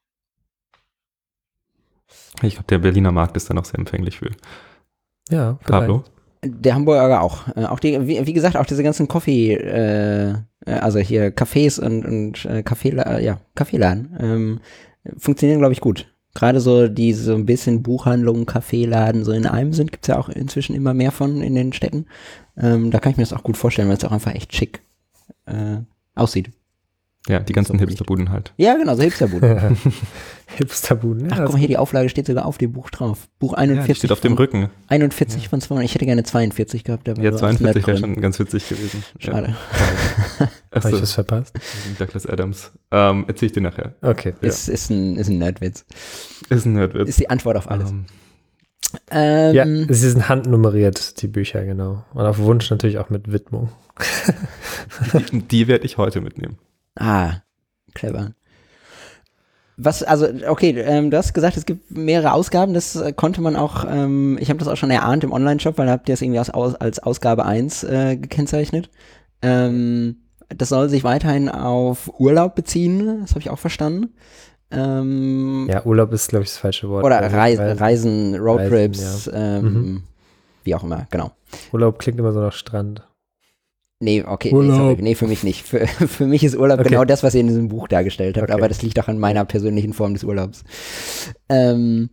Ich glaube, der Berliner Markt ist da noch sehr empfänglich für. Ja, Pablo? Der Hamburger auch. Äh, auch die, wie, wie gesagt, auch diese ganzen Coffee, äh, äh, also hier Cafés und, und äh, Kaffeela, ja, Kaffeeladen, ähm, funktionieren, glaube ich, gut. Gerade so die so ein bisschen Buchhandlungen, Kaffeeladen so in einem sind, gibt es ja auch inzwischen immer mehr von in den Städten. Ähm, da kann ich mir das auch gut vorstellen, weil es auch einfach echt schick äh, aussieht. Ja, die ganzen So Hipsterbuden halt. Ja, genau, so Hipsterbuden. Hipsterbuden. Ach, Ja, guck mal hier, die Auflage steht sogar auf dem Buch drauf. Buch Ja, einundvierzig. die steht auf dem von, Rücken. einundvierzig von zweihundert. Ich hätte gerne zweiundvierzig gehabt. Aber Ja, so aus zweiundvierzig wäre Nerdgründen. schon ganz witzig gewesen. Schade. Ja. habe ich Achso, was verpasst? Douglas Adams. Ähm, erzähl ich dir nachher. Okay. Ja. Ist, ist, ein, ist ein Nerdwitz. Ist ein Nerdwitz. Ist die Antwort auf alles. Ähm, Ähm, ja, sie sind handnummeriert, die Bücher, genau. Und auf Wunsch natürlich auch mit Widmung. die die werde ich heute mitnehmen. Ah, clever. Was, also, okay, ähm, du hast gesagt, es gibt mehrere Ausgaben, das äh, konnte man auch, ähm, ich habe das auch schon erahnt im Online-Shop, weil da habt ihr es irgendwie als, aus, als Ausgabe eins äh, gekennzeichnet. Ähm, das soll sich weiterhin auf Urlaub beziehen, das habe ich auch verstanden. Ähm, Ja, Urlaub ist, glaube ich, das falsche Wort. oder Also Reis, Reisen. Reisen, Roadtrips, Reisen, ähm, Mhm. wie auch immer, genau. Urlaub klingt immer so nach Strand. Nee, okay, nee, Urlaub. sorry, nee, für mich nicht. Für, für mich ist Urlaub Okay. genau das, was ihr in diesem Buch dargestellt habt, Okay. aber das liegt auch an meiner persönlichen Form des Urlaubs. Ähm,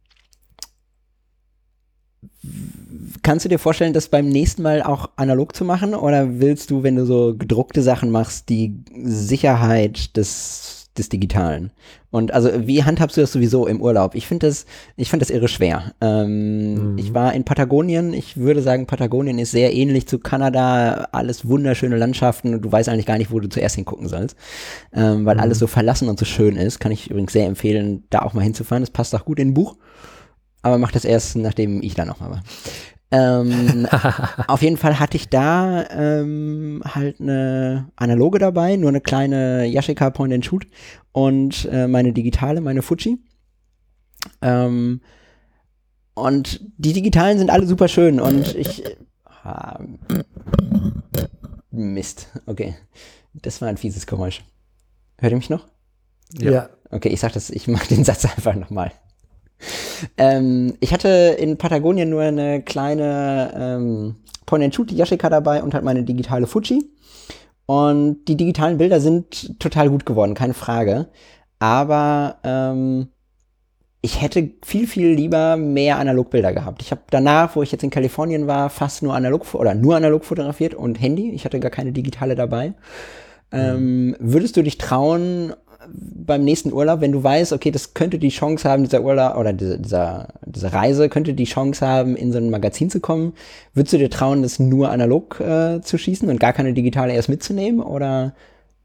kannst du dir vorstellen, das beim nächsten Mal auch analog zu machen, oder willst du, wenn du so gedruckte Sachen machst, die Sicherheit des, des Digitalen? Und also, wie handhabst du das sowieso im Urlaub? Ich finde das, ich finde das irre schwer. Ähm, Mhm. Ich war in Patagonien. Ich würde sagen, Patagonien ist sehr ähnlich zu Kanada. Alles wunderschöne Landschaften und du weißt eigentlich gar nicht, wo du zuerst hingucken sollst, ähm, weil Mhm. alles so verlassen und so schön ist. Kann ich übrigens sehr empfehlen, da auch mal hinzufahren. Das passt auch gut in ein Buch. Aber mach das erst, nachdem ich da nochmal war. Ähm, auf jeden Fall hatte ich da ähm, halt eine analoge dabei, nur eine kleine Yashica Point and Shoot und äh, meine digitale, meine Fuji. Ähm, und die digitalen sind alle super schön und ich ah, Mist, okay. Das war ein fieses Geräusch. Hört ihr mich noch? Ja. ja. Okay, ich sag das, ich mach den Satz einfach nochmal. Ähm, ich hatte in Patagonien nur eine kleine ähm, Point-and-Shoot Yashica dabei und halt meine digitale Fuji. Und die digitalen Bilder sind total gut geworden, keine Frage. Aber ähm, ich hätte viel, viel lieber mehr Analogbilder gehabt. Ich habe danach, wo ich jetzt in Kalifornien war, fast nur analog oder nur analog fotografiert und Handy. Ich hatte gar keine digitale dabei. Mhm. Ähm, würdest du dich trauen, beim nächsten Urlaub, wenn du weißt, okay, das könnte die Chance haben, dieser Urlaub oder diese, dieser, diese Reise könnte die Chance haben, in so ein Magazin zu kommen, würdest du dir trauen, das nur analog äh, zu schießen und gar keine digitale erst mitzunehmen? Oder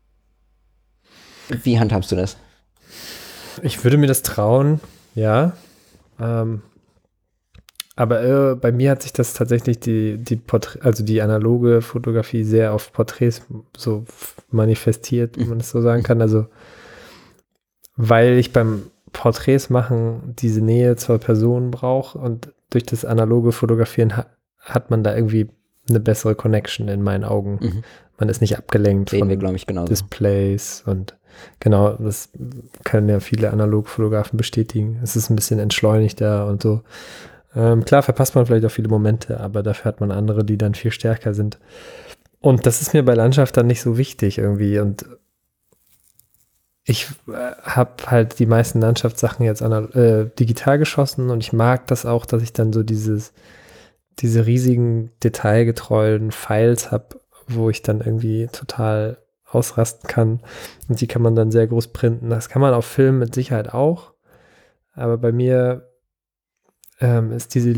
wie handhabst du das? Ich würde mir das trauen, ja. Ähm, aber äh, bei mir hat sich das tatsächlich die, die Porträt, also die analoge Fotografie sehr auf Porträts so manifestiert, wenn man das so sagen kann. Also weil ich beim Porträts machen diese Nähe zur Person brauche und durch das analoge Fotografieren ha- hat man da irgendwie eine bessere Connection in meinen Augen. Mhm. Man ist nicht abgelenkt Sehen von wir, glaube ich, genauso. Displays und genau, das können ja viele Analogfotografen bestätigen. Es ist ein bisschen entschleunigter und so. Ähm, klar verpasst man vielleicht auch viele Momente, aber dafür hat man andere, die dann viel stärker sind. Und das ist mir bei Landschaft dann nicht so wichtig irgendwie und ich äh, habe halt die meisten Landschaftssachen jetzt anal- äh, digital geschossen und ich mag das auch, dass ich dann so dieses, diese riesigen, detailgetreuen Files habe, wo ich dann irgendwie total ausrasten kann und die kann man dann sehr groß printen. Das kann man auf Film mit Sicherheit auch, aber bei mir ähm, ist diese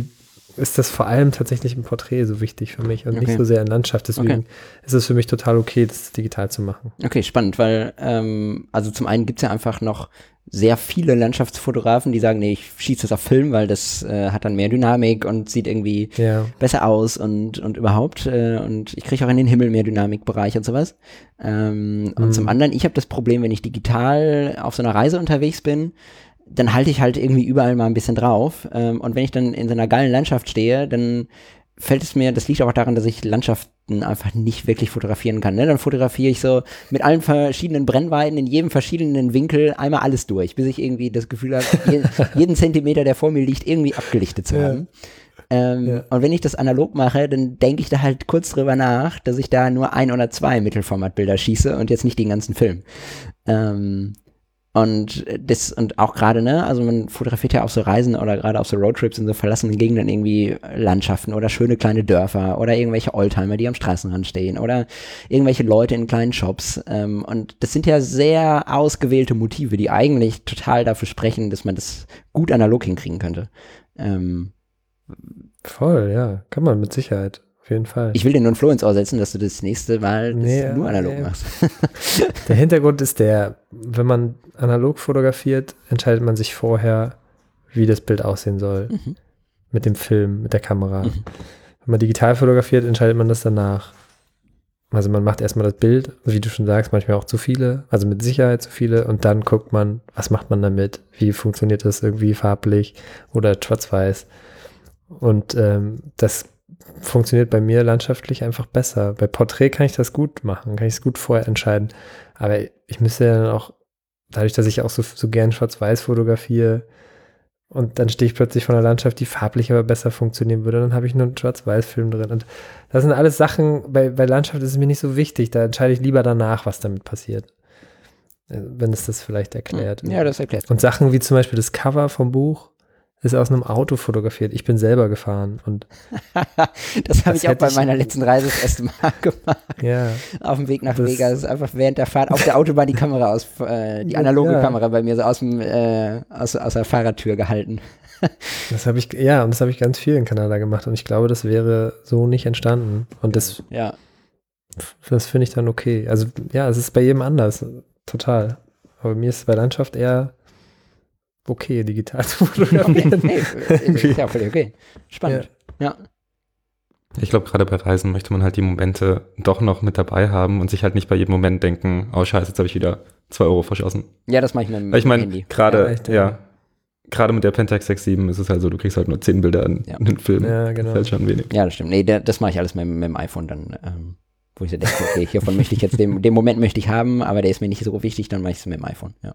ist das vor allem tatsächlich im Porträt so wichtig für mich und Okay. nicht so sehr in Landschaft. Deswegen Okay. ist es für mich total okay, das digital zu machen. Okay, spannend, weil ähm, also zum einen gibt's ja einfach noch sehr viele Landschaftsfotografen, die sagen, nee, ich schieße das auf Film, weil das äh, hat dann mehr Dynamik und sieht irgendwie Ja. besser aus und, und überhaupt. Äh, und ich kriege auch in den Himmel mehr Dynamikbereich und sowas. Ähm, Und Mhm. zum anderen, ich habe das Problem, wenn ich digital auf so einer Reise unterwegs bin, dann halte ich halt irgendwie überall mal ein bisschen drauf. Ähm, und wenn ich dann in so einer geilen Landschaft stehe, dann fällt es mir, das liegt auch daran, dass ich Landschaften einfach nicht wirklich fotografieren kann. Ne? Dann fotografiere ich so mit allen verschiedenen Brennweiten in jedem verschiedenen Winkel einmal alles durch, bis ich irgendwie das Gefühl habe, je, jeden Zentimeter, der vor mir liegt, irgendwie abgelichtet zu Ja. haben. Ähm, Ja. Und wenn ich das analog mache, dann denke ich da halt kurz drüber nach, dass ich da nur ein oder zwei Mittelformatbilder schieße und jetzt nicht den ganzen Film. Ähm, und das, und auch gerade, ne, also man fotografiert ja auf so Reisen oder gerade auf so Roadtrips in so verlassenen Gegenden irgendwie Landschaften oder schöne kleine Dörfer oder irgendwelche Oldtimer, die am Straßenrand stehen oder irgendwelche Leute in kleinen Shops. Ähm, und das sind ja sehr ausgewählte Motive, die eigentlich total dafür sprechen, dass man das gut analog hinkriegen könnte. Ähm, Voll, ja. Kann man mit Sicherheit. Auf jeden Fall. Ich will dir nur ein Floh ins Ohr setzen, dass du das nächste Mal das Nee, nur analog nee. machst. Der Hintergrund ist der, wenn man analog fotografiert, entscheidet man sich vorher, wie das Bild aussehen soll. Mhm. Mit dem Film, mit der Kamera. Mhm. Wenn man digital fotografiert, entscheidet man das danach. Also man macht erstmal das Bild, wie du schon sagst, manchmal auch zu viele, also mit Sicherheit zu viele, und dann guckt man, was macht man damit, wie funktioniert das irgendwie farblich oder schwarz-weiß. Und ähm, das funktioniert bei mir landschaftlich einfach besser. Bei Porträt kann ich das gut machen, kann ich es gut vorher entscheiden. Aber ich müsste ja dann auch, dadurch, dass ich auch so, so gern schwarz-weiß fotografiere, und dann stehe ich plötzlich vor einer Landschaft, die farblich aber besser funktionieren würde, dann habe ich nur einen Schwarz-Weiß-Film drin. Und das sind alles Sachen, bei, bei Landschaft ist es mir nicht so wichtig, da entscheide ich lieber danach, was damit passiert. Wenn es das vielleicht erklärt. Ja, das erklärt. Und Sachen wie zum Beispiel das Cover vom Buch ist aus einem Auto fotografiert. Ich bin selber gefahren. Und Das habe Das ich auch hätte bei ich- meiner letzten Reise das erste Mal gemacht. ja, Auf dem Weg nach Das- Vegas, einfach während der Fahrt auf der Autobahn die Kamera aus, äh, die analoge Ja. Kamera bei mir so aus dem, äh, aus, aus der Fahrradtür gehalten. das habe ich, ja, und das habe ich ganz viel in Kanada gemacht. Und ich glaube, das wäre so nicht entstanden. Und das, Ja. das finde ich dann okay. Also ja, es ist bei jedem anders. Total. Aber mir ist es bei Landschaft eher okay, digital zu fotografieren. Nee, ist ja völlig okay. Spannend. Ja. Ich glaube, gerade bei Reisen möchte man halt die Momente doch noch mit dabei haben und sich halt nicht bei jedem Moment denken, oh scheiße, jetzt habe ich wieder zwei Euro verschossen. Ja, das mache ich mit dem Weil ich meine, Handy. gerade, Ja, echt, ja. ja, gerade mit der Pentax sechs Komma sieben ist es halt so, du kriegst halt nur zehn Bilder in Ja. einen Film. Ja, genau. Das ist halt schon wenig. Ja, das stimmt. Nee, der, das mache ich alles mit, mit dem iPhone dann, ähm, wo ich so denke, okay, hiervon möchte ich jetzt, den, den Moment möchte ich haben, aber der ist mir nicht so wichtig, dann mache ich es mit dem iPhone. Ja.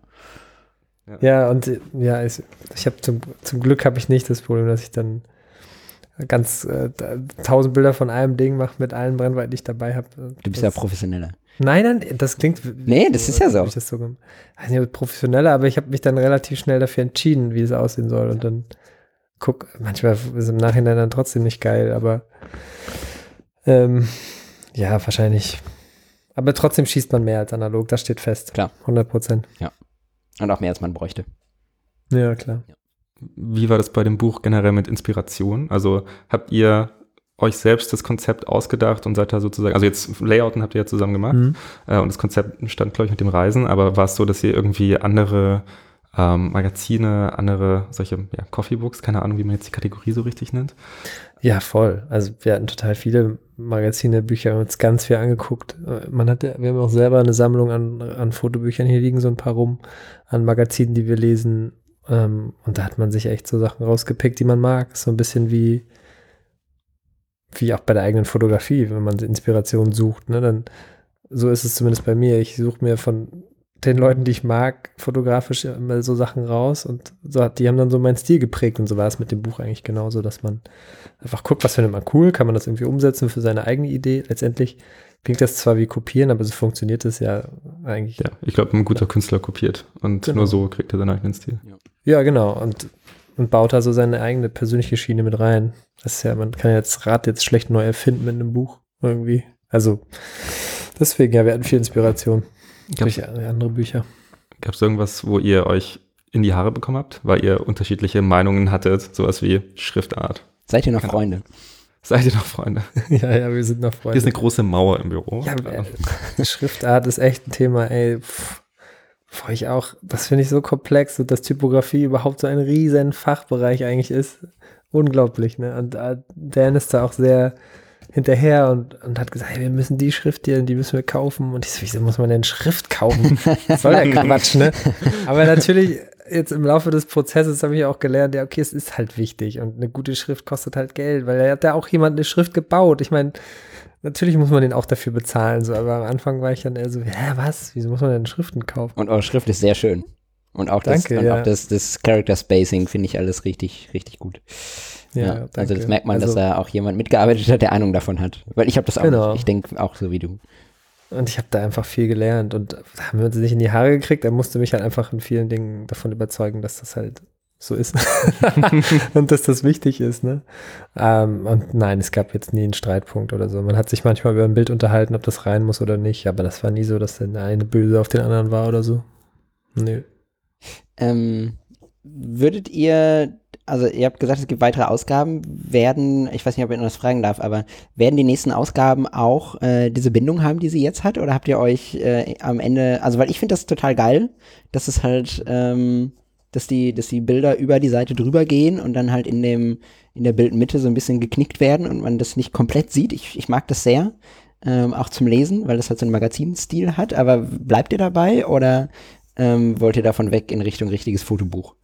Ja, und äh, ja, ich, ich habe zum, zum Glück habe ich nicht das Problem, dass ich dann ganz äh, da- tausend Bilder von einem Ding mache mit allen Brennweiten, die ich dabei habe. Du bist ja professioneller. Nein, nein, das klingt. Nee, das ist ja so. hab Ich das so gem- weiß nicht, ob professioneller, aber ich habe mich dann relativ schnell dafür entschieden, wie es aussehen soll. Und dann guck, manchmal ist es im Nachhinein dann trotzdem nicht geil, aber ähm, ja, wahrscheinlich. Aber trotzdem schießt man mehr als analog, das steht fest. Klar. hundert Prozent. Und auch mehr als man bräuchte. Ja, klar. Wie war das bei dem Buch generell mit Inspiration? Also habt ihr euch selbst das Konzept ausgedacht und seid da sozusagen, also jetzt Layouten habt ihr ja zusammen gemacht Mhm. äh, und das Konzept stand, glaube ich, mit dem Reisen, aber war es so, dass ihr irgendwie andere ähm, Magazine, andere solche ja, Coffeebooks, keine Ahnung, wie man jetzt die Kategorie so richtig nennt? Ja, voll. Also wir hatten total viele Magazine, Bücher, haben uns ganz viel angeguckt. Man hatte, wir haben auch selber eine Sammlung an, an Fotobüchern, hier liegen so ein paar rum, an Magazinen, die wir lesen. Ähm, und da hat man sich echt so Sachen rausgepickt, die man mag. So ein bisschen wie, wie auch bei der eigenen Fotografie, wenn man Inspiration sucht. Ne? Dann, so ist es zumindest bei mir. Ich suche mir von den Leuten, die ich mag, fotografisch immer so Sachen raus und so hat, die haben dann so meinen Stil geprägt und so war es mit dem Buch eigentlich genauso, dass man einfach guckt, was findet man cool, kann man das irgendwie umsetzen für seine eigene Idee. Letztendlich klingt das zwar wie kopieren, aber so funktioniert es ja eigentlich. Ja, ich glaube, ein guter Künstler kopiert und Genau. nur so kriegt er seinen eigenen Stil. Ja, genau. Und, und baut da so seine eigene persönliche Schiene mit rein. Das ist ja, man kann ja jetzt Rad jetzt schlecht neu erfinden mit einem Buch irgendwie. Also deswegen, ja, wir hatten viel Inspiration Gab's, durch andere Bücher. gab's irgendwas, wo ihr euch in die Haare bekommen habt, weil ihr unterschiedliche Meinungen hattet, sowas wie Schriftart Seid ihr noch Genau. Freunde? Seid ihr noch Freunde? Ja, ja, wir sind noch Freunde. Hier ist eine große Mauer im Büro. Ja, äh, Schriftart ist echt ein Thema, ey. Pff, boah, ich auch, das finde ich so komplex und dass Typografie überhaupt so ein riesen Fachbereich eigentlich ist. Unglaublich, ne? Und äh, Dan ist da auch sehr hinterher und, und hat gesagt, hey, wir müssen die Schrift hier, die müssen wir kaufen. Und ich so, wieso muss man denn Schrift kaufen? Das soll ja Quatsch, ne? Aber natürlich, jetzt im Laufe des Prozesses habe ich auch gelernt, ja, okay, es ist halt wichtig und eine gute Schrift kostet halt Geld, weil da hat ja auch jemand eine Schrift gebaut. Ich meine, natürlich muss man den auch dafür bezahlen, so, aber am Anfang war ich dann eher so, ja, was? Wieso muss man denn Schriften kaufen? Und eure Schrift ist sehr schön. Und auch das, Danke, und ja. auch das, das Character Spacing finde ich alles richtig, richtig gut. Ja, Ja, danke. also das merkt man, Also- dass da auch jemand mitgearbeitet hat, der Ahnung davon hat. Weil ich habe das auch Genau. nicht. Ich denke auch so wie du. Und ich habe da einfach viel gelernt und da haben wir uns nicht in die Haare gekriegt. Er musste mich halt einfach in vielen Dingen davon überzeugen, dass das halt so ist und dass das wichtig ist. Ne? Ähm, und nein, es gab jetzt nie einen Streitpunkt oder so. Man hat sich manchmal über ein Bild unterhalten, ob das rein muss oder nicht, aber das war nie so, dass der eine böse auf den anderen war oder so. Nö. Ähm, würdet ihr, also ihr habt gesagt, es gibt weitere Ausgaben, werden, ich weiß nicht, ob ich noch das fragen darf, aber werden die nächsten Ausgaben auch äh, diese Bindung haben, die sie jetzt hat? Oder habt ihr euch äh, am Ende, also weil ich finde das total geil, dass es halt, ähm, dass die, dass die Bilder über die Seite drüber gehen und dann halt in dem, in der Bildmitte so ein bisschen geknickt werden und man das nicht komplett sieht. Ich, ich mag das sehr, ähm, auch zum Lesen, weil das halt so einen Magazinstil hat, aber bleibt ihr dabei oder ähm, wollt ihr davon weg in Richtung richtiges Fotobuch?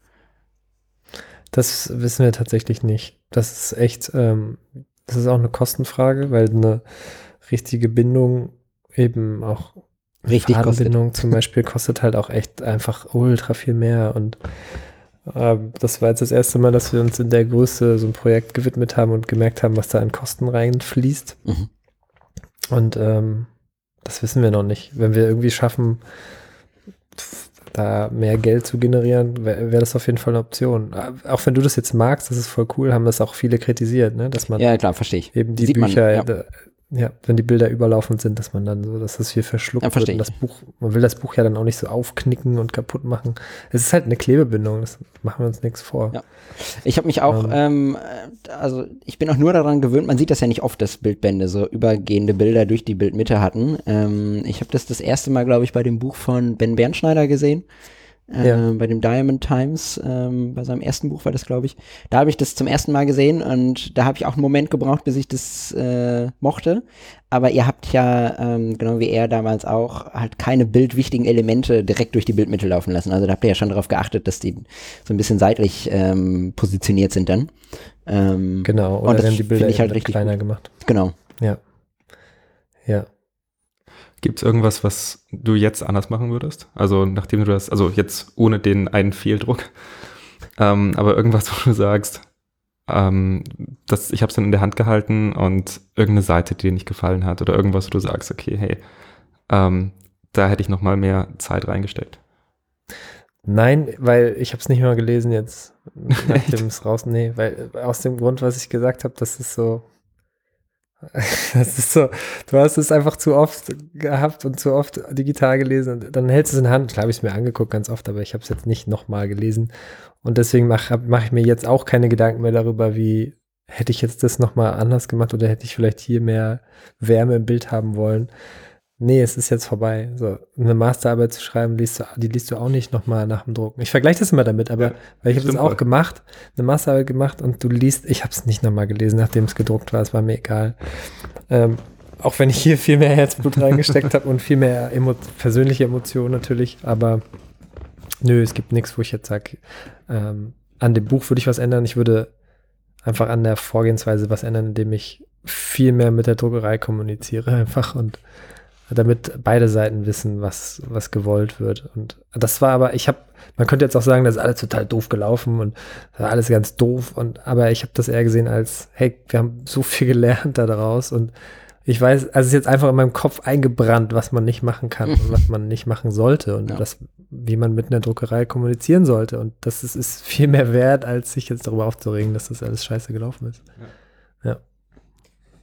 Das wissen wir tatsächlich nicht. Das ist echt, ähm, das ist auch eine Kostenfrage, weil eine richtige Bindung eben auch Richtig kostet. Fadenbindung zum Beispiel kostet halt auch echt einfach ultra viel mehr und ähm, das war jetzt das erste Mal, dass wir uns in der Größe so ein Projekt gewidmet haben und gemerkt haben, was da an Kosten reinfließt. Mhm. Und ähm, das wissen wir noch nicht. Wenn wir irgendwie schaffen, da mehr Geld zu generieren, wäre wär das auf jeden Fall eine Option. Auch wenn du das jetzt magst, das ist voll cool, haben das auch viele kritisiert, ne? Dass man Ja, klar, verstehe ich. eben die Sieht man, Bücher, ja. da, ja, wenn die Bilder überlaufend sind, dass man dann so, dass das viel verschluckt Ja, wird. verstehe Und das Buch, man will das Buch ja dann auch nicht so aufknicken und kaputt machen. Es ist halt eine Klebebindung, das machen wir uns nichts vor. Ja. Ich habe mich auch, ähm, also ich bin auch nur daran gewöhnt, man sieht das ja nicht oft, dass Bildbände so übergehende Bilder durch die Bildmitte hatten. Ähm, ich habe das das erste Mal, glaube ich, bei dem Buch von Ben Bernschneider gesehen. Äh, Ja. Bei dem Diamond Times, ähm, bei seinem ersten Buch war das, glaube ich. Da habe ich das zum ersten Mal gesehen und da habe ich auch einen Moment gebraucht, bis ich das äh, mochte. Aber ihr habt ja, ähm, genau wie er damals auch, halt keine bildwichtigen Elemente direkt durch die Bildmitte laufen lassen. Also da habt ihr ja schon darauf geachtet, dass die so ein bisschen seitlich ähm, positioniert sind dann. Ähm, Genau, und oder das wir haben die Bilder finde ich halt eben richtig kleiner gut. gemacht. Genau. Ja. Ja. Gibt es irgendwas, was du jetzt anders machen würdest? Also nachdem du das, also jetzt ohne den einen Fehldruck, ähm, aber irgendwas, wo du sagst, ähm, das, ich habe es dann in der Hand gehalten und irgendeine Seite, die dir nicht gefallen hat oder irgendwas, wo du sagst, okay, hey, ähm, da hätte ich noch mal mehr Zeit reingesteckt. Nein, weil ich habe es nicht mal gelesen jetzt, nachdem es raus, nee, weil aus dem Grund, was ich gesagt habe, das ist so, das ist so, du hast es einfach zu oft gehabt und zu oft digital gelesen und dann hältst du es in der Hand. Klar habe ich es mir angeguckt ganz oft, aber ich habe es jetzt nicht nochmal gelesen und deswegen mache mach ich mir jetzt auch keine Gedanken mehr darüber, wie hätte ich jetzt das nochmal anders gemacht oder hätte ich vielleicht hier mehr Wärme im Bild haben wollen. Nee, es ist jetzt vorbei. So, eine Masterarbeit zu schreiben, liest du, die liest du auch nicht nochmal nach dem Drucken. Ich vergleiche das immer damit, aber Ja, weil ich habe das stimmt auch voll. gemacht, eine Masterarbeit gemacht und du liest, ich habe es nicht nochmal gelesen, nachdem es gedruckt war, es war mir egal. Ähm, auch wenn ich hier viel mehr Herzblut reingesteckt habe und viel mehr emo persönliche Emotionen natürlich, aber nö, es gibt nichts, wo ich jetzt sage, ähm, an dem Buch würde ich was ändern. Ich würde einfach an der Vorgehensweise was ändern, indem ich viel mehr mit der Druckerei kommuniziere einfach und damit beide Seiten wissen, was, was gewollt wird. Und das war aber, ich habe, man könnte jetzt auch sagen, das ist alles total doof gelaufen und das war alles ganz doof. Und aber ich habe das eher gesehen als, hey, wir haben so viel gelernt da daraus und ich weiß, also es ist jetzt einfach in meinem Kopf eingebrannt, was man nicht machen kann und was man nicht machen sollte und Ja. das, wie man mit einer Druckerei kommunizieren sollte. Und das ist, ist viel mehr wert, als sich jetzt darüber aufzuregen, dass das alles scheiße gelaufen ist. Ja.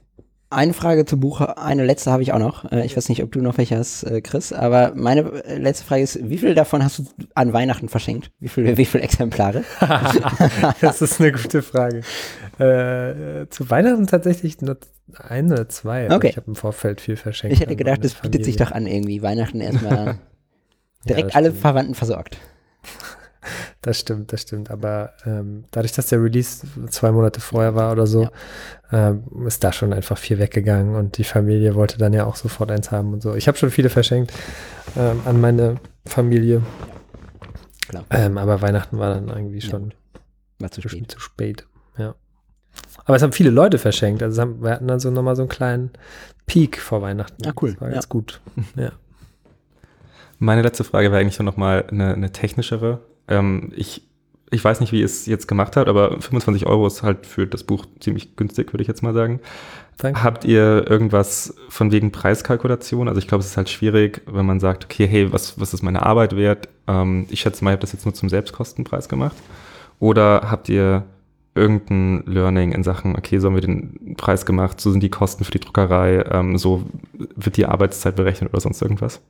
Eine Frage zum Buch, eine letzte habe ich auch noch. Äh, Ich weiß nicht, ob du noch welche hast, äh, Chris, aber meine äh, letzte Frage ist, wie viel davon hast du an Weihnachten verschenkt? Wie viel, wie viel Exemplare? Das ist eine gute Frage. Äh, zu Weihnachten tatsächlich nur ein oder zwei. Also Okay. ich habe im Vorfeld viel verschenkt. Ich hätte an gedacht, meine das bietet sich Familie. doch an irgendwie. Weihnachten erstmal direkt das alle stimmt. Verwandten versorgt. Das stimmt, das stimmt. Aber ähm, dadurch, dass der Release zwei Monate vorher war oder so, ähm, ist da schon einfach viel weggegangen und die Familie wollte dann ja auch sofort eins haben und so. Ich habe schon viele verschenkt ähm, an meine Familie. Klar. Ähm, aber Weihnachten war dann irgendwie Ja, schon War zu bestimmt spät. zu spät. Ja. Aber es haben viele Leute verschenkt. Also es haben, wir hatten dann so nochmal so einen kleinen Peak vor Weihnachten. Ah, cool. Das war Ja. ganz gut. Ja. Meine letzte Frage wäre eigentlich noch mal eine, eine technischere. Ähm, ich, ich weiß nicht, wie ihr es jetzt gemacht habt, aber fünfundzwanzig Euro ist halt für das Buch ziemlich günstig, würde ich jetzt mal sagen. Danke. Habt ihr irgendwas von wegen Preiskalkulation? Also ich glaube, es ist halt schwierig, wenn man sagt, okay, hey, was, was ist meine Arbeit wert? Ähm, ich schätze mal, ihr habt das jetzt nur zum Selbstkostenpreis gemacht. Oder habt ihr irgendein Learning in Sachen, okay, so haben wir den Preis gemacht, so sind die Kosten für die Druckerei, ähm, so wird die Arbeitszeit berechnet oder sonst irgendwas?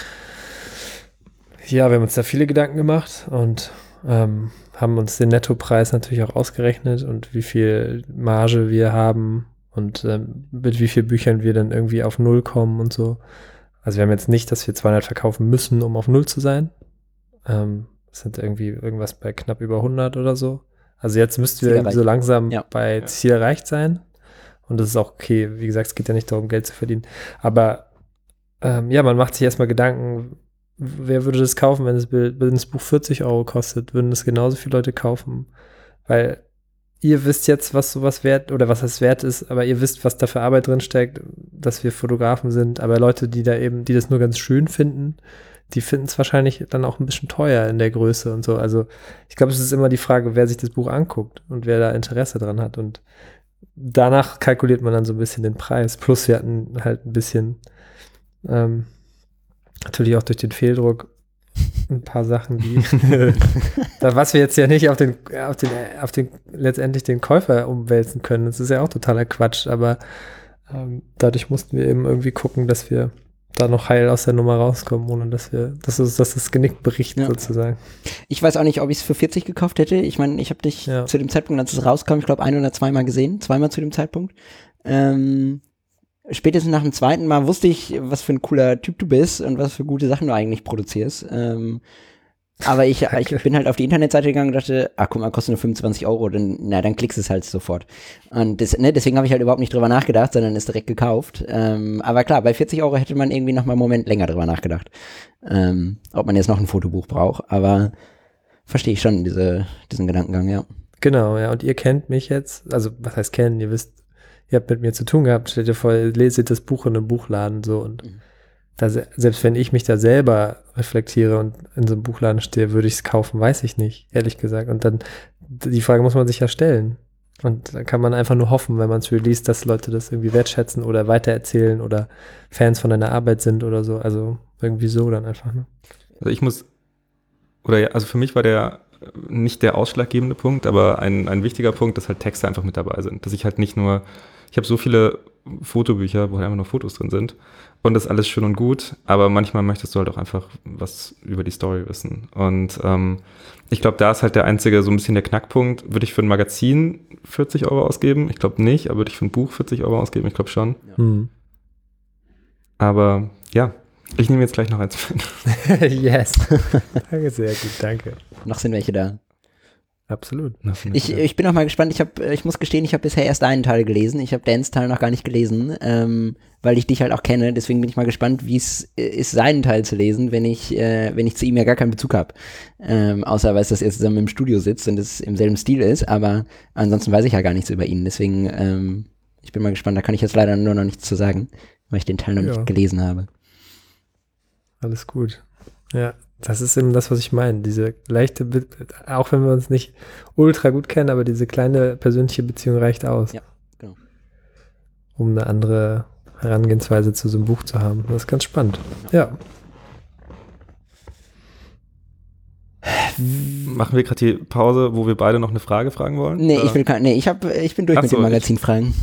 Ja, wir haben uns da viele Gedanken gemacht und ähm, haben uns den Nettopreis natürlich auch ausgerechnet und wie viel Marge wir haben und ähm, mit wie vielen Büchern wir dann irgendwie auf Null kommen und so. Also wir haben jetzt nicht, dass wir zweihundert verkaufen müssen, um auf Null zu sein. Ähm, das sind irgendwie irgendwas bei knapp über hundert oder so. Also jetzt müssten Ziel wir irgendwie so erreicht. langsam Ja. bei Ja. Ziel erreicht sein. Und das ist auch okay. Wie gesagt, es geht ja nicht darum, Geld zu verdienen. Aber ähm, ja, man macht sich erstmal Gedanken, wer würde das kaufen, wenn das, Bild, wenn das Buch vierzig Euro kostet? Würden das genauso viele Leute kaufen? Weil ihr wisst jetzt, was sowas wert oder was das wert ist, aber ihr wisst, was da für Arbeit drin steckt, dass wir Fotografen sind. Aber Leute, die da eben, die das nur ganz schön finden, die finden es wahrscheinlich dann auch ein bisschen teuer in der Größe und so. Also ich glaube, es ist immer die Frage, wer sich das Buch anguckt und wer da Interesse dran hat. Und danach kalkuliert man dann so ein bisschen den Preis. Plus wir hatten halt ein bisschen ähm, natürlich auch durch den Fehldruck ein paar Sachen, die da, was wir jetzt ja nicht auf den, auf den, auf den letztendlich den Käufer umwälzen können. Das ist ja auch totaler Quatsch, aber ähm, dadurch mussten wir eben irgendwie gucken, dass wir da noch heil aus der Nummer rauskommen, ohne dass wir, dass uns das, das Genick bricht Ja. sozusagen. Ich weiß auch nicht, ob ich es für vierzig gekauft hätte. Ich meine, ich habe dich Ja. zu dem Zeitpunkt, als es rauskam, ich glaube ein oder zweimal gesehen. Zweimal zu dem Zeitpunkt. Ähm, spätestens nach dem zweiten Mal wusste ich, was für ein cooler Typ du bist und was für gute Sachen du eigentlich produzierst. Ähm, aber ich, ich bin halt auf die Internetseite gegangen und dachte, ah, guck mal, kostet nur fünfundzwanzig Euro, dann, na, dann klickst du es halt sofort. Und das, ne, deswegen habe ich halt überhaupt nicht drüber nachgedacht, sondern es direkt gekauft. Ähm, aber klar, bei vierzig Euro hätte man irgendwie noch mal einen Moment länger drüber nachgedacht. Ähm, ob man jetzt noch ein Fotobuch braucht, aber verstehe ich schon, diese, diesen Gedankengang, ja. Genau, ja, und ihr kennt mich jetzt, also was heißt kennen, ihr wisst, ihr habt mit mir zu tun gehabt, stellt ihr vor, ihr leset das Buch in einem Buchladen so und Mhm. da, se- selbst wenn ich mich da selber reflektiere und in so einem Buchladen stehe, würde ich es kaufen, weiß ich nicht, ehrlich gesagt. Und dann, die Frage muss man sich ja stellen. Und da kann man einfach nur hoffen, wenn man es released, dass Leute das irgendwie wertschätzen oder weitererzählen oder Fans von deiner Arbeit sind oder so. Also irgendwie so dann einfach, ne? Also ich muss, oder ja, also für mich war der äh, nicht der ausschlaggebende Punkt, aber ein, ein wichtiger Punkt, dass halt Texte einfach mit dabei sind. Dass ich halt nicht nur, ich habe so viele Fotobücher, wo halt einfach nur Fotos drin sind und das ist alles schön und gut, aber manchmal möchtest du halt auch einfach was über die Story wissen. Und ähm, ich glaube, da ist halt der einzige, so ein bisschen der Knackpunkt. Würde ich für ein Magazin vierzig Euro ausgeben? Ich glaube nicht, aber würde ich für ein Buch vierzig Euro ausgeben? Ich glaube schon. Hm. Aber ja, ich nehme jetzt gleich noch eins mit. Yes. Danke, sehr gut, danke. Noch sind welche da. Absolut. Ich, ich bin auch mal gespannt. Ich habe, ich muss gestehen, ich habe bisher erst einen Teil gelesen. Ich habe Dans Teil noch gar nicht gelesen, ähm, weil ich dich halt auch kenne. Deswegen bin ich mal gespannt, wie es ist, seinen Teil zu lesen, wenn ich, äh, wenn ich zu ihm ja gar keinen Bezug habe. Ähm, außer weiß, dass er zusammen im Studio sitzt und es im selben Stil ist. Aber ansonsten weiß ich ja gar nichts über ihn. Deswegen, ähm, ich bin mal gespannt. Da kann ich jetzt leider nur noch nichts zu sagen, weil ich den Teil noch Ja. nicht gelesen habe. Alles gut. Ja, das ist eben das, was ich meine. Diese leichte, Be- auch wenn wir uns nicht ultra gut kennen, aber diese kleine persönliche Beziehung reicht aus. Ja, genau. Um eine andere Herangehensweise zu so einem Buch zu haben. Das ist ganz spannend. Ja. Machen wir gerade die Pause, wo wir beide noch eine Frage fragen wollen? Nee, Oder? ich will kein, nee, ich hab, ich bin durch Ach mit so, den ich- Magazinfragen.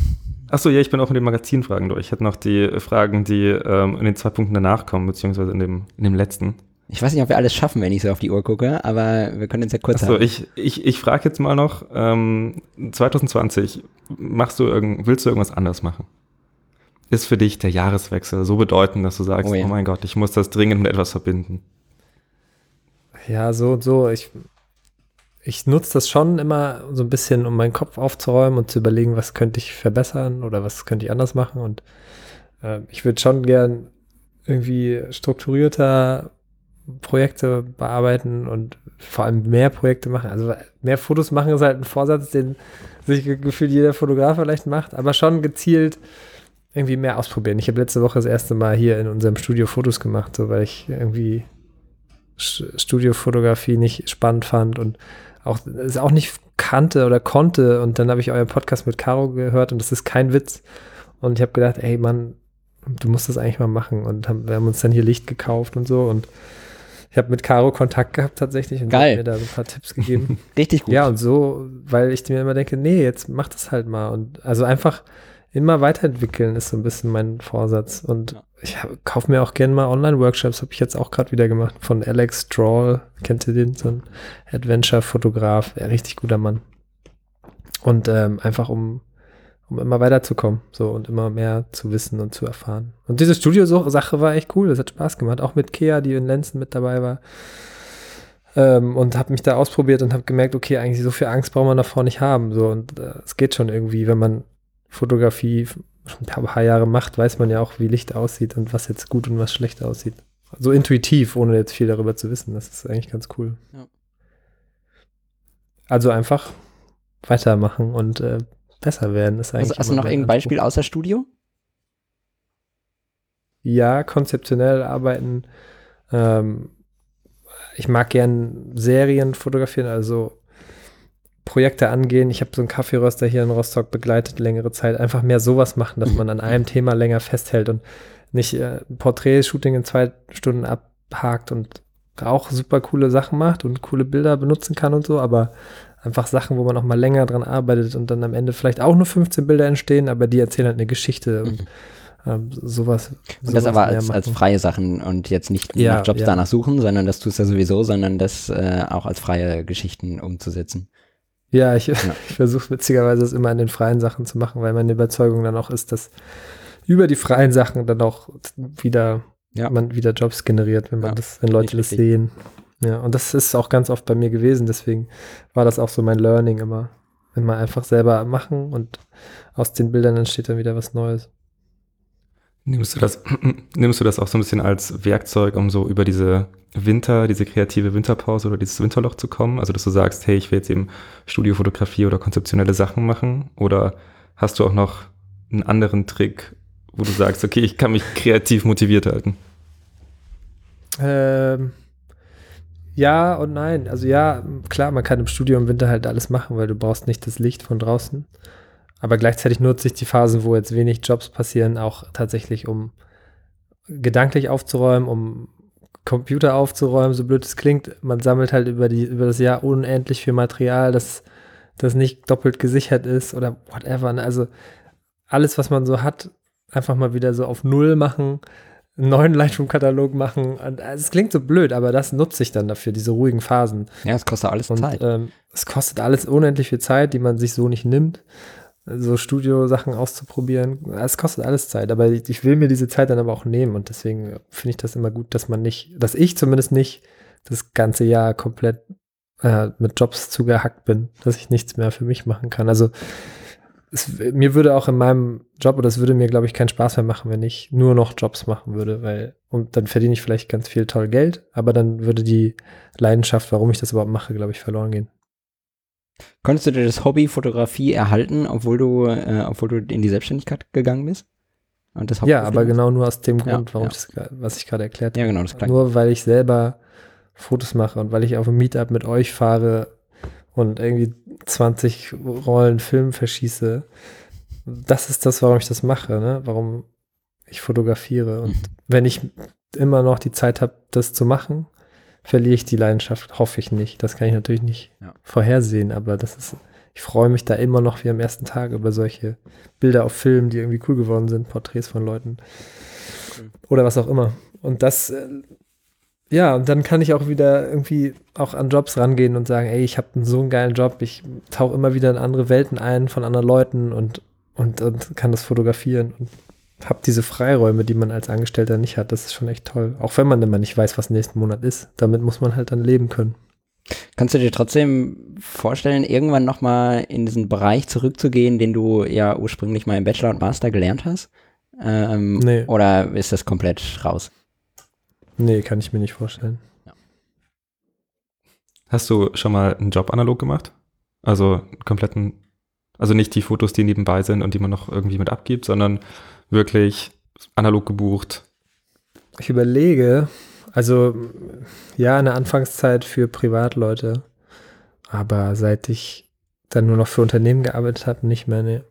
Achso, ja, ich bin auch in den Magazinfragen durch. Ich hatte noch die Fragen, die ähm, in den zwei Punkten danach kommen, beziehungsweise in dem, in dem letzten. Ich weiß nicht, ob wir alles schaffen, wenn ich so auf die Uhr gucke, aber wir können jetzt ja kurz Achso, ich, ich, ich frage jetzt mal noch, ähm, zwanzig zwanzig, machst du irgend, willst du irgendwas anderes machen? Ist für dich der Jahreswechsel so bedeutend, dass du sagst, oh, ja. oh mein Gott, ich muss das dringend mit etwas verbinden? Ja, so und so. Ich, ich nutze das schon immer so ein bisschen, um meinen Kopf aufzuräumen und zu überlegen, was könnte ich verbessern oder was könnte ich anders machen. Und äh, ich würde schon gern irgendwie strukturierter Projekte bearbeiten und vor allem mehr Projekte machen. Also mehr Fotos machen ist halt ein Vorsatz, den sich gefühlt jeder Fotograf vielleicht macht, aber schon gezielt irgendwie mehr ausprobieren. Ich habe letzte Woche das erste Mal hier in unserem Studio Fotos gemacht, so weil ich irgendwie Studiofotografie nicht spannend fand und auch es auch nicht kannte oder konnte. Und dann habe ich euren Podcast mit Caro gehört und das ist kein Witz. Und ich habe gedacht, ey Mann, du musst das eigentlich mal machen. Und haben, wir haben uns dann hier Licht gekauft und so. Und ich habe mit Caro Kontakt gehabt tatsächlich und Geil. hat mir da so ein paar Tipps gegeben. Richtig gut. Ja, und so, weil ich mir immer denke, nee, jetzt mach das halt mal. Und also einfach immer weiterentwickeln ist so ein bisschen mein Vorsatz. Und ja. ich kaufe mir auch gerne mal Online-Workshops, habe ich jetzt auch gerade wieder gemacht, von Alex Stroll. Kennt ihr den? So ein Adventure-Fotograf, ja, richtig guter Mann. Und ähm, einfach um, um immer weiterzukommen, so und immer mehr zu wissen und zu erfahren. Und diese Studio-Sache war echt cool, das hat Spaß gemacht, auch mit Kea, die in Lenzen mit dabei war. Ähm, und habe mich da ausprobiert und habe gemerkt, okay, eigentlich so viel Angst braucht man davor nicht haben. So, und äh, es geht schon irgendwie, wenn man Fotografie schon ein paar, paar Jahre macht, weiß man ja auch, wie Licht aussieht und was jetzt gut und was schlecht aussieht. So intuitiv, ohne jetzt viel darüber zu wissen. Das ist eigentlich ganz cool. Ja. Also einfach weitermachen und äh, besser werden. Ist eigentlich also, hast du noch irgendein Beispiel außer Studio? Ja, konzeptionell arbeiten. Ähm, ich mag gern Serien fotografieren, also Projekte angehen. Ich habe so einen Kaffeeröster hier in Rostock begleitet, längere Zeit. Einfach mehr sowas machen, dass man an einem Thema länger festhält und nicht äh, Porträt-Shooting in zwei Stunden abhakt und auch super coole Sachen macht und coole Bilder benutzen kann und so, aber einfach Sachen, wo man auch mal länger dran arbeitet und dann am Ende vielleicht auch nur fünfzehn Bilder entstehen, aber die erzählen halt eine Geschichte und ähm, sowas. Und sowas das aber als, als freie Sachen und jetzt nicht ja, nach Jobs ja. danach suchen, sondern das tust du ja sowieso, sondern das äh, auch als freie Geschichten umzusetzen. Ja, ich, ja. ich versuche witzigerweise das immer an den freien Sachen zu machen, weil meine Überzeugung dann auch ist, dass über die freien Sachen dann auch wieder ja. man wieder Jobs generiert, wenn man ja, das, wenn Leute das sehen. Ja, und das ist auch ganz oft bei mir gewesen, deswegen war das auch so mein Learning immer. Immer einfach selber machen und aus den Bildern entsteht dann wieder was Neues. Nimmst du das, nimmst du das auch so ein bisschen als Werkzeug, um so über diese Winter, diese kreative Winterpause oder dieses Winterloch zu kommen? Also, dass du sagst, hey, ich will jetzt eben Studiofotografie oder konzeptionelle Sachen machen? Oder hast du auch noch einen anderen Trick, wo du sagst, okay, ich kann mich kreativ motiviert halten? Ähm, ja und nein. Also ja, klar, man kann im Studio im Winter halt alles machen, weil du brauchst nicht das Licht von draußen. Aber gleichzeitig nutze ich die Phasen, wo jetzt wenig Jobs passieren, auch tatsächlich, um gedanklich aufzuräumen, um Computer aufzuräumen, so blöd es klingt. Man sammelt halt über, die, über das Jahr unendlich viel Material, das, das nicht doppelt gesichert ist oder whatever. Also alles, was man so hat, einfach mal wieder so auf Null machen, einen neuen Lightroom-Katalog machen. Und, also es klingt so blöd, aber das nutze ich dann dafür, diese ruhigen Phasen. Ja, es kostet alles Und, Zeit. Ähm, es kostet alles unendlich viel Zeit, die man sich so nicht nimmt. So Studio-Sachen auszuprobieren. Es kostet alles Zeit, aber ich will mir diese Zeit dann aber auch nehmen und deswegen finde ich das immer gut, dass man nicht, dass ich zumindest nicht das ganze Jahr komplett äh, mit Jobs zugehackt bin, dass ich nichts mehr für mich machen kann. Also es, mir würde auch in meinem Job, oder es würde mir, glaube ich, keinen Spaß mehr machen, wenn ich nur noch Jobs machen würde, weil, und dann verdiene ich vielleicht ganz viel toll Geld, aber dann würde die Leidenschaft, warum ich das überhaupt mache, glaube ich, verloren gehen. Konntest du dir das Hobby Fotografie erhalten, obwohl du, äh, obwohl du in die Selbstständigkeit gegangen bist? Und das ja, aber genau nur aus dem Grund, ja, warum ja. ich das, was ich gerade erklärt habe. Ja, genau, das klang. Nur weil ich selber Fotos mache und weil ich auf ein Meetup mit euch fahre und irgendwie zwanzig Rollen Film verschieße. Das ist das, warum ich das mache, ne? Warum ich fotografiere. Und mhm. wenn ich immer noch die Zeit habe, das zu machen, verliere ich die Leidenschaft, hoffe ich nicht. Das kann ich natürlich nicht ja. vorhersehen, aber das ist ich freue mich da immer noch wie am ersten Tag über solche Bilder auf Film, die irgendwie cool geworden sind, Porträts von Leuten okay. oder was auch immer. Und das, äh, ja, und dann kann ich auch wieder irgendwie auch an Jobs rangehen und sagen, ey, ich habe so einen geilen Job, ich tauche immer wieder in andere Welten ein von anderen Leuten und, und, und kann das fotografieren und habe diese Freiräume, die man als Angestellter nicht hat. Das ist schon echt toll. Auch wenn man immer nicht weiß, was nächsten Monat ist. Damit muss man halt dann leben können. Kannst du dir trotzdem vorstellen, irgendwann nochmal in diesen Bereich zurückzugehen, den du ja ursprünglich mal im Bachelor und Master gelernt hast? Ähm, nee. Oder ist das komplett raus? Nee, kann ich mir nicht vorstellen. Ja. Hast du schon mal einen Job analog gemacht? Also einen kompletten, also nicht die Fotos, die nebenbei sind und die man noch irgendwie mit abgibt, sondern wirklich analog gebucht? Ich überlege, also ja, eine Anfangszeit für Privatleute, aber seit ich dann nur noch für Unternehmen gearbeitet habe, nicht mehr, ne.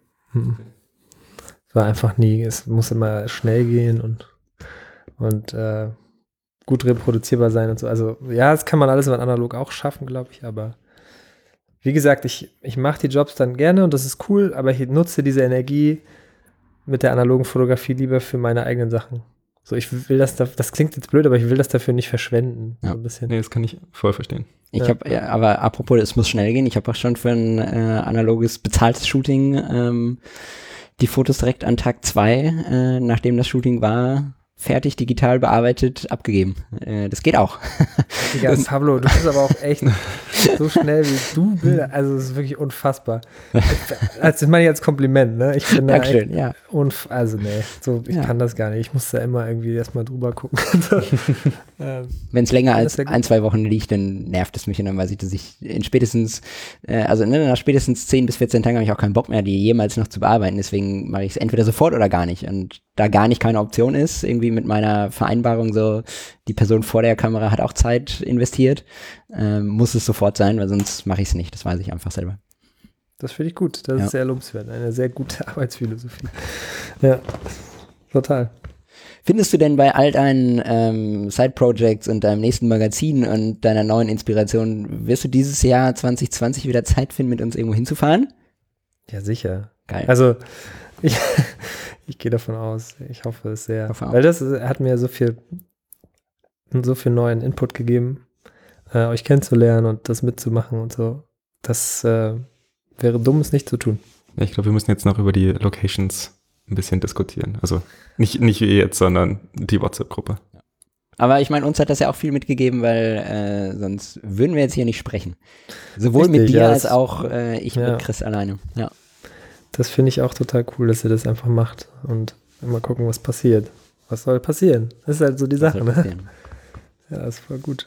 War einfach nie, es muss immer schnell gehen und, und äh, gut reproduzierbar sein und so. Also ja, das kann man alles mit analog auch schaffen, glaube ich, aber wie gesagt, ich, ich mache die Jobs dann gerne und das ist cool, aber ich nutze diese Energie mit der analogen Fotografie lieber für meine eigenen Sachen. So, ich will das, da, das klingt jetzt blöd, aber ich will das dafür nicht verschwenden. Ja. So ein bisschen. Nee, das kann ich voll verstehen. Ich ja. habe, ja, aber apropos, es muss schnell gehen, ich habe auch schon für ein äh, analoges, bezahltes Shooting ähm, die Fotos direkt an Tag zwei, äh, nachdem das Shooting war, fertig, digital bearbeitet, abgegeben. Äh, das geht auch. Ja, Pablo, du bist aber auch echt so schnell wie du Bilder, also es ist wirklich unfassbar. Also das meine ich als Kompliment, ne? Ich bin da Dankeschön, echt ja. unf- also nee, so, ich ja. kann das gar nicht. Ich muss da immer irgendwie erstmal drüber gucken. ähm, Wenn es länger als ein, zwei Wochen liegt, dann nervt es mich und dann weiß ich, dass ich in spätestens, äh, also ne, nach spätestens zehn bis vierzehn Tagen habe ich auch keinen Bock mehr, die jemals noch zu bearbeiten. Deswegen mache ich es entweder sofort oder gar nicht. Und da gar nicht keine Option ist, irgendwie mit meiner Vereinbarung so, die Person vor der Kamera hat auch Zeit investiert, ähm, muss es sofort sein, weil sonst mache ich es nicht. Das weiß ich einfach selber. Das finde ich gut. Das ja. ist sehr lobenswert. Eine sehr gute Arbeitsphilosophie. Ja, total. Findest du denn bei all deinen ähm, Side-Projects und deinem nächsten Magazin und deiner neuen Inspiration, wirst du dieses Jahr zwanzig zwanzig wieder Zeit finden, mit uns irgendwo hinzufahren? Ja, sicher. Geil. Also, ich, ich gehe davon aus. Ich hoffe es sehr. Hoffe weil das hat mir so viel, so viel neuen Input gegeben, äh, euch kennenzulernen und das mitzumachen und so. Das äh, wäre dumm, es nicht zu tun. Ja, ich glaube, wir müssen jetzt noch über die Locations ein bisschen diskutieren. Also nicht, nicht wie jetzt, sondern die WhatsApp-Gruppe. Aber ich meine, uns hat das ja auch viel mitgegeben, weil äh, sonst würden wir jetzt hier nicht sprechen. Sowohl Richtig, mit dir ja, als auch äh, ich ja. mit Chris alleine. Ja. Das finde ich auch total cool, dass ihr das einfach macht und mal gucken, was passiert. Was soll passieren? Das ist halt so die was Sache, ne? Ja, das ist voll gut.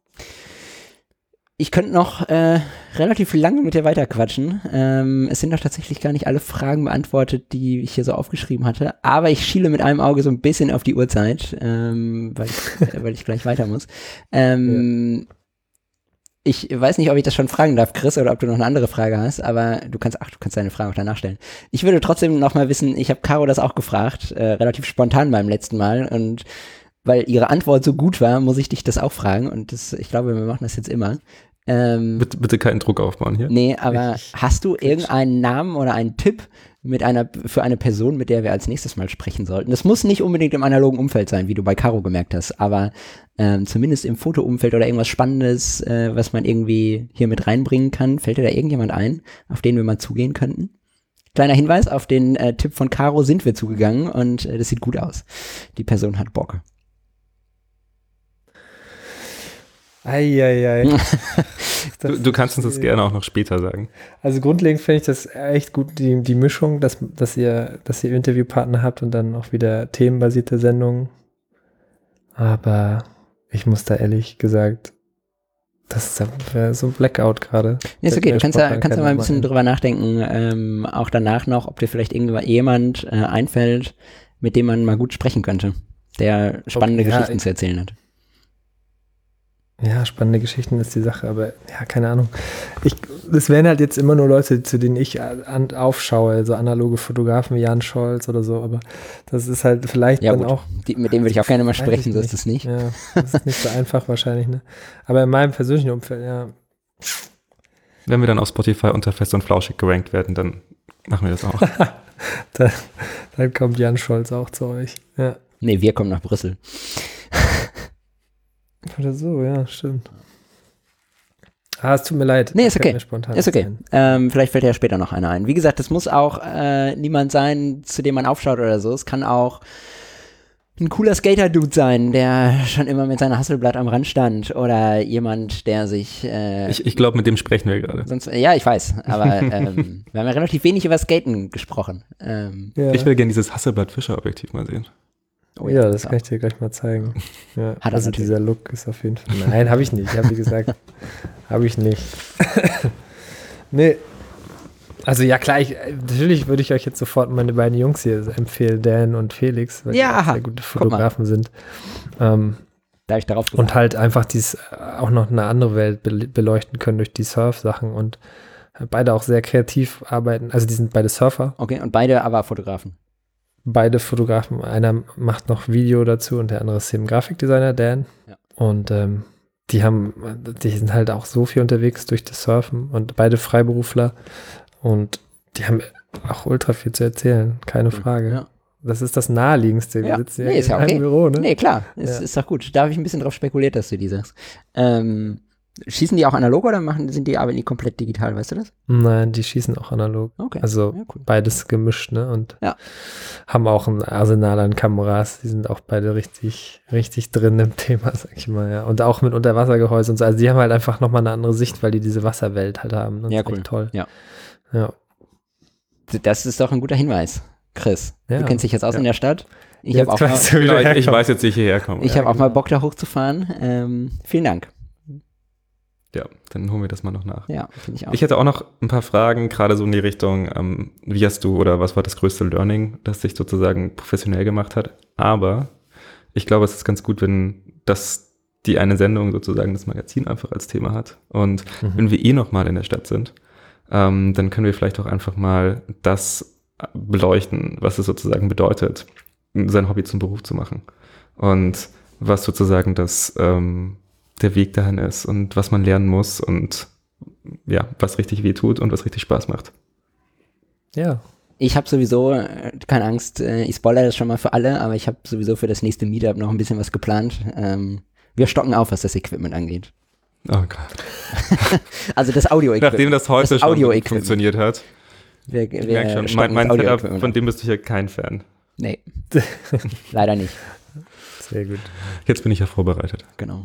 Ich könnte noch äh, relativ lange mit dir weiterquatschen. Ähm, es sind doch tatsächlich gar nicht alle Fragen beantwortet, die ich hier so aufgeschrieben hatte. Aber ich schiele mit einem Auge so ein bisschen auf die Uhrzeit, ähm, weil, ich, weil ich gleich weiter muss. Ähm, ja. Ich weiß nicht, ob ich das schon fragen darf, Chris, oder ob du noch eine andere Frage hast, aber du kannst, ach, du kannst deine Frage auch danach stellen. Ich würde trotzdem noch mal wissen, ich habe Caro das auch gefragt, äh, relativ spontan beim letzten Mal, und weil ihre Antwort so gut war, muss ich dich das auch fragen, und das, ich glaube, wir machen das jetzt immer. Ähm, bitte, bitte keinen Druck aufbauen hier. Nee, aber ich, hast du irgendeinen Namen oder einen Tipp mit einer, für eine Person, mit der wir als nächstes mal sprechen sollten? Das muss nicht unbedingt im analogen Umfeld sein, wie du bei Caro gemerkt hast, aber ähm, zumindest im Fotoumfeld oder irgendwas Spannendes, äh, was man irgendwie hier mit reinbringen kann. Fällt dir da irgendjemand ein, auf den wir mal zugehen könnten? Kleiner Hinweis, auf den äh, Tipp von Caro sind wir zugegangen, und äh, das sieht gut aus. Die Person hat Bock. Eieiei. du, du kannst uns das gerne auch noch später sagen. Also grundlegend finde ich das echt gut, die, die Mischung, dass, dass, ihr, dass ihr Interviewpartner habt und dann auch wieder themenbasierte Sendungen. Aber ich muss da ehrlich gesagt, das wäre so ein Blackout gerade. Ja, ist okay, du kannst ja, kannst ja mal ein bisschen drüber nachdenken, ähm, auch danach noch, ob dir vielleicht irgendjemand äh, einfällt, mit dem man mal gut sprechen könnte, der spannende okay, Geschichten ja, zu erzählen hat. Ja, spannende Geschichten ist die Sache, aber ja, keine Ahnung. Ich, das wären halt jetzt immer nur Leute, zu denen ich an, aufschaue, also analoge Fotografen wie Jan Scholz oder so, aber das ist halt vielleicht ja, dann gut. auch... Die, mit dem würde ich auch gerne mal sprechen, so ist das nicht. Ja, das ist nicht so einfach wahrscheinlich, ne? Aber in meinem persönlichen Umfeld, ja... Wenn wir dann auf Spotify unter Fest und Flauschig gerankt werden, dann machen wir das auch. dann, dann kommt Jan Scholz auch zu euch. Ja. Nee, wir kommen nach Brüssel. Oder so, ja, stimmt. Ah, es tut mir leid. Nee, ist okay. Ist okay. Ähm, vielleicht fällt ja später noch einer ein. Wie gesagt, es muss auch äh, niemand sein, zu dem man aufschaut oder so. Es kann auch ein cooler Skater-Dude sein, der schon immer mit seiner Hasselblatt am Rand stand. Oder jemand, der sich äh, Ich, ich glaube, mit dem sprechen wir gerade. sonst, ja, ich weiß. Aber ähm, wir haben ja relativ wenig über Skaten gesprochen. Ähm, Ja. Ich will gerne dieses Hasselblatt-Fischer-Objektiv mal sehen. oh ja, das ja. kann ich dir gleich mal zeigen. Ja, Hat er also natürlich. dieser Look ist auf jeden Fall. Nein, habe ich nicht. Ich habe wie gesagt, habe ich nicht. Nee. Also ja klar, ich, natürlich würde ich euch jetzt sofort meine beiden Jungs hier empfehlen, Dan und Felix, weil Ja, die auch aha. sehr gute Guck mal. Fotografen sind. Ähm, Da habe ich darauf und halt einfach dies auch noch eine andere Welt bel- beleuchten können durch die Surf-Sachen und beide auch sehr kreativ arbeiten. Also die sind beide Surfer. Okay, und beide aber Fotografen. Beide Fotografen. Einer macht noch Video dazu und der andere ist eben Grafikdesigner, Dan. Ja. Und ähm, die haben, die sind halt auch so viel unterwegs durch das Surfen und beide Freiberufler und die haben auch ultra viel zu erzählen, keine Frage. Ja. Das ist das Naheliegendste. Wir Ja. sitzen Nee, ja ist in ja einem okay. Büro, ne? Nee, klar, ist, Ja. ist doch gut. Da habe ich ein bisschen drauf spekuliert, dass du die sagst. Ähm, schießen die auch analog oder machen, sind die, arbeiten die komplett digital, weißt du das? Nein, die schießen auch analog. Okay. Also Ja, cool. beides gemischt, ne? Und Ja. haben auch ein Arsenal an Kameras. Die sind auch beide richtig, richtig drin im Thema, sag ich mal, ja. Und auch mit Unterwassergehäuse und so. Also die haben halt einfach nochmal eine andere Sicht, weil die diese Wasserwelt halt haben. Das Ja, ist cool. echt toll. Ja. Ja. Das ist doch ein guter Hinweis, Chris. Ja. Du kennst dich jetzt aus Ja. in der Stadt. Ich Jetzt habe auch, mal- weißt du, wie Genau, du ich, ich herkommst. weiß jetzt, wie ich hierher komme. ich Ja, hab auch genau. mal Bock, da hochzufahren. Ähm, vielen Dank. Ja, dann holen wir das mal noch nach. Ja, finde ich auch. Ich hätte auch noch ein paar Fragen, gerade so in die Richtung, ähm, wie hast du oder was war das größte Learning, das dich sozusagen professionell gemacht hat? Aber ich glaube, es ist ganz gut, wenn das die eine Sendung sozusagen das Magazin einfach als Thema hat. Und Mhm. wenn wir eh noch mal in der Stadt sind, ähm, dann können wir vielleicht auch einfach mal das beleuchten, was es sozusagen bedeutet, sein Hobby zum Beruf zu machen. Und was sozusagen das ähm, der Weg dahin ist und was man lernen muss und ja, was richtig weh tut und was richtig Spaß macht. Ja. Ich habe sowieso, äh, keine Angst, äh, ich spoilere das schon mal für alle, aber ich habe sowieso für das nächste Meetup noch ein bisschen was geplant. Ähm, wir stocken auf, was das Equipment angeht. Oh Gott. Also das Audio-Equipment. Nachdem das heute Das schon Audio-Equipment. funktioniert hat, Wir, ich wir merke schon, stocken mein, mein das Setup, Audio-Equipment von auf. dem bist du hier kein Fan. Nee, leider nicht. Sehr gut. Jetzt bin ich ja vorbereitet. Genau.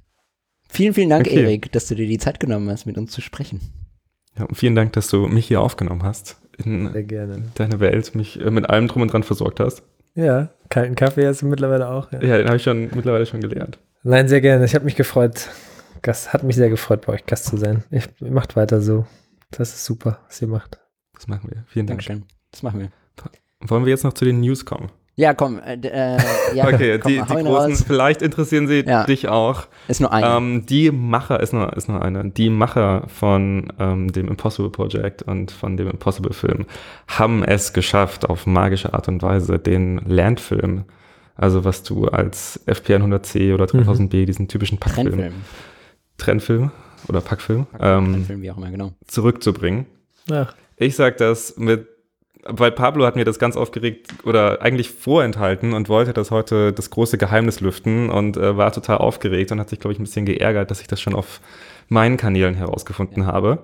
Vielen, vielen Dank, Okay. Erik, dass du dir die Zeit genommen hast, mit uns zu sprechen. Ja, und vielen Dank, dass du mich hier aufgenommen hast, in Sehr gerne. deine Welt, mich äh, mit allem drum und dran versorgt hast. Ja, kalten Kaffee hast du mittlerweile auch. Ja. Ja, den habe ich schon mittlerweile schon gelernt. Nein, sehr gerne. Ich habe mich gefreut. Gast, hat mich sehr gefreut, bei euch Gast zu sein. Ich, macht weiter so. Das ist super, was ihr macht. Das machen wir. Vielen Dank. Dankeschön. Das machen wir. Wollen wir jetzt noch zu den News kommen? Ja, komm. Äh, d- äh, ja, Okay, komm die, mal, die hau ihn großen, raus. vielleicht interessieren sie Ja. dich auch. Ist nur eine. Ähm, die Macher, ist nur, ist nur eine, die Macher von ähm, dem Impossible Project und von dem Impossible Film haben es geschafft, auf magische Art und Weise den Landfilm, also was du als F P hundert C oder dreitausend B, diesen typischen Packfilm, Trendfilm. Trendfilm oder Packfilm, ähm, Trendfilm, wie auch immer, genau. zurückzubringen. Ach, Ich sag das mit, weil Pablo hat mir das ganz aufgeregt oder eigentlich vorenthalten und wollte das heute das große Geheimnis lüften und äh, war total aufgeregt und hat sich, glaube ich, ein bisschen geärgert, dass ich das schon auf meinen Kanälen herausgefunden habe.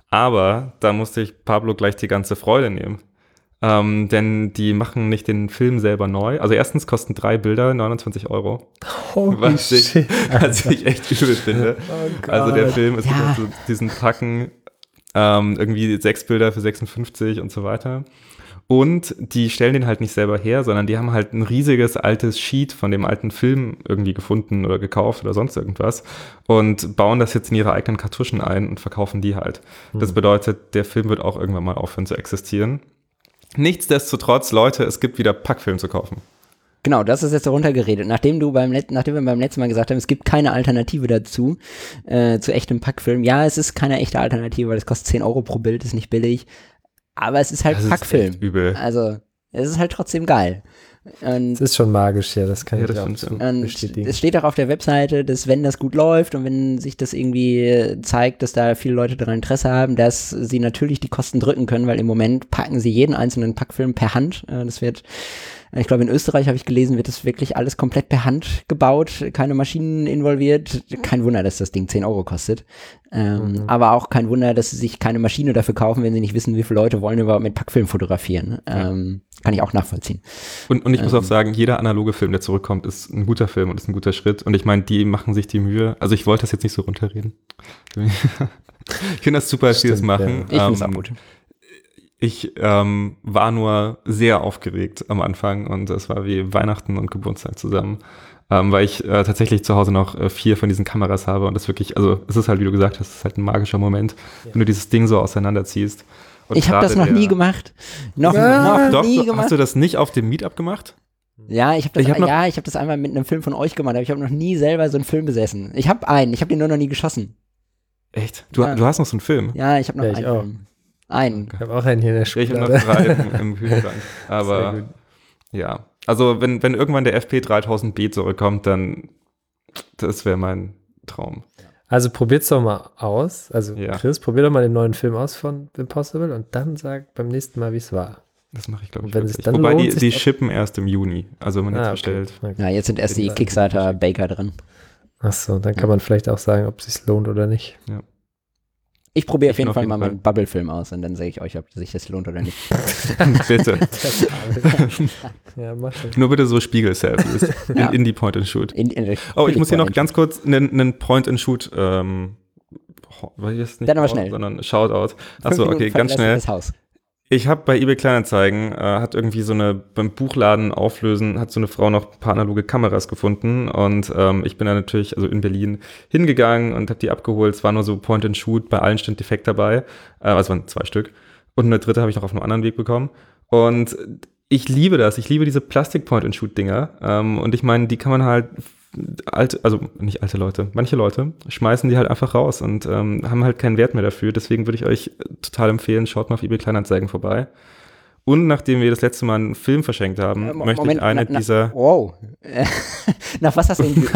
Aber da musste ich Pablo gleich die ganze Freude nehmen. Ähm, denn die machen nicht den Film selber neu. Also erstens kosten drei Bilder neunundzwanzig Euro. holy Was ich, shit. was ich echt übel finde. Oh Gott. Also der Film ist Ja. so diesen Packen ähm, irgendwie sechs Bilder für sechsundfünfzig und so weiter. Und die stellen den halt nicht selber her, sondern die haben halt ein riesiges altes Sheet von dem alten Film irgendwie gefunden oder gekauft oder sonst irgendwas und bauen das jetzt in ihre eigenen Kartuschen ein und verkaufen die halt. Das bedeutet, der Film wird auch irgendwann mal aufhören zu existieren. Nichtsdestotrotz, Leute, es gibt wieder Packfilm zu kaufen. Genau, das ist jetzt runtergeredet. Nachdem du beim Let- nachdem wir beim letzten Mal gesagt haben, es gibt keine Alternative dazu, äh, zu echtem Packfilm. Ja, es ist keine echte Alternative, weil es kostet zehn Euro pro Bild, ist nicht billig. Aber es ist halt Das ist Packfilm. echt übel. Also, es ist halt trotzdem geil. Und Es ist schon magisch, ja, das kann Ja, ich das auch stimmt, so Und bestätigen. es steht auch auf der Webseite, dass wenn das gut läuft und wenn sich das irgendwie zeigt, dass da viele Leute daran Interesse haben, dass sie natürlich die Kosten drücken können, weil im Moment packen sie jeden einzelnen Packfilm per Hand. Äh, Das wird, äh, ich glaube in Österreich habe ich gelesen, wird das wirklich alles komplett per Hand gebaut, keine Maschinen involviert. Kein Wunder, dass das Ding zehn Euro kostet. Ähm, Mhm. Aber auch kein Wunder, dass sie sich keine Maschine dafür kaufen, wenn sie nicht wissen, wie viele Leute wollen überhaupt mit Packfilm fotografieren. Ähm, kann ich auch nachvollziehen. Und, und ich muss Ähm. auch sagen, jeder analoge Film, der zurückkommt, ist ein guter Film und ist ein guter Schritt. Und ich meine, die machen sich die Mühe. Also ich wollte das jetzt nicht so runterreden. Ich finde das super, dass die das Stimmt, machen. Ich finde es Ähm, auch gut. Ich ähm, war nur sehr aufgeregt am Anfang und es war wie Weihnachten und Geburtstag zusammen, ähm, weil ich äh, tatsächlich zu Hause noch äh, vier von diesen Kameras habe und das wirklich, also es ist halt, wie du gesagt hast, es ist halt ein magischer Moment, Ja. wenn du dieses Ding so auseinanderziehst. Und Ich habe das gerade noch der- nie gemacht. Noch, Ah, noch Doch, nie du, gemacht. hast du das nicht auf dem Meetup gemacht? Ja, ich habe das, Ich hab noch- ja, ich habe das einmal mit einem Film von euch gemacht, aber ich habe noch nie selber so einen Film besessen. Ich habe einen, ich habe den nur noch nie geschossen. Echt? Du, Ja. du hast noch so einen Film? Ja, ich habe noch Ja, ich einen auch. Film. Einen. Ich habe auch einen hier in der Ja, ich habe Schublade. noch drei im, im Kühlschrank. Sehr Aber gut. ja, also wenn, wenn irgendwann der F P dreitausend B zurückkommt, dann das wäre mein Traum. Also probiert's doch mal aus. Also Ja. Chris, probier doch mal den neuen Film aus von Impossible und dann sag beim nächsten Mal, wie es war. Das mache ich, glaube ich, Und wenn es wirklich. dann Wobei lohnt, die, sich die auch- shippen erst im Juni. Also wenn man jetzt Ah, bestellt. okay. Ja, jetzt sind erst die Bin- Kickstarter-Baker drin. Achso, dann kann man vielleicht auch sagen, ob es sich lohnt oder nicht. Ich probiere Ich auf jeden bin auf Fall jeden mal Fall. meinen Bubble-Film aus und dann sage ich euch, ob sich das lohnt oder nicht. Bitte. Ja, mach das. Nur bitte so Spiegel-Selfies. Ja. In, in die Point-and-Shoot. In, in, Oh, ich muss hier noch ganz kurz einen, einen Point-and-Shoot, ähm, weil ich jetzt nicht Dann aber Point, schnell. sondern Shoutout. Achso, Fünf okay, Minuten ganz verlässt schnell. Das Haus. Ich habe bei eBay Kleinanzeigen, äh, hat irgendwie so eine, beim Buchladen auflösen, hat so eine Frau noch ein paar analoge Kameras gefunden und ähm, ich bin da natürlich, also in Berlin, hingegangen und habe die abgeholt. Es war nur so Point and Shoot, bei allen stand defekt dabei, äh, also waren zwei Stück. Und eine dritte habe ich noch auf einem anderen Weg bekommen. Und ich liebe das, ich liebe diese Plastik-Point-and-Shoot-Dinger. Ähm, und ich meine, die kann man halt, alte, also nicht alte Leute, manche Leute schmeißen die halt einfach raus und ähm, haben halt keinen Wert mehr dafür. Deswegen würde ich euch total empfehlen, schaut mal auf eBay Kleinanzeigen vorbei. Und nachdem wir das letzte Mal einen Film verschenkt haben, Äh, Mo- möchte Moment, ich eine na, na, dieser... Wow. nach was hast du denn,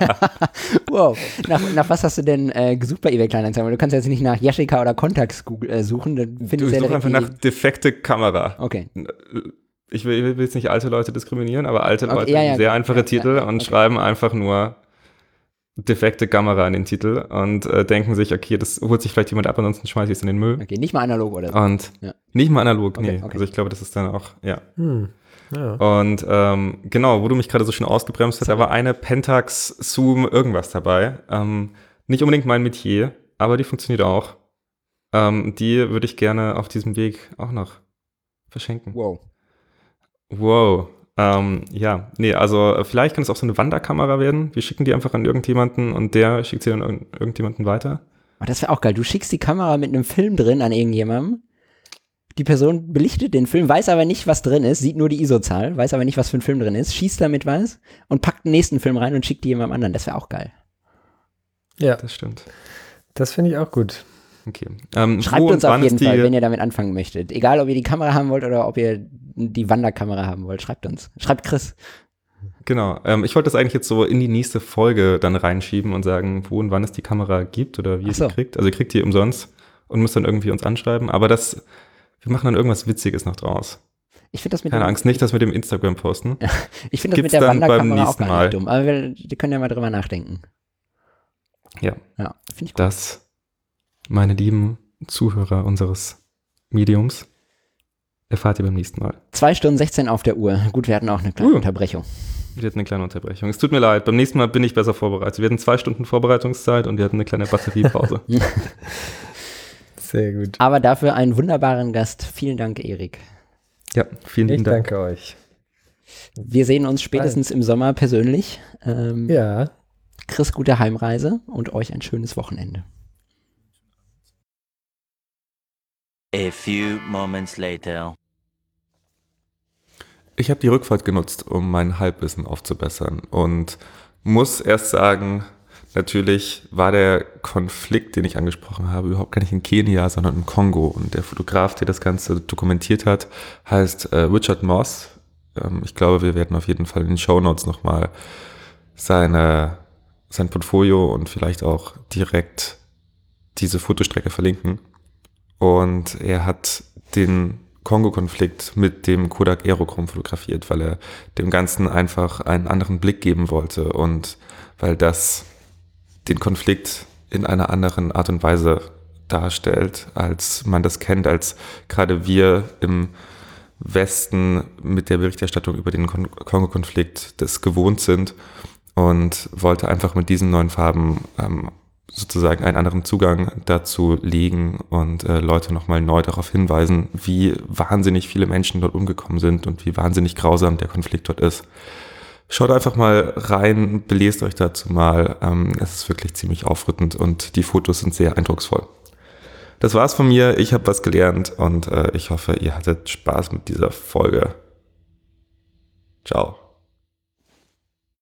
wow. nach, nach was hast du denn äh, gesucht bei eBay Kleinanzeigen? Weil du kannst jetzt nicht nach Yashica oder Contax Google, äh, suchen, dann Du findest du ja such direkt einfach die- nach defekte Kamera. Okay. Ich will, ich will jetzt nicht alte Leute diskriminieren, aber alte Okay, Leute ja, haben ja, sehr einfache ja, Titel ja, und okay. schreiben einfach nur defekte Kamera in den Titel und äh, denken sich, okay, das holt sich vielleicht jemand ab, ansonsten schmeiße ich es in den Müll. Okay, nicht mal analog oder so. Und Ja. nicht mal analog, Okay, nee. okay. Also ich glaube, das ist dann auch, ja. Hm. Ja. Und ähm, genau, wo du mich gerade so schön ausgebremst hast, da war eine Pentax Zoom irgendwas dabei. Ähm, nicht unbedingt mein Metier, aber die funktioniert auch. Ähm, die würde ich gerne auf diesem Weg auch noch verschenken. Wow. Wow. Ähm, ja, nee, also äh, vielleicht kann es auch so eine Wanderkamera werden. Wir schicken die einfach an irgendjemanden und der schickt sie dann an irgend- irgendjemanden weiter. Oh, das wäre auch geil. Du schickst die Kamera mit einem Film drin an irgendjemandem. Die Person belichtet den Film, weiß aber nicht, was drin ist, sieht nur die I S O-Zahl, weiß aber nicht, was für ein Film drin ist, schießt damit was und packt den nächsten Film rein und schickt die jemandem anderen. Das wäre auch geil. ja, Das stimmt. das finde ich auch gut. Okay. Ähm, Schreibt wo uns und auf wann jeden ist die, Fall, wenn ihr damit anfangen möchtet. Egal, ob ihr die Kamera haben wollt oder ob ihr die Wanderkamera haben wollt. Schreibt uns. Schreibt Chris. Genau. Ähm, ich wollte das eigentlich jetzt so in die nächste Folge dann reinschieben und sagen, wo und wann es die Kamera gibt oder wie ihr Ach so. die kriegt. Also ihr kriegt die umsonst und müsst dann irgendwie uns anschreiben. Aber das, wir machen dann irgendwas Witziges noch draus. Ich finde das mit Keine dem, Angst, nicht das mit dem Instagram posten. ich finde das mit gibt's der dann beim Wanderkamera auch nächsten gar Mal. nicht dumm. Aber wir, wir können ja mal drüber nachdenken. Ja. Ja, finde ich gut. Das, meine lieben Zuhörer unseres Mediums, erfahrt ihr beim nächsten Mal. Zwei Stunden sechzehn auf der Uhr. Gut, wir hatten auch eine kleine Uh. Unterbrechung. Wir hatten eine kleine Unterbrechung. Es tut mir leid, beim nächsten Mal bin ich besser vorbereitet. Wir hatten zwei Stunden Vorbereitungszeit und wir hatten eine kleine Batteriepause. Sehr gut. Aber dafür einen wunderbaren Gast. Vielen Dank, Erik. Ja, vielen Ich lieben Dank. danke euch. Wir sehen uns spätestens im Sommer persönlich. Ähm, Ja, Chris, gute Heimreise und euch ein schönes Wochenende. A few moments later. Ich habe die Rückfahrt genutzt, um mein Halbwissen aufzubessern und muss erst sagen, natürlich war der Konflikt, den ich angesprochen habe, überhaupt gar nicht in Kenia, sondern im Kongo. Und der Fotograf, der das Ganze dokumentiert hat, heißt äh, Richard Moss. Ähm, ich glaube, wir werden auf jeden Fall in den Shownotes nochmal seine, sein Portfolio und vielleicht auch direkt diese Fotostrecke verlinken. Und er hat den Kongo-Konflikt mit dem Kodak Aerochrom fotografiert, weil er dem Ganzen einfach einen anderen Blick geben wollte und weil das den Konflikt in einer anderen Art und Weise darstellt, als man das kennt, als gerade wir im Westen mit der Berichterstattung über den Kongo-Konflikt das gewohnt sind, und wollte einfach mit diesen neuen Farben ähm, sozusagen einen anderen Zugang dazu legen und äh, Leute nochmal neu darauf hinweisen, wie wahnsinnig viele Menschen dort umgekommen sind und wie wahnsinnig grausam der Konflikt dort ist. Schaut einfach mal rein, belest euch dazu mal. Ähm, es ist wirklich ziemlich aufrüttelnd und die Fotos sind sehr eindrucksvoll. Das war's von mir. Ich habe was gelernt und äh, ich hoffe, ihr hattet Spaß mit dieser Folge. Ciao.